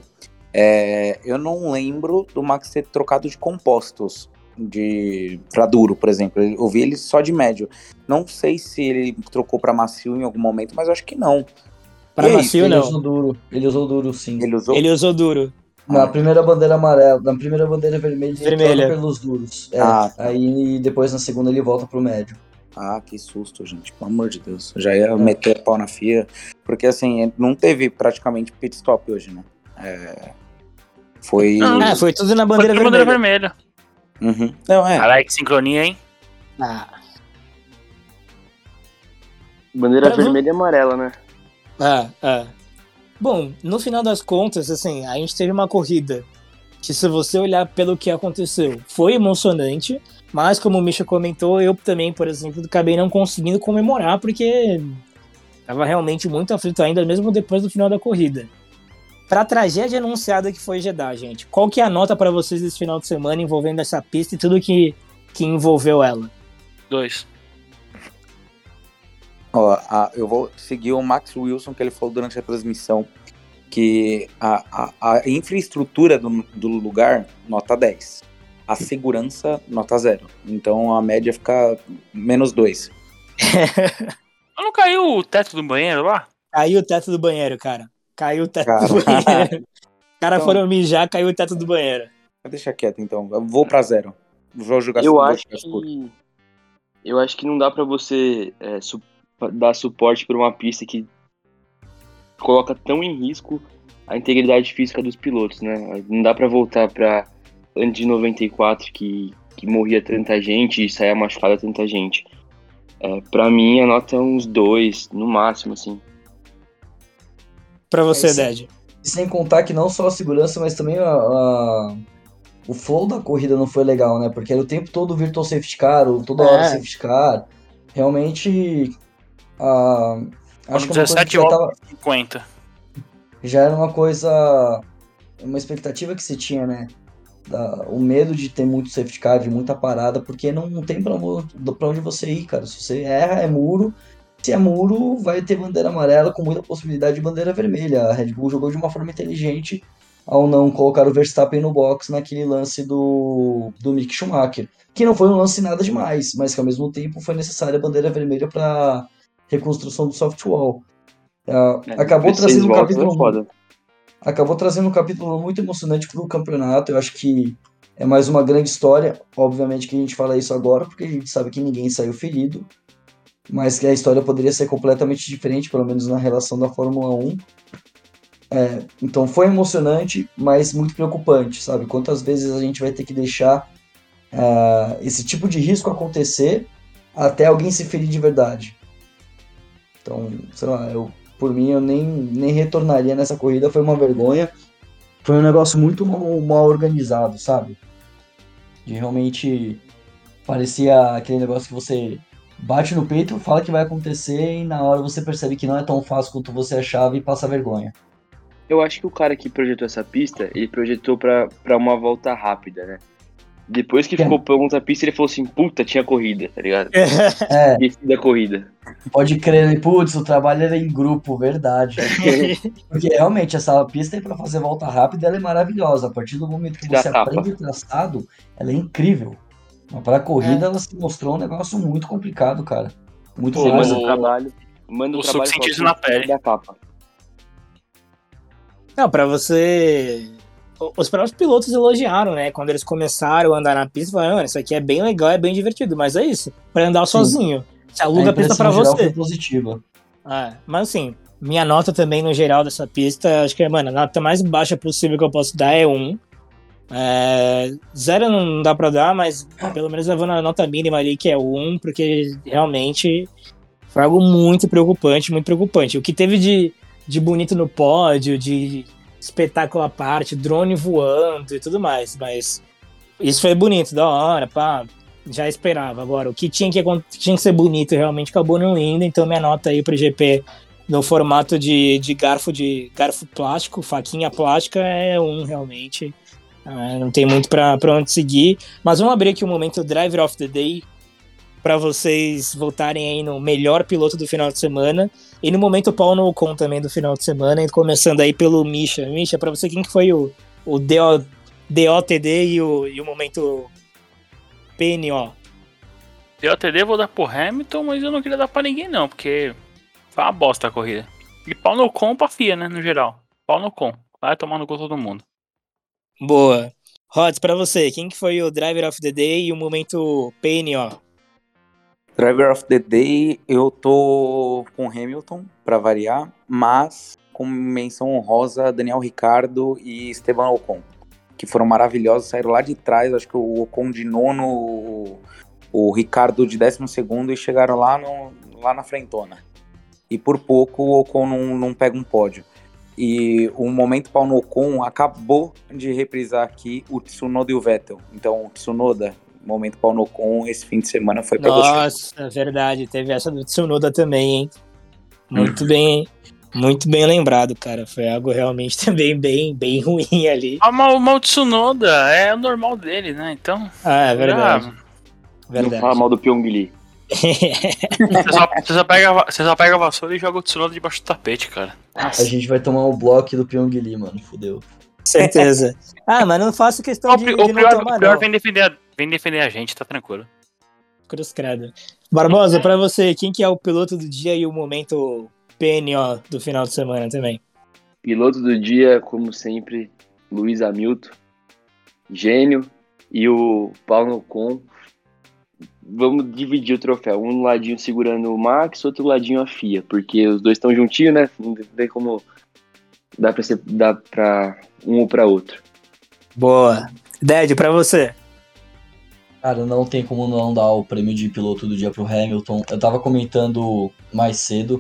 É, eu não lembro do Max ter trocado de compostos de pra duro, por exemplo. Eu vi ele só de médio. Não sei se ele trocou pra macio em algum momento, mas eu acho que não. Pra E aí, macio, Ele não. usou duro. Ele usou duro, sim. Ele usou? Ele usou duro. Na Ah, primeira bandeira amarela, na primeira bandeira vermelha, ele Vermelha. troca pelos duros. É, Ah, tá. aí depois na segunda ele volta pro médio. Ah, que susto, gente. Pelo amor de Deus. Eu já ia meter a pau na F I A. Porque, assim, não teve praticamente pit stop hoje, né? É, Foi... Não. Ah, foi tudo na Foi bandeira pra vermelha. bandeira vermelha. Uhum. Não, é. Caralho, que sincronia, hein? Ah, Bandeira Pra vo- vermelha e amarela, né? ah, ah. Bom, no final das contas, assim, a gente teve uma corrida que, se você olhar pelo que aconteceu, foi emocionante, mas como o Misha comentou, eu também, por exemplo, acabei não conseguindo comemorar porque tava realmente muito aflito ainda, mesmo depois do final da corrida. Pra tragédia anunciada que foi Jeddah, gente, qual que é a nota pra vocês desse final de semana envolvendo essa pista e tudo que, que envolveu ela? Dois. Ó, a- eu vou seguir o Max Wilson, que ele falou durante a transmissão, que a, a, a infraestrutura do, do lugar, nota dez. A segurança, nota zero. Então a média fica menos dois. Não caiu o teto do banheiro lá? Caiu o teto do banheiro, cara. Caiu o teto Cara. do banheiro. Os caras Então- foram mijar, caiu o teto do banheiro. Deixa quieto, então. Eu vou pra zero. Vou jogar Eu vou acho jogar escuro. que eu acho que não dá pra você é, su- dar suporte pra uma pista que coloca tão em risco a integridade física dos pilotos, né? Não dá pra voltar pra antes de noventa e quatro que, que morria tanta gente e saía machucada tanta gente. É, pra mim a nota é uns dois, no máximo, assim. Pra você, É isso. Ded. E sem contar que não só a segurança, mas também a, a- o flow da corrida não foi legal, né? Porque era o tempo todo virtual safety car, ou toda hora É. safety car. Realmente, a, acho que é uma coisa que dezessete já, tava, horas e cinquenta. já era uma coisa, uma expectativa que se tinha, né? Da- o medo de ter muito safety car, de muita parada, porque não, não tem pra, mo- pra onde você ir, cara. Se você erra, é muro. Se é muro, vai ter bandeira amarela com muita possibilidade de bandeira vermelha. A Red Bull jogou de uma forma inteligente ao não colocar o Verstappen no box naquele lance do, do Mick Schumacher. Que não foi um lance nada demais, mas que ao mesmo tempo foi necessária a bandeira vermelha para reconstrução do softwall. Ah, É, acabou seis trazendo um voltas capítulo é foda. acabou trazendo um capítulo muito emocionante pro campeonato. Eu acho que é mais uma grande história. Obviamente que a gente fala isso agora, porque a gente sabe que ninguém saiu ferido, mas que a história poderia ser completamente diferente, pelo menos na relação da Fórmula um. É, então foi emocionante, mas muito preocupante, sabe? Quantas vezes a gente vai ter que deixar uh, esse tipo de risco acontecer até alguém se ferir de verdade. Então, sei lá, eu, por mim eu nem, nem retornaria nessa corrida, foi uma vergonha. Foi um negócio muito mal, mal organizado, sabe? De realmente parecia aquele negócio que você bate no peito, fala que vai acontecer e na hora você percebe que não é tão fácil quanto você achava e passa vergonha. Eu acho que o cara que projetou essa pista, ele projetou pra, pra uma volta rápida, né? Depois que É. ficou pronta a pista, ele falou assim, puta, tinha corrida, tá ligado? É, Esqueci da corrida. pode crer, né? Putz, o trabalho era em grupo, verdade. Porque realmente essa pista aí pra fazer volta rápida, ela é maravilhosa. A partir do momento que Te dá você tapa. aprende o traçado, ela é incrível. Mas pra corrida, É. ela se mostrou um negócio muito complicado, cara. Muito Pô, Você mas manda foda. o o- trabalho, manda o, o trabalho Suco e fala, sente isso na "Puta, pele." dá tapa. Não, pra você. o- Os próprios pilotos elogiaram, né? Quando eles começaram a andar na pista, falaram, isso aqui é bem legal, é bem divertido, mas é isso, pra andar Sim. sozinho. Você A aluga a pista pra impressão geral foi você. positiva. Ah, mas assim, minha nota também no geral dessa pista, acho que é, mano, a nota mais baixa possível que eu posso dar é um. É, zero não dá pra dar, mas pelo menos levando a nota mínima ali, que é um, porque realmente foi algo muito preocupante, muito preocupante. O que teve de, de bonito no pódio, de espetáculo à parte, drone voando e tudo mais, mas isso foi bonito, da hora, pá, já esperava. Agora, o que tinha que, acon- tinha que ser bonito realmente acabou não indo, então minha nota aí pro G P no formato de, de garfo de garfo plástico, faquinha plástica, é um realmente. Ah, não tem muito pra, pra onde seguir, mas vamos abrir aqui o momento Driver of the Day para vocês voltarem aí no melhor piloto do final de semana e no momento Paul no Ocon também do final de semana, e começando aí pelo Misha. Misha, para você, quem que foi o, o D O, D O T D e o, e o momento P N O? Eu até vou dar pro Hamilton, mas eu não queria dar pra ninguém não, porque foi uma bosta a corrida. E pau no com pra F I A, né, no geral. Pau no com. Vai tomar no cu todo mundo. Boa. Rods, para você, quem que foi o Driver of the Day e o momento P N O? Driver of the Day, eu tô com Hamilton, pra variar, mas com menção honrosa Daniel Ricciardo e Esteban Ocon, que foram maravilhosos, saíram lá de trás, acho que o Ocon de nono, o, o Ricciardo de décimo segundo e chegaram lá, no, lá na frentona. E por pouco o Ocon não, não pega um pódio. E o momento pau no Ocon acabou de reprisar aqui o Tsunoda e o Vettel. Então, Tsunoda, momento pau no Ocon, esse fim de semana foi pra você. Nossa, verdade, teve essa do Tsunoda também, hein? Muito bem, muito bem lembrado, cara. Foi algo realmente também bem, bem ruim ali. Ah, mas o mal de Tsunoda é o normal dele, né? Então. Ah, é verdade. já- Não Verdade. fala mal do Pyong Lee. Você só, você, só pega, a va- você só pega a vassoura e joga o Tsunoda debaixo do tapete, cara. A gente vai tomar o bloco do Pyong Lee, mano. Fudeu. Certeza. Ah, mas não faço questão O, de, pri- de o não pior, tomar, o pior não. vem, defender a, vem defender a gente, tá tranquilo. Cruz credo. Barbosa, pra você, quem que é o piloto do dia e o momento P N O do final de semana também? Piloto do dia, como sempre, Luiz Hamilton. Gênio. E o Paulo Ocon. Vamos dividir o troféu. Um ladinho segurando o Max, outro ladinho a F I A. Porque os dois estão juntinhos, né? Não tem como... Dá pra, ser, dá pra um ou pra outro. Boa. Ded, pra você. Cara, não tem como não dar o prêmio de piloto do dia pro Hamilton. Eu tava comentando mais cedo,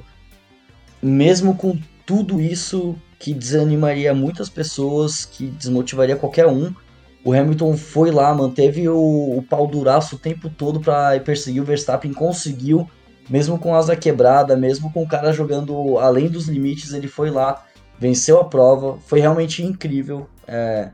mesmo com tudo isso que desanimaria muitas pessoas, que desmotivaria qualquer um, o Hamilton foi lá, manteve o, o pau duraço o tempo todo pra perseguir o Verstappen, conseguiu, mesmo com a asa quebrada, mesmo com o cara jogando além dos limites, ele foi lá, venceu a prova, foi realmente incrível. É,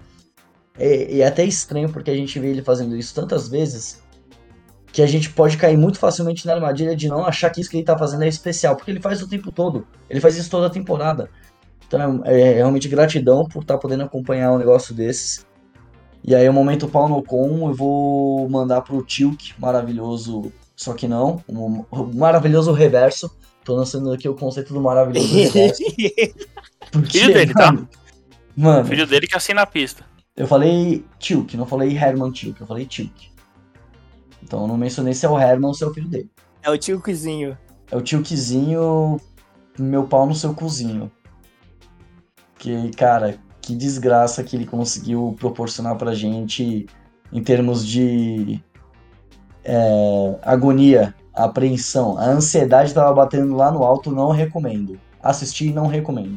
é, é até estranho porque a gente vê ele fazendo isso tantas vezes que a gente pode cair muito facilmente na armadilha de não achar que isso que ele tá fazendo é especial, porque ele faz o tempo todo, ele faz isso toda a temporada. Então é realmente gratidão por estar podendo acompanhar um negócio desses. E aí o momento pau no com, eu vou mandar pro Tilk, maravilhoso, só que não, um, um maravilhoso reverso. Tô lançando aqui o conceito do maravilhoso reverso. Porque, Filho dele, tá? mano, mano, Filho dele que assina a pista. eu falei Tilk, não falei Herman Tilk, eu falei Tilk. Então eu não mencionei se é o Herman ou se é o filho dele. É o tiozinho. É o Tilkzinho, meu pau no seu cozinho. Porque, cara, que desgraça que ele conseguiu proporcionar pra gente em termos de é, agonia, apreensão. A ansiedade tava batendo lá no alto, não recomendo. Assistir, não recomendo.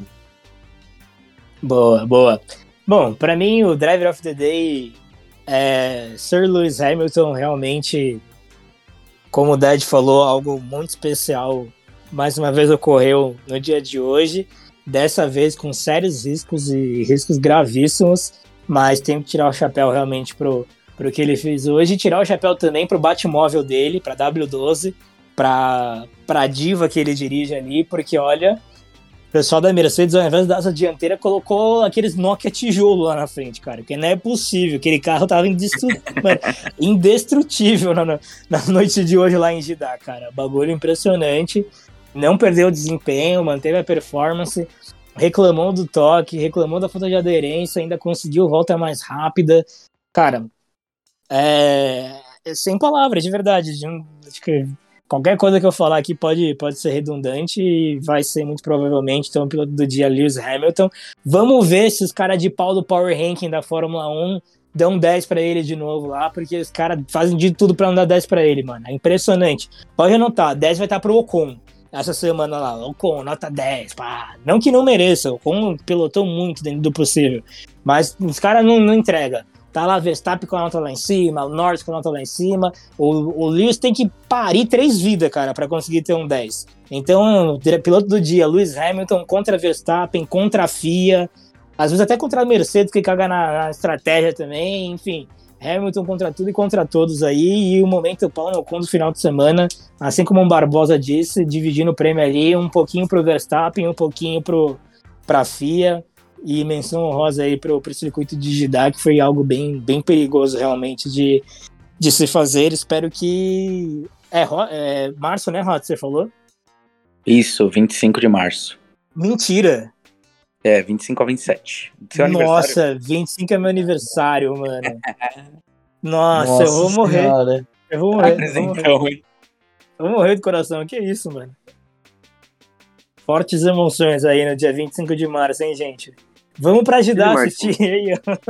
Boa, boa. Bom, pra mim o Driver of the Day é Sir Lewis Hamilton, realmente, como o Dad falou, algo muito especial. Mais uma vez ocorreu no dia de hoje, dessa vez com sérios riscos e riscos gravíssimos, mas tenho que tirar o chapéu realmente pro, pro que ele fez hoje, e tirar o chapéu também pro Batmóvel dele, pra W doze, pra, pra diva que ele dirige ali, porque olha, o pessoal da Mercedes, ao invés da asa dianteira, colocou aqueles Nokia tijolo lá na frente, cara, porque não é possível, aquele carro tava indestru... Mano, indestrutível na, na noite de hoje lá em Jeddah, cara, bagulho impressionante. Não perdeu o desempenho, manteve a performance, reclamou do toque, reclamou da falta de aderência, ainda conseguiu volta mais rápida. Cara, é... sem palavras, de verdade. De um... Acho que qualquer coisa que eu falar aqui pode, pode ser redundante e vai ser muito provavelmente. Então, o piloto do dia, Lewis Hamilton. Vamos ver se os caras de pau do Power Ranking da Fórmula um dão dez pra ele de novo lá, porque os caras fazem de tudo pra não dar dez pra ele, mano. É impressionante. Pode anotar, dez vai estar pro Ocon. Essa semana lá, Ocon, nota dez, pá. Não que não mereça, o Ocon pilotou muito dentro do possível, mas os caras não, não entregam. Tá lá Verstappen com a nota lá em cima, o Norris com a nota lá em cima, o, o Lewis tem que parir três vidas, cara, pra conseguir ter um dez. Então, piloto do dia, Lewis Hamilton contra Verstappen, contra a F I A, às vezes até contra a Mercedes, que caga na, na estratégia também, enfim... Hamilton contra tudo e contra todos aí, e o momento pau no Ocon do final de semana, assim como o Barbosa disse, dividindo o prêmio ali, um pouquinho pro Verstappen, um pouquinho pro, pra F I A, e menção honrosa aí pro, pro circuito de Jeddah, que foi algo bem, bem perigoso realmente de, de se fazer. Espero que... É, é março, né, Rod, você falou? Isso, vinte e cinco de março. Mentira! É, vinte e cinco a vinte e sete. Seu Nossa, aniversário? vinte e cinco é meu aniversário, mano. Nossa, Nossa eu vou morrer. senhora. Eu vou morrer. Eu vou morrer. Então, hein? Eu vou morrer do coração. Que isso, mano? Fortes emoções aí no dia vinte e cinco de março, hein, gente? Vamos pra Jeddah assistir aí, ó.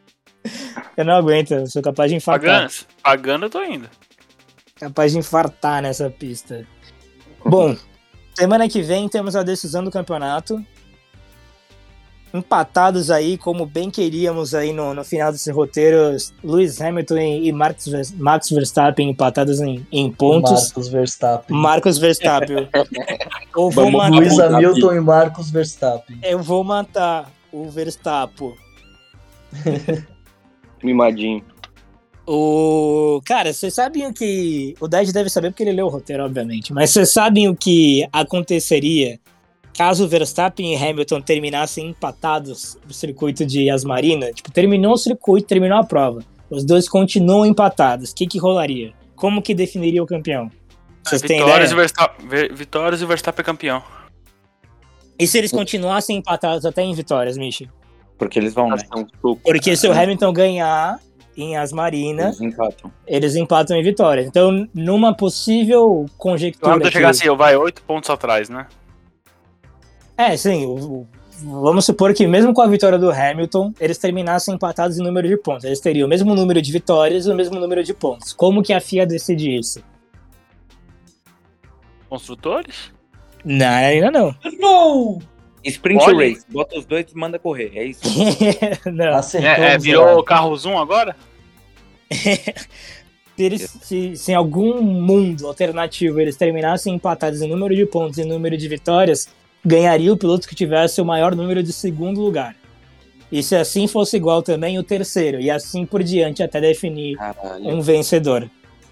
Eu não aguento, eu sou capaz de infartar. Pagando, pagando eu tô indo. Capaz de infartar nessa pista. Bom, semana que vem temos a decisão do campeonato. Empatados aí, como bem queríamos aí no, no final desse roteiro, Lewis Hamilton e Max, Max Verstappen empatados em, em pontos. Marcos Verstappen. Marcos Verstappen. Eu vou Vamos, matar, Lewis Hamilton e Marcos Verstappen. eu vou matar o Verstappen. Mimadinho. O... Cara, vocês sabem o que... O Dad deve saber porque ele leu o roteiro, obviamente. Mas vocês sabem o que aconteceria caso Verstappen e Hamilton terminassem empatados no circuito de Asmarina? Tipo, terminou o circuito, terminou a prova. Os dois continuam empatados. O que que rolaria? Como que definiria o campeão? Vocês têm Vitórias ideia? e, Verstappen, Vitórias e Verstappen campeão. E se eles continuassem empatados até em vitórias, Michi? Porque eles vão, né? Porque se o Hamilton ganhar em Asmarina, Eles empatam. eles empatam em vitórias. Então, numa possível Se o conjectura... Hamilton que- chegar assim, eu vai oito pontos atrás, né? É, sim. o- o- Vamos supor que mesmo com a vitória do Hamilton, eles terminassem empatados em número de pontos. Eles teriam o mesmo número de vitórias e o mesmo número de pontos. Como que a F I A decide isso? Construtores? Não, ainda não. Não! Sprint Olha. race. Bota os dois e manda correr. É isso. não. Acertou. É, é, virou carro Zoom agora? Se, eles, se, se em algum mundo alternativo eles terminassem empatados em número de pontos e número de vitórias, ganharia o piloto que tivesse o maior número de segundo lugar. E se assim fosse igual também, o terceiro. E assim por diante, até definir Caralho. um vencedor.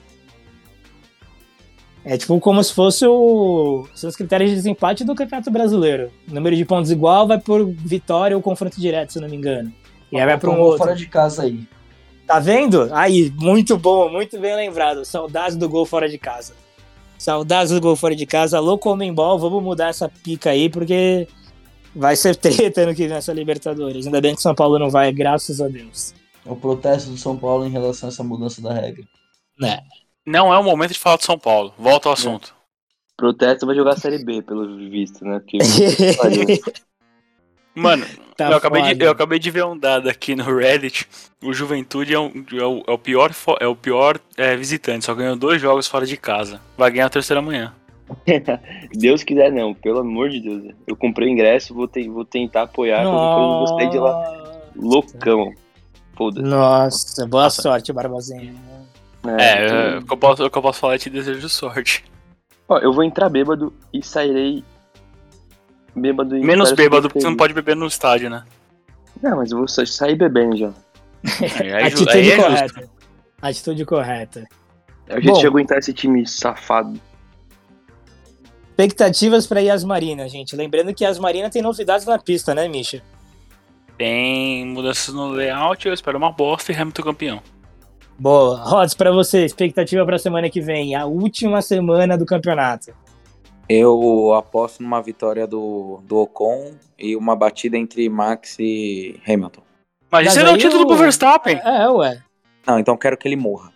É tipo como se fosse o, são os critérios de desempate do Campeonato Brasileiro. Número de pontos igual vai por vitória ou confronto direto, se eu não me engano. E aí vai para um Tomou outro. fora de casa aí. Tá vendo? Aí, muito bom, muito bem lembrado. Saudades do gol fora de casa. Saudades do gol fora de casa. Alô, Comembol, vamos mudar essa pica aí, porque vai ser treta no que vem essa Libertadores. Ainda bem que São Paulo não vai, graças a Deus. O protesto do São Paulo em relação a essa mudança da regra. Né? Não é o momento de falar do São Paulo. Volta ao assunto. Protesto vai jogar a Série B, pelo visto, né? Porque... Mano, Tá eu, acabei de, foda. eu acabei de ver um dado aqui no Reddit. O Juventude é, um- é o, é o pior, fo- é o pior é, visitante, só ganhou dois jogos fora de casa. Vai ganhar a terceira amanhã. Deus quiser não, pelo amor de Deus. Eu comprei o ingresso, vou, te- vou tentar apoiar, qualquer coisa eu vou sair de lá Nossa. loucão. Foda-se. Nossa, boa Nossa. sorte, Barbosinha. É, eu é, tô- o que eu posso, o que eu posso falar é te desejo sorte. Ó, eu vou entrar bêbado e sairei bêbado e Menos espero bêbado, ser porque você não feliz. pode beber no estádio, né? Não, mas eu vou sa- sair bebendo já. Aí, aí, ju- Atitude aí é justo. correta. Atitude correta. É o jeito Bom. de aguentar esse time safado. Expectativas pra Yas Marina, gente. Lembrando que Yas Marina tem novidades na pista, né, Misha? Tem mudanças no layout, eu espero uma bosta e Hamilton campeão. Boa. Rods, pra você, expectativa pra semana que vem, a última semana do campeonato. Eu aposto numa vitória do, do Ocon e uma batida entre Max e Hamilton. Mas, Mas isso é o aí título o- pro Verstappen. É, ué. Não, então quero que ele morra.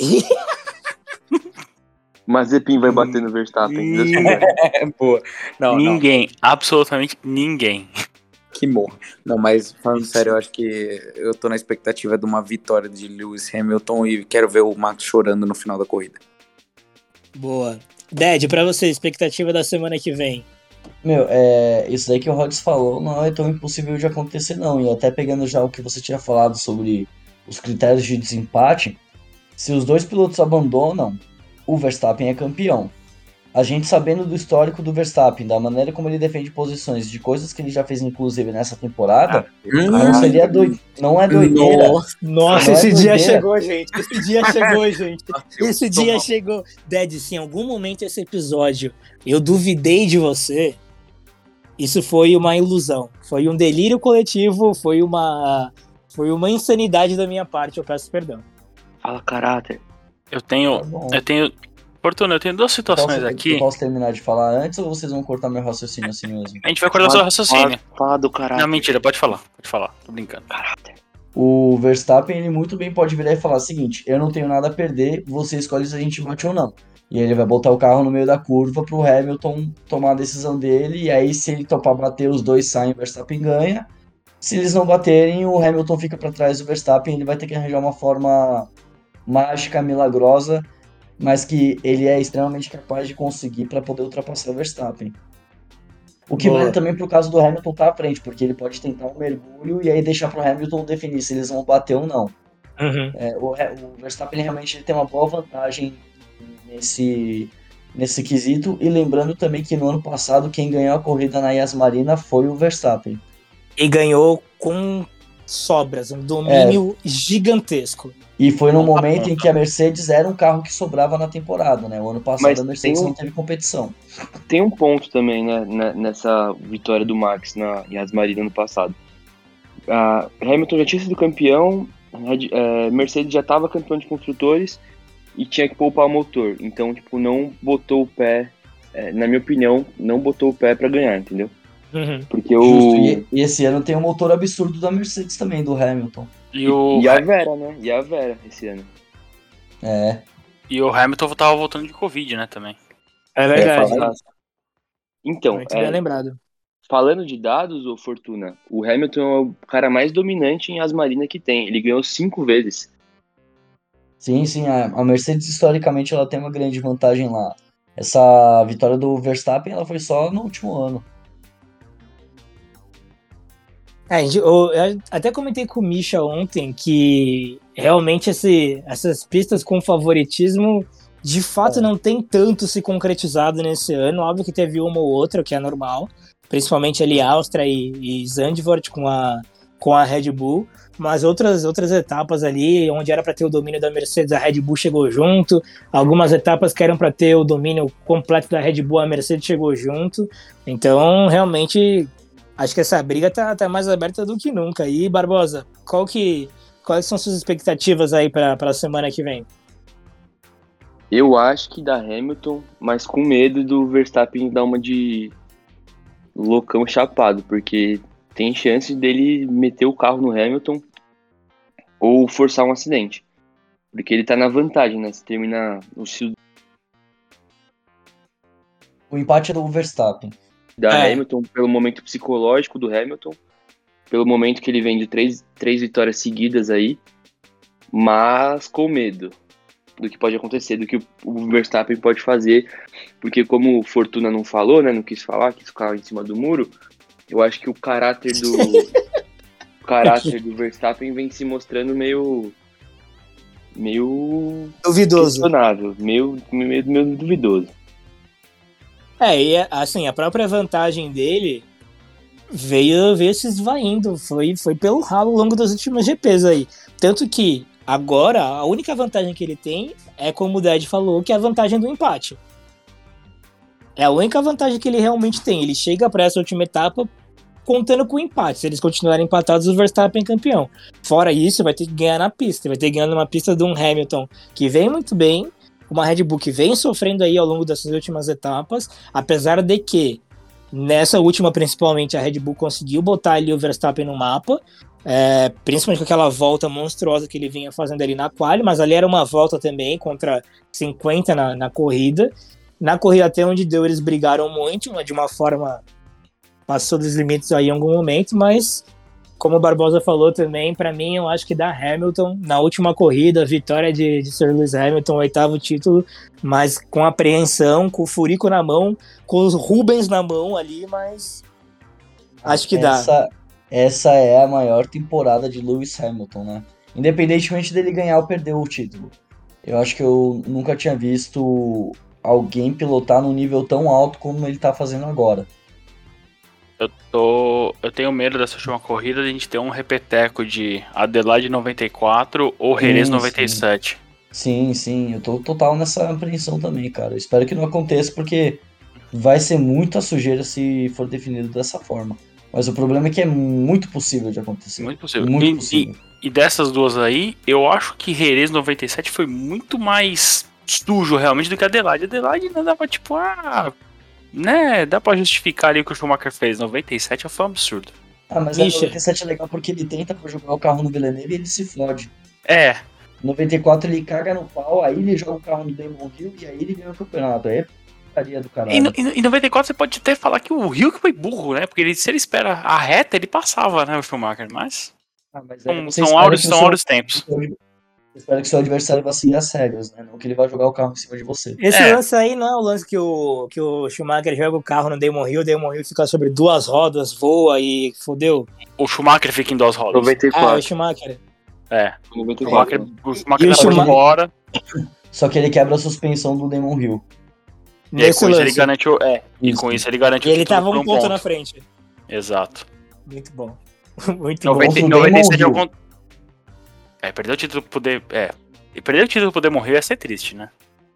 Mazepin vai bater no Verstappen. Deus quiser. É, boa. Não, não, ninguém, absolutamente ninguém. que morra. Não, mas falando sério, eu acho que eu tô na expectativa de uma vitória de Lewis Hamilton e quero ver o Max chorando no final da corrida. Boa. Ded, pra você, expectativa da semana que vem. Meu, é, isso daí que o Rods falou não é tão impossível de acontecer, não. E até pegando já o que você tinha falado sobre os critérios de desempate, se os dois pilotos abandonam, o Verstappen é campeão. A gente sabendo do histórico do Verstappen, da maneira como ele defende posições, de coisas que ele já fez inclusive nessa temporada, não seria doido, não é doideira. Nossa, nossa Não é esse dia doideira. chegou, gente. Esse dia chegou, gente. Esse Eu dia tô- chegou. Ded, se em algum momento esse episódio eu duvidei de você, isso foi uma ilusão. Foi um delírio coletivo, foi uma, foi uma insanidade da minha parte, eu peço perdão. Fala caráter. Eu tenho. Tá bom. Eu tenho. Fortuna, eu tenho duas situações Posso, aqui. eu posso terminar de falar antes ou vocês vão cortar meu raciocínio assim mesmo? A gente vai acordar seu raciocínio. Fala, fala do caráter. Não, mentira, pode falar. Pode falar. Tô brincando. O Verstappen, ele muito bem pode virar e falar o seguinte, eu não tenho nada a perder, você escolhe se a gente bate ou não. E aí ele vai botar o carro no meio da curva pro Hamilton tomar a decisão dele, e aí se ele topar bater, os dois saem, o Verstappen ganha. Se eles não baterem, o Hamilton fica para trás do Verstappen, ele vai ter que arranjar uma forma mágica, milagrosa, mas que ele é extremamente capaz de conseguir para poder ultrapassar o Verstappen. O que Boa. vale também pro caso do Hamilton estar à frente, porque ele pode tentar um mergulho e aí deixar pro Hamilton definir se eles vão bater ou não. Uhum. É, o, o Verstappen realmente ele tem uma boa vantagem nesse, nesse quesito, e lembrando também que no ano passado quem ganhou a corrida na Yas Marina foi o Verstappen. E ganhou com sobras, um domínio gigantesco. E foi no Ponta a momento ponta. em que a Mercedes era um carro que sobrava na temporada, né? O ano passado Mas a Mercedes tem um- não teve competição. Tem um ponto também, né, né, nessa vitória do Max na Yas Marina no passado. A Hamilton já tinha sido campeão, Red- é, Mercedes já estava campeão de construtores e tinha que poupar o motor. Então, tipo, não botou o pé, é, na minha opinião, não botou o pé para ganhar, entendeu? Uhum. Porque o... Justo. E, e esse ano tem um motor absurdo da Mercedes também, do Hamilton. E o, E a Vera, né? E a Vera esse ano. É. e o Hamilton tava voltando de Covid, né, também. É verdade. falar Então, Muito é, bem lembrado. falando de dados, ô Fortuna, o Hamilton é o cara mais dominante em Yas Marina que tem. Ele ganhou cinco vezes. Sim, sim, a, a Mercedes historicamente ela tem uma grande vantagem lá. Essa vitória do Verstappen ela foi só no último ano. É, gente, eu, eu até comentei com o Misha ontem que realmente esse, essas pistas com favoritismo de fato É. não tem tanto se concretizado nesse ano. Óbvio que teve uma ou outra, que é normal, principalmente ali Áustria e, e Zandvoort com a, com a Red Bull, mas outras, outras etapas ali, onde era para ter o domínio da Mercedes, a Red Bull chegou junto. Algumas etapas que eram para ter o domínio completo da Red Bull, a Mercedes chegou junto. Então, realmente, acho que essa briga tá, tá mais aberta do que nunca. E, Barbosa, qual que, quais são suas expectativas aí para a semana que vem? Eu acho que da Hamilton, mas com medo do Verstappen dar uma de loucão chapado, porque tem chance dele meter o carro no Hamilton ou forçar um acidente. Porque ele tá na vantagem, né? Se termina o se- O empate é do Verstappen. da É. Hamilton, pelo momento psicológico do Hamilton, pelo momento que ele vem de três, três vitórias seguidas aí, mas com medo do que pode acontecer, do que o, o Verstappen pode fazer, porque como o Fortuna não falou, né, não quis falar, quis ficar em cima do muro, eu acho que o caráter do o caráter do Verstappen vem se mostrando meio meio Duvidoso. questionável, meio, meio, meio duvidoso. É, e assim, a própria vantagem dele veio, veio se esvaindo, foi, foi pelo ralo ao longo dos últimos G Ps aí. Tanto que agora a única vantagem que ele tem é, como o Dad falou, que é a vantagem do empate. É a única vantagem que ele realmente tem. Ele chega para essa última etapa contando com o empate. Se eles continuarem empatados, o Verstappen é campeão. Fora isso, vai ter que ganhar na pista. Vai ter que ganhar numa pista de um Hamilton que vem muito bem, uma Red Bull que vem sofrendo aí ao longo dessas últimas etapas, apesar de que nessa última, principalmente, a Red Bull conseguiu botar ali o Verstappen no mapa, é, principalmente com aquela volta monstruosa que ele vinha fazendo ali na quali, mas ali era uma volta também contra cinquenta na, na corrida. Na corrida até onde deu, eles brigaram muito, de uma forma passou dos limites aí em algum momento, mas como o Barbosa falou também, pra mim eu acho que da Hamilton, na última corrida, vitória de, de Sir Lewis Hamilton, oitavo título, mas com apreensão, com o furico na mão, com os Rubens na mão ali, mas acho que dá. Essa, essa é a maior temporada de Lewis Hamilton, né? Independentemente dele ganhar ou perder o título. Eu acho que eu nunca tinha visto alguém pilotar num nível tão alto como ele tá fazendo agora. Eu tô. Eu tenho medo dessa última corrida de a gente ter um repeteco de Adelaide noventa e quatro ou Jerez Sim, noventa e sete. Sim, sim, eu tô total nessa apreensão também, cara. Eu espero que não aconteça, porque vai ser muita sujeira se for definido dessa forma. Mas o problema é que é muito possível de acontecer. Muito possível. Muito E- possível. E dessas duas aí, eu acho que Jerez noventa e sete foi muito mais sujo realmente do que Adelaide. Adelaide ainda dava tipo, ah, né, dá pra justificar ali o que o Schumacher fez. noventa e sete foi um absurdo. Ah, mas a Ixi. noventa e sete é legal porque ele tenta jogar o carro no Villeneuve e ele se fode. É, noventa e quatro ele caga no pau, aí ele joga o carro no Damon Hill e aí ele ganha o campeonato. Aí é putaria do caralho. e no- e no- em noventa e quatro você pode até falar que o Rio que foi burro, né? Porque ele- se ele espera a reta, ele passava, né, o Schumacher. Mas Ah, mas aí são, você são, espera áureos, que o são seu- áureos tempos. Você espera que seu adversário vá seguir as regras, né? Não que ele vai jogar o carro em cima de você. Esse É. lance aí não é o lance que o, que o Schumacher joga o carro no Damon Hill, o Damon Hill fica sobre duas rodas, voa e fodeu. O Schumacher fica em duas rodas. noventa e Ah, o quatro. Schumacher. É, noventa o e Schumacher, quatro. o Schumacher E o tá por Schumacher- fora. Só que ele quebra a suspensão do Damon Hill. E aí, Nesse com isso ele lance. garante o. É, e Isso. com isso ele garante E o ele título tava por um ponto na frente. Exato. Muito bom. Muito bom. noventa, do noventa e sete é o Damon con- É, perder o título pro poder. É. E perder o título pro Demon Hill ia ser triste, né?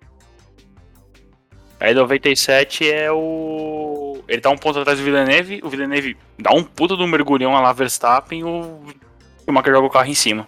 Aí noventa e sete é o. Ele tá um ponto atrás do Villeneuve. O Villeneuve dá um puta do mergulhão a lá Verstappen e o Schumacher joga o carro em cima.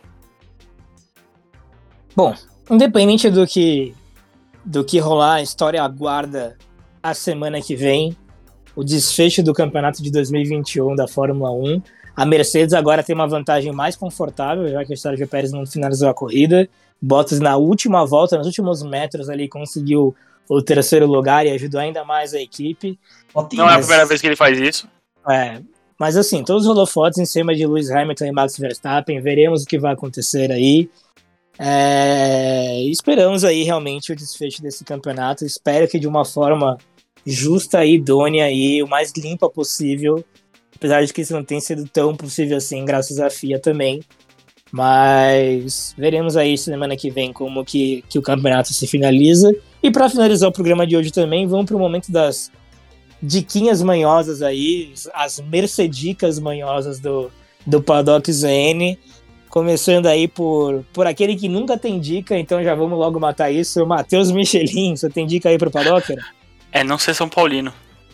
Bom, independente do que do que rolar, a história aguarda a semana que vem o desfecho do campeonato de dois mil e vinte e um da Fórmula um. A Mercedes agora tem uma vantagem mais confortável, já que o Sérgio Pérez não finalizou a corrida. Bottas na última volta, nos últimos metros ali, conseguiu o terceiro lugar e ajudou ainda mais a equipe. Não é a Mas- primeira vez que ele faz isso. É, mas assim, todos os holofotes em cima de Lewis Hamilton e Max Verstappen, veremos o que vai acontecer aí. É, esperamos aí realmente o desfecho desse campeonato. Espero que de uma forma justa e idônea e o mais limpa possível, apesar de que isso não tem sido tão possível assim, graças à F I A também. Mas veremos aí semana que vem como que, que o campeonato se finaliza. E para finalizar o programa de hoje também, vamos para o momento das diquinhas manhosas aí, as mercedicas manhosas do, do Paddock Z N. Começando aí por, por aquele que nunca tem dica, então já vamos logo matar isso. O Matheus Michelin, você tem dica aí pro Paddock? É não ser São Paulino.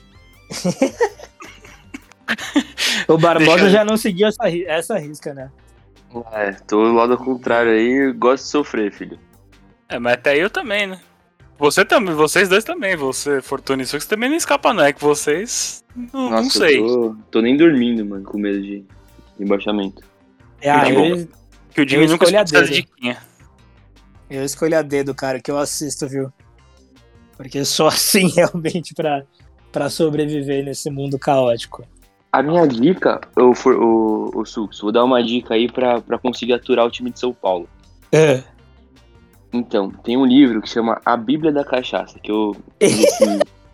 O Barbosa Deixa eu- já não seguiu essa, ri- essa risca, né? É, tô do lado ao contrário aí, gosto de sofrer, filho. É, mas até eu também, né? Você também, vocês dois também. Você, Fortuna e Sux, também não escapa, não. É que vocês. Não, não Nossa, sei. eu tô, tô nem dormindo, mano, com medo de rebaixamento. Ah, Tá bom. eu, Que o Jimmy eu nunca escolhi a escuta essa dedo. diquinha. eu escolhi a dedo, cara, que eu assisto, viu? Porque eu sou assim realmente pra, pra sobreviver nesse mundo caótico? A minha dica, o, o, o Sux, vou dar uma dica aí pra, pra conseguir aturar o time de São Paulo. É. Então, tem um livro que chama A Bíblia da Cachaça, que eu fiz esse,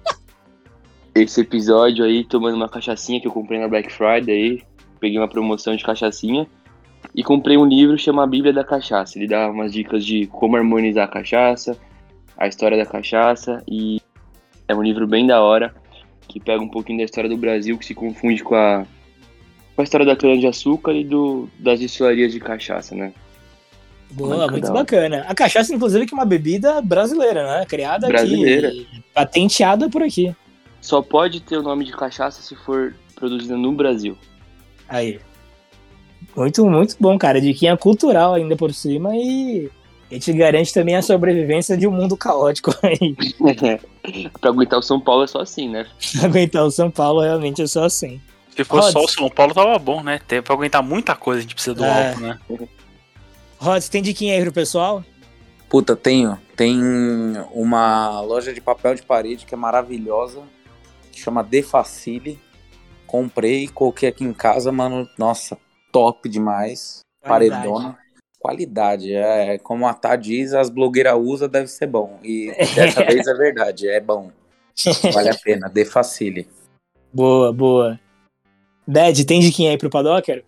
esse episódio aí tomando uma cachaçinha que eu comprei na Black Friday aí, peguei uma promoção de cachaçinha e comprei um livro que chama A Bíblia da Cachaça. Ele dá umas dicas de como harmonizar a cachaça, a história da cachaça, e é um livro bem da hora, que pega um pouquinho da história do Brasil, que se confunde com a, com a história da cana-de-açúcar e do, das destilarias de cachaça, né? Boa, muito bacana. A cachaça, inclusive, que é uma bebida brasileira, né? Criada brasileira. aqui, patenteada por aqui. Só pode ter o nome de cachaça se for produzida no Brasil. Aí. Muito, muito bom, cara. Diquinha cultural ainda por cima e... E te garante também a sobrevivência de um mundo caótico aí. Pra aguentar o São Paulo é só assim, né? Pra aguentar o São Paulo realmente é só assim. Se fosse Rods. só o São Paulo, tava bom, né? Tem, pra aguentar muita coisa, a gente precisa do É. álcool, né? Rods, tem diquinha aí pro pessoal? Puta, tenho. Tem uma loja de papel de parede que é maravilhosa, que chama Defacile. Comprei, coloquei aqui em casa, mano. Nossa, top demais. Qualidade. Paredona. Qualidade. É, como a Tá diz, as blogueiras usam, deve ser bom. E dessa vez é verdade, é bom. Vale a pena. Defacile. Boa, boa. Ded, tem diquinha aí pro Padocker?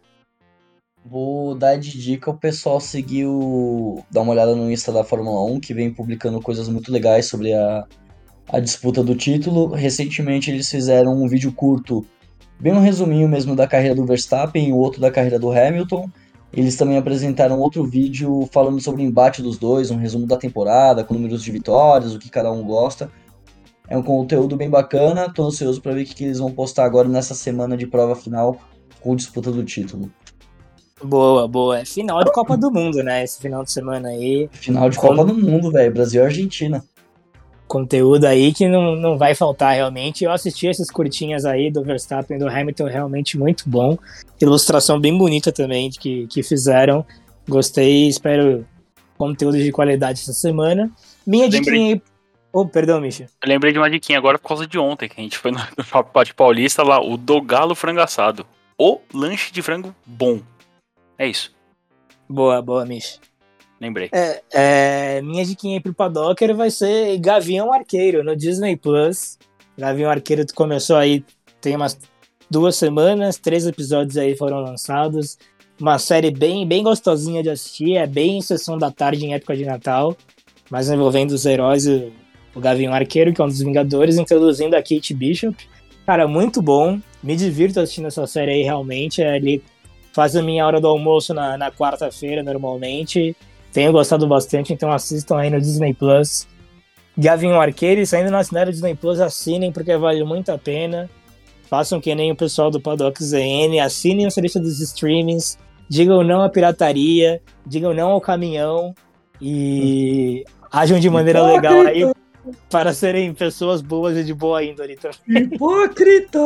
Vou dar de dica o pessoal seguir o... dar uma olhada no Insta da Fórmula um, que vem publicando coisas muito legais sobre a, a disputa do título. Recentemente eles fizeram um vídeo curto, bem um resuminho mesmo da carreira do Verstappen e o outro da carreira do Hamilton. Eles também apresentaram outro vídeo falando sobre o embate dos dois, um resumo da temporada, com números de vitórias, o que cada um gosta. É um conteúdo bem bacana, tô ansioso para ver o que eles vão postar agora nessa semana de prova final com disputa do título. Boa, boa. É final de Copa do Mundo, né? Esse final de semana aí. Final de Com- Copa do Mundo, velho, Brasil e Argentina. Conteúdo aí que não, não vai faltar realmente. Eu assisti essas curtinhas aí do Verstappen e do Hamilton, realmente muito bom. Ilustração bem bonita também que, que fizeram. Gostei, espero conteúdo de qualidade essa semana. Minha Lembrei. diquinha aí... Oh, perdão, Misha. Eu lembrei de uma diquinha agora por causa de ontem, que a gente foi no, no Papo Paulista lá, o Dogalo frango assado. O lanche de frango bom. É isso, Boa, boa, Misha. lembrei. É, é, minha diquinha aí pro Padocker vai ser Gavião Arqueiro no Disney Plus. Gavião Arqueiro começou aí, tem umas duas semanas, três episódios aí foram lançados. Uma série bem, bem gostosinha de assistir, é bem sessão da tarde em época de Natal, mas envolvendo os heróis, o, o Gavião Arqueiro, que é um dos Vingadores, introduzindo a Kate Bishop. Cara, muito bom, me divirto assistindo essa série aí realmente, é ali faz a minha hora do almoço na, na quarta-feira normalmente. Tenho gostado bastante, então assistam aí no Disney Plus. Gavião Arqueiro, saindo na assinatura do Disney Plus, assinem porque vale muito a pena. Façam que nem o pessoal do Paddock Z N, assinem o serviço dos streamings, digam não à pirataria, digam não ao caminhão e ajam de maneira legal aí para serem pessoas boas e de boa índole também. Hipócrita!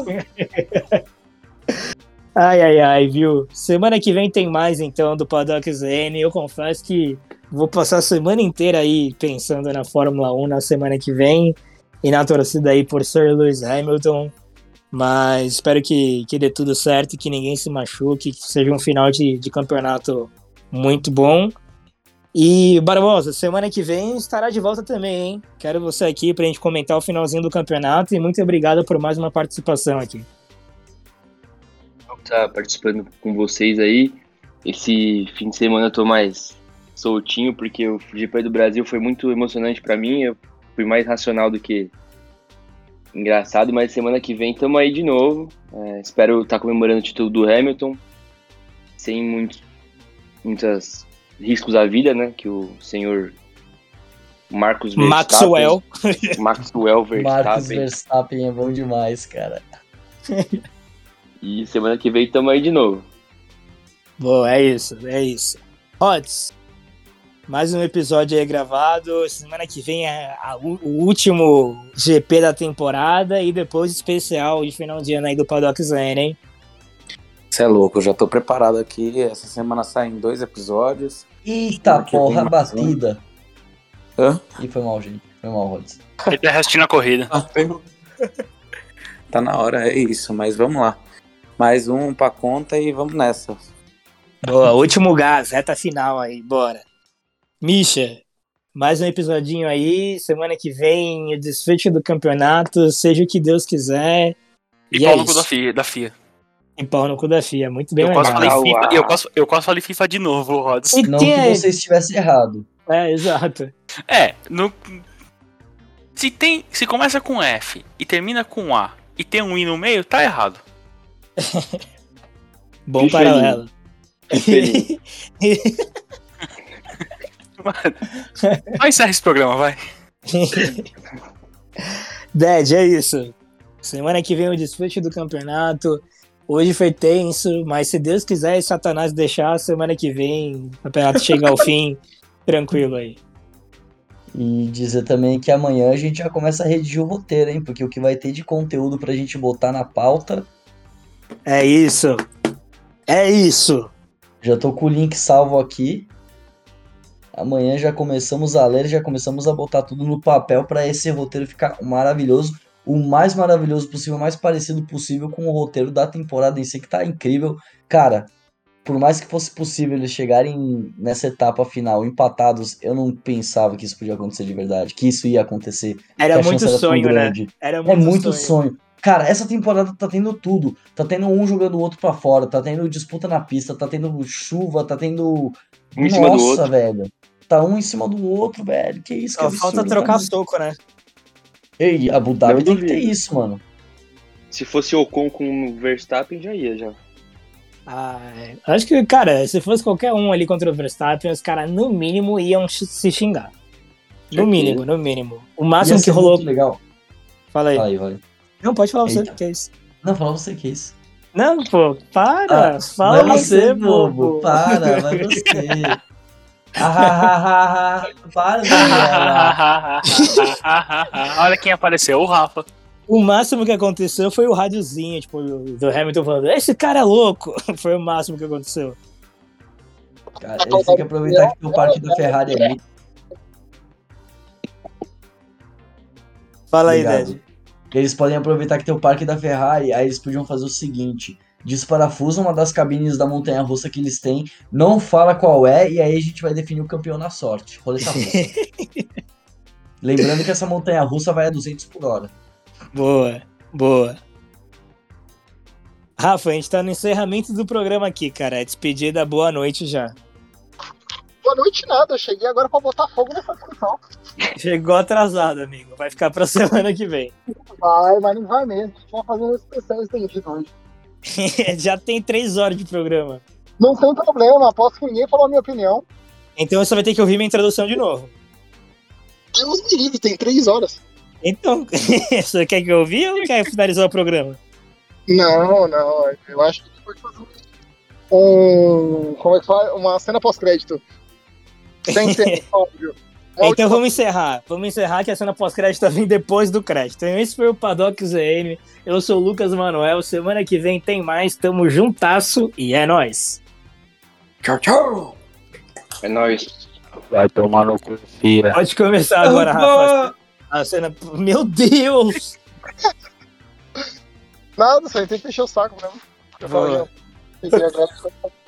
Ai, ai, ai, viu? Semana que vem tem mais, então, do Paddock Z N. Eu confesso que vou passar a semana inteira aí pensando na Fórmula um na semana que vem e na torcida aí por Sir Lewis Hamilton. Mas espero que, que dê tudo certo e que ninguém se machuque, que seja um final de, de campeonato muito bom. E, Barbosa, semana que vem estará de volta também, hein? Quero você aqui pra gente comentar o finalzinho do campeonato e muito obrigado por mais uma participação aqui. Tá participando com vocês aí. Esse fim de semana eu tô mais soltinho, porque o G P do Brasil foi muito emocionante pra mim. Eu fui mais racional do que engraçado, mas semana que vem tamo aí de novo. É, espero estar comemorando o título do Hamilton, sem muitos muitos riscos à vida, né? Que o senhor Marcos Verstappen... Maxwell. Maxwell Marcos Verstappen. Verstappen é bom demais, cara. E semana que vem tamo aí de novo. Boa, é isso, é isso. Rods, mais um episódio aí gravado. Semana que vem é a, o, o último G P da temporada e depois especial de final de ano aí do Paddock Z N, hein? Você é louco, eu já tô preparado aqui. Essa semana saem dois episódios. Eita Porque porra, tem mais um. batida. Hã? Ih, foi mal, gente. Foi mal, Rods. Ele tá assistindo a corrida. Bateu, Tá na hora, é isso, mas vamos lá. Mais um pra conta e vamos nessa. Boa, último gás, reta final aí, bora. Misha, mais um episodinho aí, semana que vem, o desfecho do campeonato, seja o que Deus quiser. E, E pau é no cu da isso. FIA, da FIA. E pau no cu da FIA, muito bem Eu quase, lembrado. falei Uau. FIFA, eu, quase, eu quase falei FIFA de novo, Rods. E Não tem- que você estivesse errado. É, exato. É, no, se, tem, se começa com F e termina com A e tem um I no meio, tá errado. Bom Piferinho. paralelo. Piferinho. Vai encerrar esse programa, vai. Dad, é isso. Semana que vem o desfecho do campeonato. Hoje foi tenso, mas se Deus quiser e Satanás deixar, semana que vem o campeonato chega ao fim. Tranquilo aí. E dizer também que amanhã a gente já começa a redigir o roteiro, hein? Porque o que vai ter de conteúdo pra gente botar na pauta, É isso. É isso. já tô com o link salvo aqui. Amanhã já começamos a ler, já começamos a botar tudo no papel pra esse roteiro ficar maravilhoso. O mais maravilhoso possível, o mais parecido possível com o roteiro da temporada em si, que tá incrível. Cara, por mais que fosse possível eles chegarem nessa etapa final empatados, eu não pensava que isso podia acontecer de verdade, que isso ia acontecer. Era que a muito chance era tão sonho, né? grande. Era É muito, muito sonho. sonho. Cara, essa temporada tá tendo tudo. Tá tendo um jogando o outro pra fora, tá tendo disputa na pista, tá tendo chuva, tá tendo. Um em cima do Nossa, outro. velho. Tá um em cima do outro, velho. Que isso, que Só absurdo. falta trocar tá? soco, né? Ei, Abu Dhabi Não tem que ter duvido. isso, mano. Se fosse Ocon com o Verstappen, já ia, já. Ah, é. Acho que, cara, se fosse qualquer um ali contra o Verstappen, os caras no mínimo iam x- se xingar. No Certeza. mínimo, no mínimo. O Ia máximo ser que rolou. muito legal. Fala aí. Fala aí, vai. Não, pode falar você, Eita. que é isso. Não, fala você que é isso. Não, pô, para. Ah, fala vai você, você, bobo. bobo. Para, vai você. Ah, ah, ah, ah, para, Daniela. Olha quem apareceu, o Rafa. O máximo que aconteceu foi o rádiozinho, tipo, do Hamilton falando, esse cara é louco. Foi o máximo que aconteceu. Cara, eles têm que aproveitar que o parque da Ferrari é muito. Fala aí, Obrigado. Ded. Eles podem aproveitar que tem o parque da Ferrari, aí eles podiam fazer o seguinte: desparafusa uma das cabines da montanha-russa que eles têm, não fala qual é, e aí a gente vai definir o campeão na sorte. Roleta russa. Lembrando que essa montanha-russa vai a duzentos por hora. Boa, boa. Rafa, a gente tá no encerramento do programa aqui, cara. É despedida, boa noite já. Boa noite, nada. Eu cheguei agora pra botar fogo nessa discussão. Chegou atrasado, amigo. Vai ficar pra semana que vem. Vai, mas não vai mesmo. Vamos fazer um especial estendido hoje. Já tem três horas de programa. Não tem problema, aposto que ninguém falou a minha opinião. Então você vai ter que ouvir minha introdução de novo. Deus me livre, tem três horas. Então, você quer que eu ouvir ou quer finalizar o programa? Não, não. Eu acho que pode fazer um. Como é que fala? Uma cena pós-crédito. Sem ter óbvio. Então vamos encerrar. Vamos encerrar que a cena pós-crédito tá vindo depois do crédito. Então esse foi o Paddock Z M. Eu sou o Lucas Manuel. Semana que vem tem mais. Tamo juntasso e é nóis. Tchau, tchau. É nóis. Vai tomar no cu, filha. Pode começar agora, Rafa. A cena... Meu Deus! Nada, só tem que fechar o saco mesmo. Eu Boa. falei, ó, pensei agora.